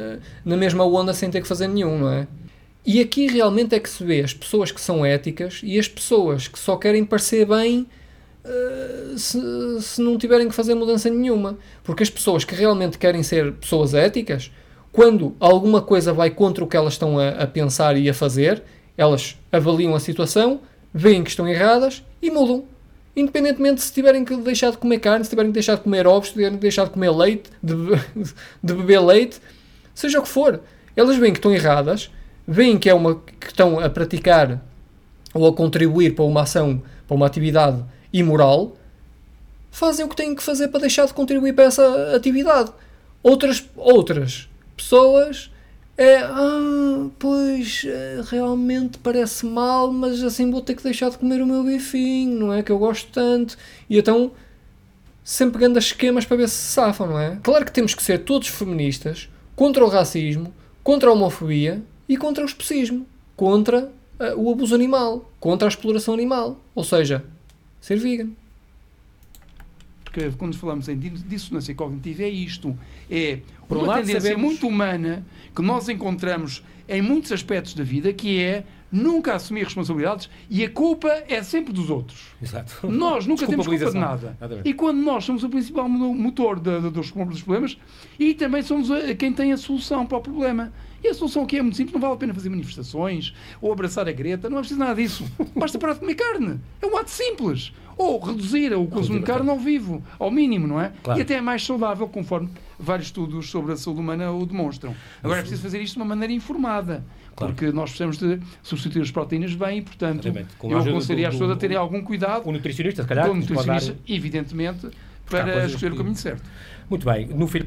na mesma onda sem ter que fazer nenhum, não é? E aqui realmente é que se vê as pessoas que são éticas e as pessoas que só querem parecer bem uh, se, se não tiverem que fazer mudança nenhuma. Porque as pessoas que realmente querem ser pessoas éticas, quando alguma coisa vai contra o que elas estão a, a pensar e a fazer, elas avaliam a situação, veem que estão erradas e mudam. Independentemente se tiverem que deixar de comer carne, se tiverem que deixar de comer ovos, se tiverem que deixar de comer leite, de, de beber leite, seja o que for. Elas veem que estão erradas, veem que, é uma, que estão a praticar ou a contribuir para uma ação, para uma atividade imoral, fazem o que têm que fazer para deixar de contribuir para essa atividade. Outras... outras pessoas é, ah, pois, é, realmente parece mal, mas assim vou ter que deixar de comer o meu bifinho, não é? Que eu gosto tanto. E então, sempre pegando as esquemas para ver se safam, não é? Claro que temos que ser todos feministas, contra o racismo, contra a homofobia e contra o especismo, contra uh, o abuso animal, contra a exploração animal. Ou seja, ser vegan. Porque quando falamos em dissonância cognitiva é isto, é Por um uma lado, tendência sabemos... muito humana que nós encontramos em muitos aspectos da vida, que é nunca assumir responsabilidades e a culpa é sempre dos outros. Exato. Nós nunca temos culpa de nada. Exatamente. E quando nós somos o principal motor de, de, dos, dos problemas e também somos a, quem tem a solução para o problema. E a solução aqui é muito simples, não vale a pena fazer manifestações ou abraçar a Greta, não é preciso nada disso. Basta parar de comer carne. É um ato simples. Ou reduzir o consumo de carne ao vivo, ao mínimo, não é? Claro. E até é mais saudável, conforme vários estudos sobre a saúde humana o demonstram. Agora é preciso fazer isto de uma maneira informada, Claro. porque nós precisamos de substituir as proteínas bem e, portanto, Com eu a ajuda aconselharia do- as pessoas a do- terem algum cuidado, O nutricionista, se calhar, com o que nos pode dar- nutricionista, evidentemente, Porque há para coisas escolher que- o caminho certo. Muito bem. No fim...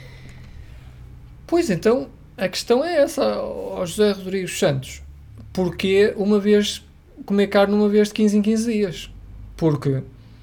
Pois então, a questão é essa, ó José Rodrigues Santos. Porquê uma vez comer carne uma vez de quinze em quinze dias? Porque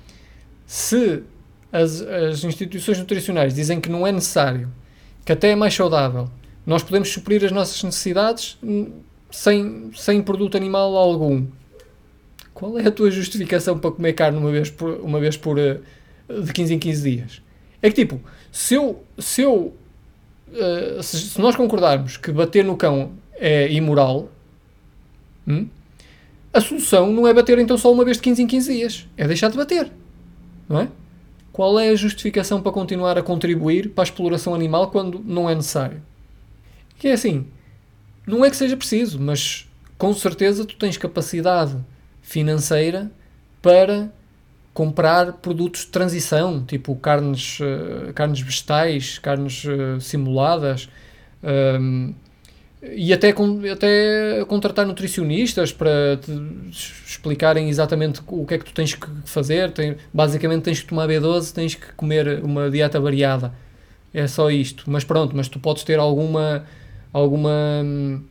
se as, as instituições nutricionais dizem que não é necessário, que até é mais saudável, nós podemos suprir as nossas necessidades hum, sem, sem produto animal algum, qual é a tua justificação para comer carne uma vez por, uma vez por eh, de quinze em quinze dias? É que tipo, se eu, se eu Uh, se, se nós concordarmos que bater no cão é imoral, hum, a solução não é bater então só uma vez de quinze em quinze dias, é deixar de bater, não é? Qual é a justificação para continuar a contribuir para a exploração animal quando não é necessário? Que é assim, não é que seja preciso, mas com certeza tu tens capacidade financeira para comprar produtos de transição, tipo carnes, uh, carnes vegetais, carnes uh, simuladas, um, e até, con- até contratar nutricionistas para te explicarem exatamente o que é que tu tens que fazer. Tem, basicamente tens que tomar B doze, tens que comer uma dieta variada. É só isto. Mas pronto, mas tu podes ter alguma, alguma hum,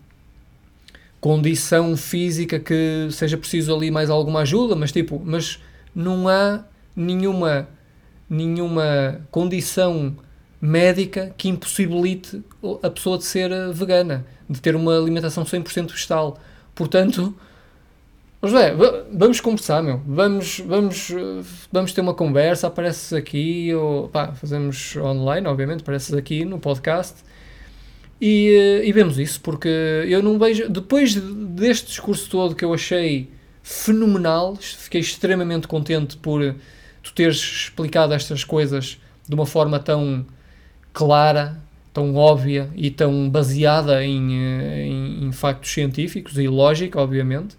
condição física que seja preciso ali mais alguma ajuda, mas tipo, mas não há nenhuma, nenhuma condição médica que impossibilite a pessoa de ser vegana, de ter uma alimentação cem por cento vegetal. Portanto, José, vamos conversar, meu. Vamos, vamos, vamos ter uma conversa, apareces aqui, ou pá, fazemos online, obviamente, apareces aqui no podcast e, e vemos isso, porque eu não vejo, depois deste discurso todo que eu achei fenomenal, fiquei extremamente contente por tu teres explicado estas coisas de uma forma tão clara, tão óbvia e tão baseada em, em, em factos científicos e lógica, obviamente.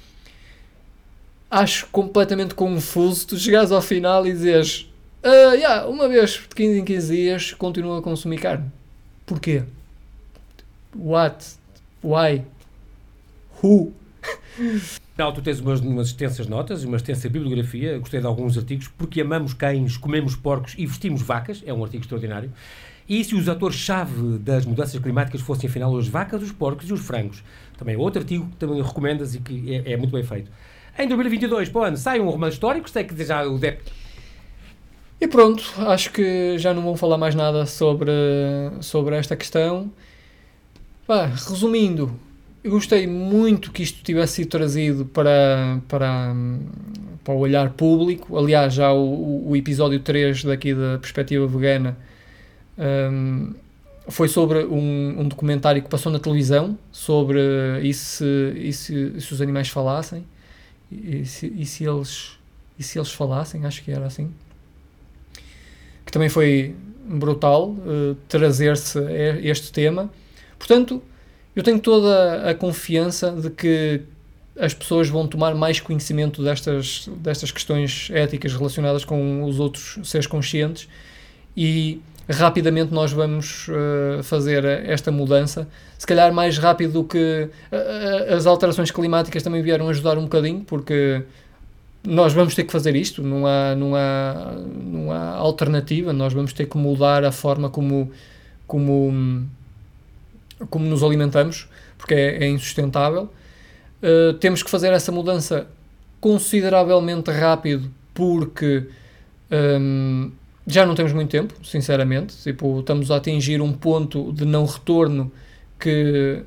Acho completamente confuso tu chegares ao final e dizeres uh, yeah, uma vez de quinze em quinze dias continuo a consumir carne. Porquê? What? Why? Who? Não, tu tens umas, umas extensas notas, uma extensa bibliografia, gostei de alguns artigos, porque amamos cães, comemos porcos e vestimos vacas, é um artigo extraordinário. E se os atores-chave das mudanças climáticas fossem afinal as vacas, os porcos e os frangos? Também é outro artigo que também recomendas e que é, é muito bem feito. Em dois mil e vinte e dois, para o ano, sai um romance histórico, sei que já o deve... E pronto, acho que já não vão falar mais nada sobre, sobre esta questão. Pá, resumindo, eu gostei muito que isto tivesse sido trazido para, para, para o olhar público. Aliás, já o, o episódio três daqui da Perspectiva Vegana um, foi sobre um, um documentário que passou na televisão sobre e se, e se, e se os animais falassem e se, e, se eles, e se eles falassem, acho que era assim. Que também foi brutal uh, trazer-se este tema. Portanto, eu tenho toda a confiança de que as pessoas vão tomar mais conhecimento destas, destas questões éticas relacionadas com os outros seres conscientes e rapidamente nós vamos uh, fazer esta mudança, se calhar mais rápido do que uh, as alterações climáticas também vieram ajudar um bocadinho, porque nós vamos ter que fazer isto, não há, não há, não há alternativa, nós vamos ter que mudar a forma como, como como nos alimentamos, porque é, é insustentável. Uh, temos que fazer essa mudança consideravelmente rápido, porque um, já não temos muito tempo, sinceramente. Tipo, estamos a atingir um ponto de não retorno que,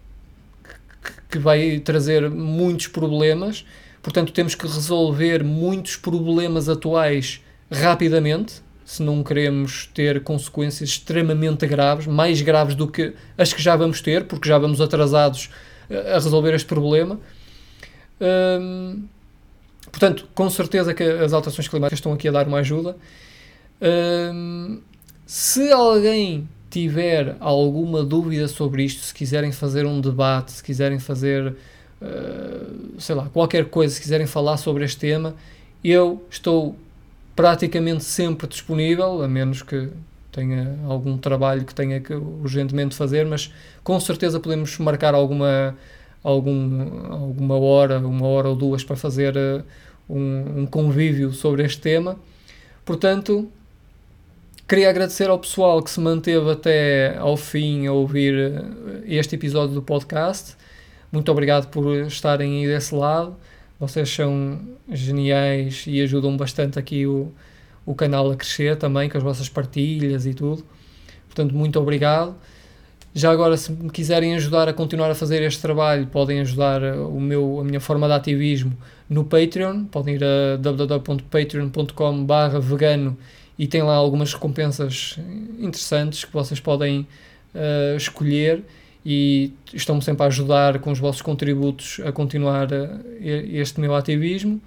que vai trazer muitos problemas. Portanto, temos que resolver muitos problemas atuais rapidamente, se não queremos ter consequências extremamente graves, mais graves do que as que já vamos ter, porque já vamos atrasados a resolver este problema. Hum, portanto, com certeza que as alterações climáticas estão aqui a dar uma ajuda. Hum, se alguém tiver alguma dúvida sobre isto, se quiserem fazer um debate, se quiserem fazer, uh, sei lá, qualquer coisa, se quiserem falar sobre este tema, eu estou praticamente sempre disponível, a menos que tenha algum trabalho que tenha que urgentemente fazer, mas com certeza podemos marcar alguma, algum, alguma hora, uma hora ou duas para fazer uh, um, um convívio sobre este tema. Portanto, queria agradecer ao pessoal que se manteve até ao fim a ouvir uh, este episódio do podcast. Muito obrigado por estarem aí desse lado. Vocês são geniais e ajudam bastante aqui o, o canal a crescer também, com as vossas partilhas e tudo. Portanto, muito obrigado. Já agora, se me quiserem ajudar a continuar a fazer este trabalho, podem ajudar o meu, a minha forma de ativismo no Patreon. Podem ir a w w w ponto patreon ponto com barra vegano e tem lá algumas recompensas interessantes que vocês podem uh, escolher. E estão-me sempre a ajudar com os vossos contributos a continuar este meu ativismo.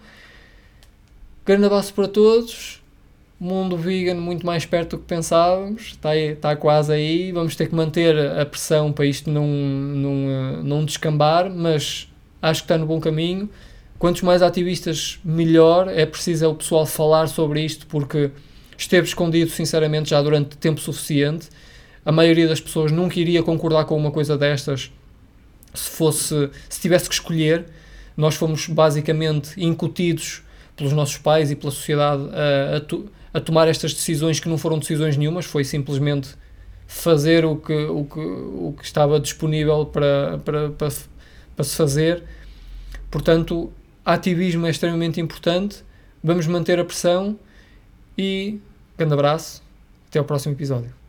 Grande abraço para todos. Mundo vegan muito mais perto do que pensávamos. Está, aí, está quase aí. Vamos ter que manter a pressão para isto não, não, não descambar, mas acho que está no bom caminho. Quantos mais ativistas, melhor. É preciso é o pessoal falar sobre isto, porque esteve escondido, sinceramente, já durante tempo suficiente. A maioria das pessoas nunca iria concordar com uma coisa destas se fosse, se tivesse que escolher. Nós fomos basicamente incutidos pelos nossos pais e pela sociedade a, a, to, a tomar estas decisões que não foram decisões nenhumas, foi simplesmente fazer o que, o que, o que estava disponível para, para, para, para se fazer. Portanto, ativismo é extremamente importante. Vamos manter a pressão e grande abraço. Até ao próximo episódio.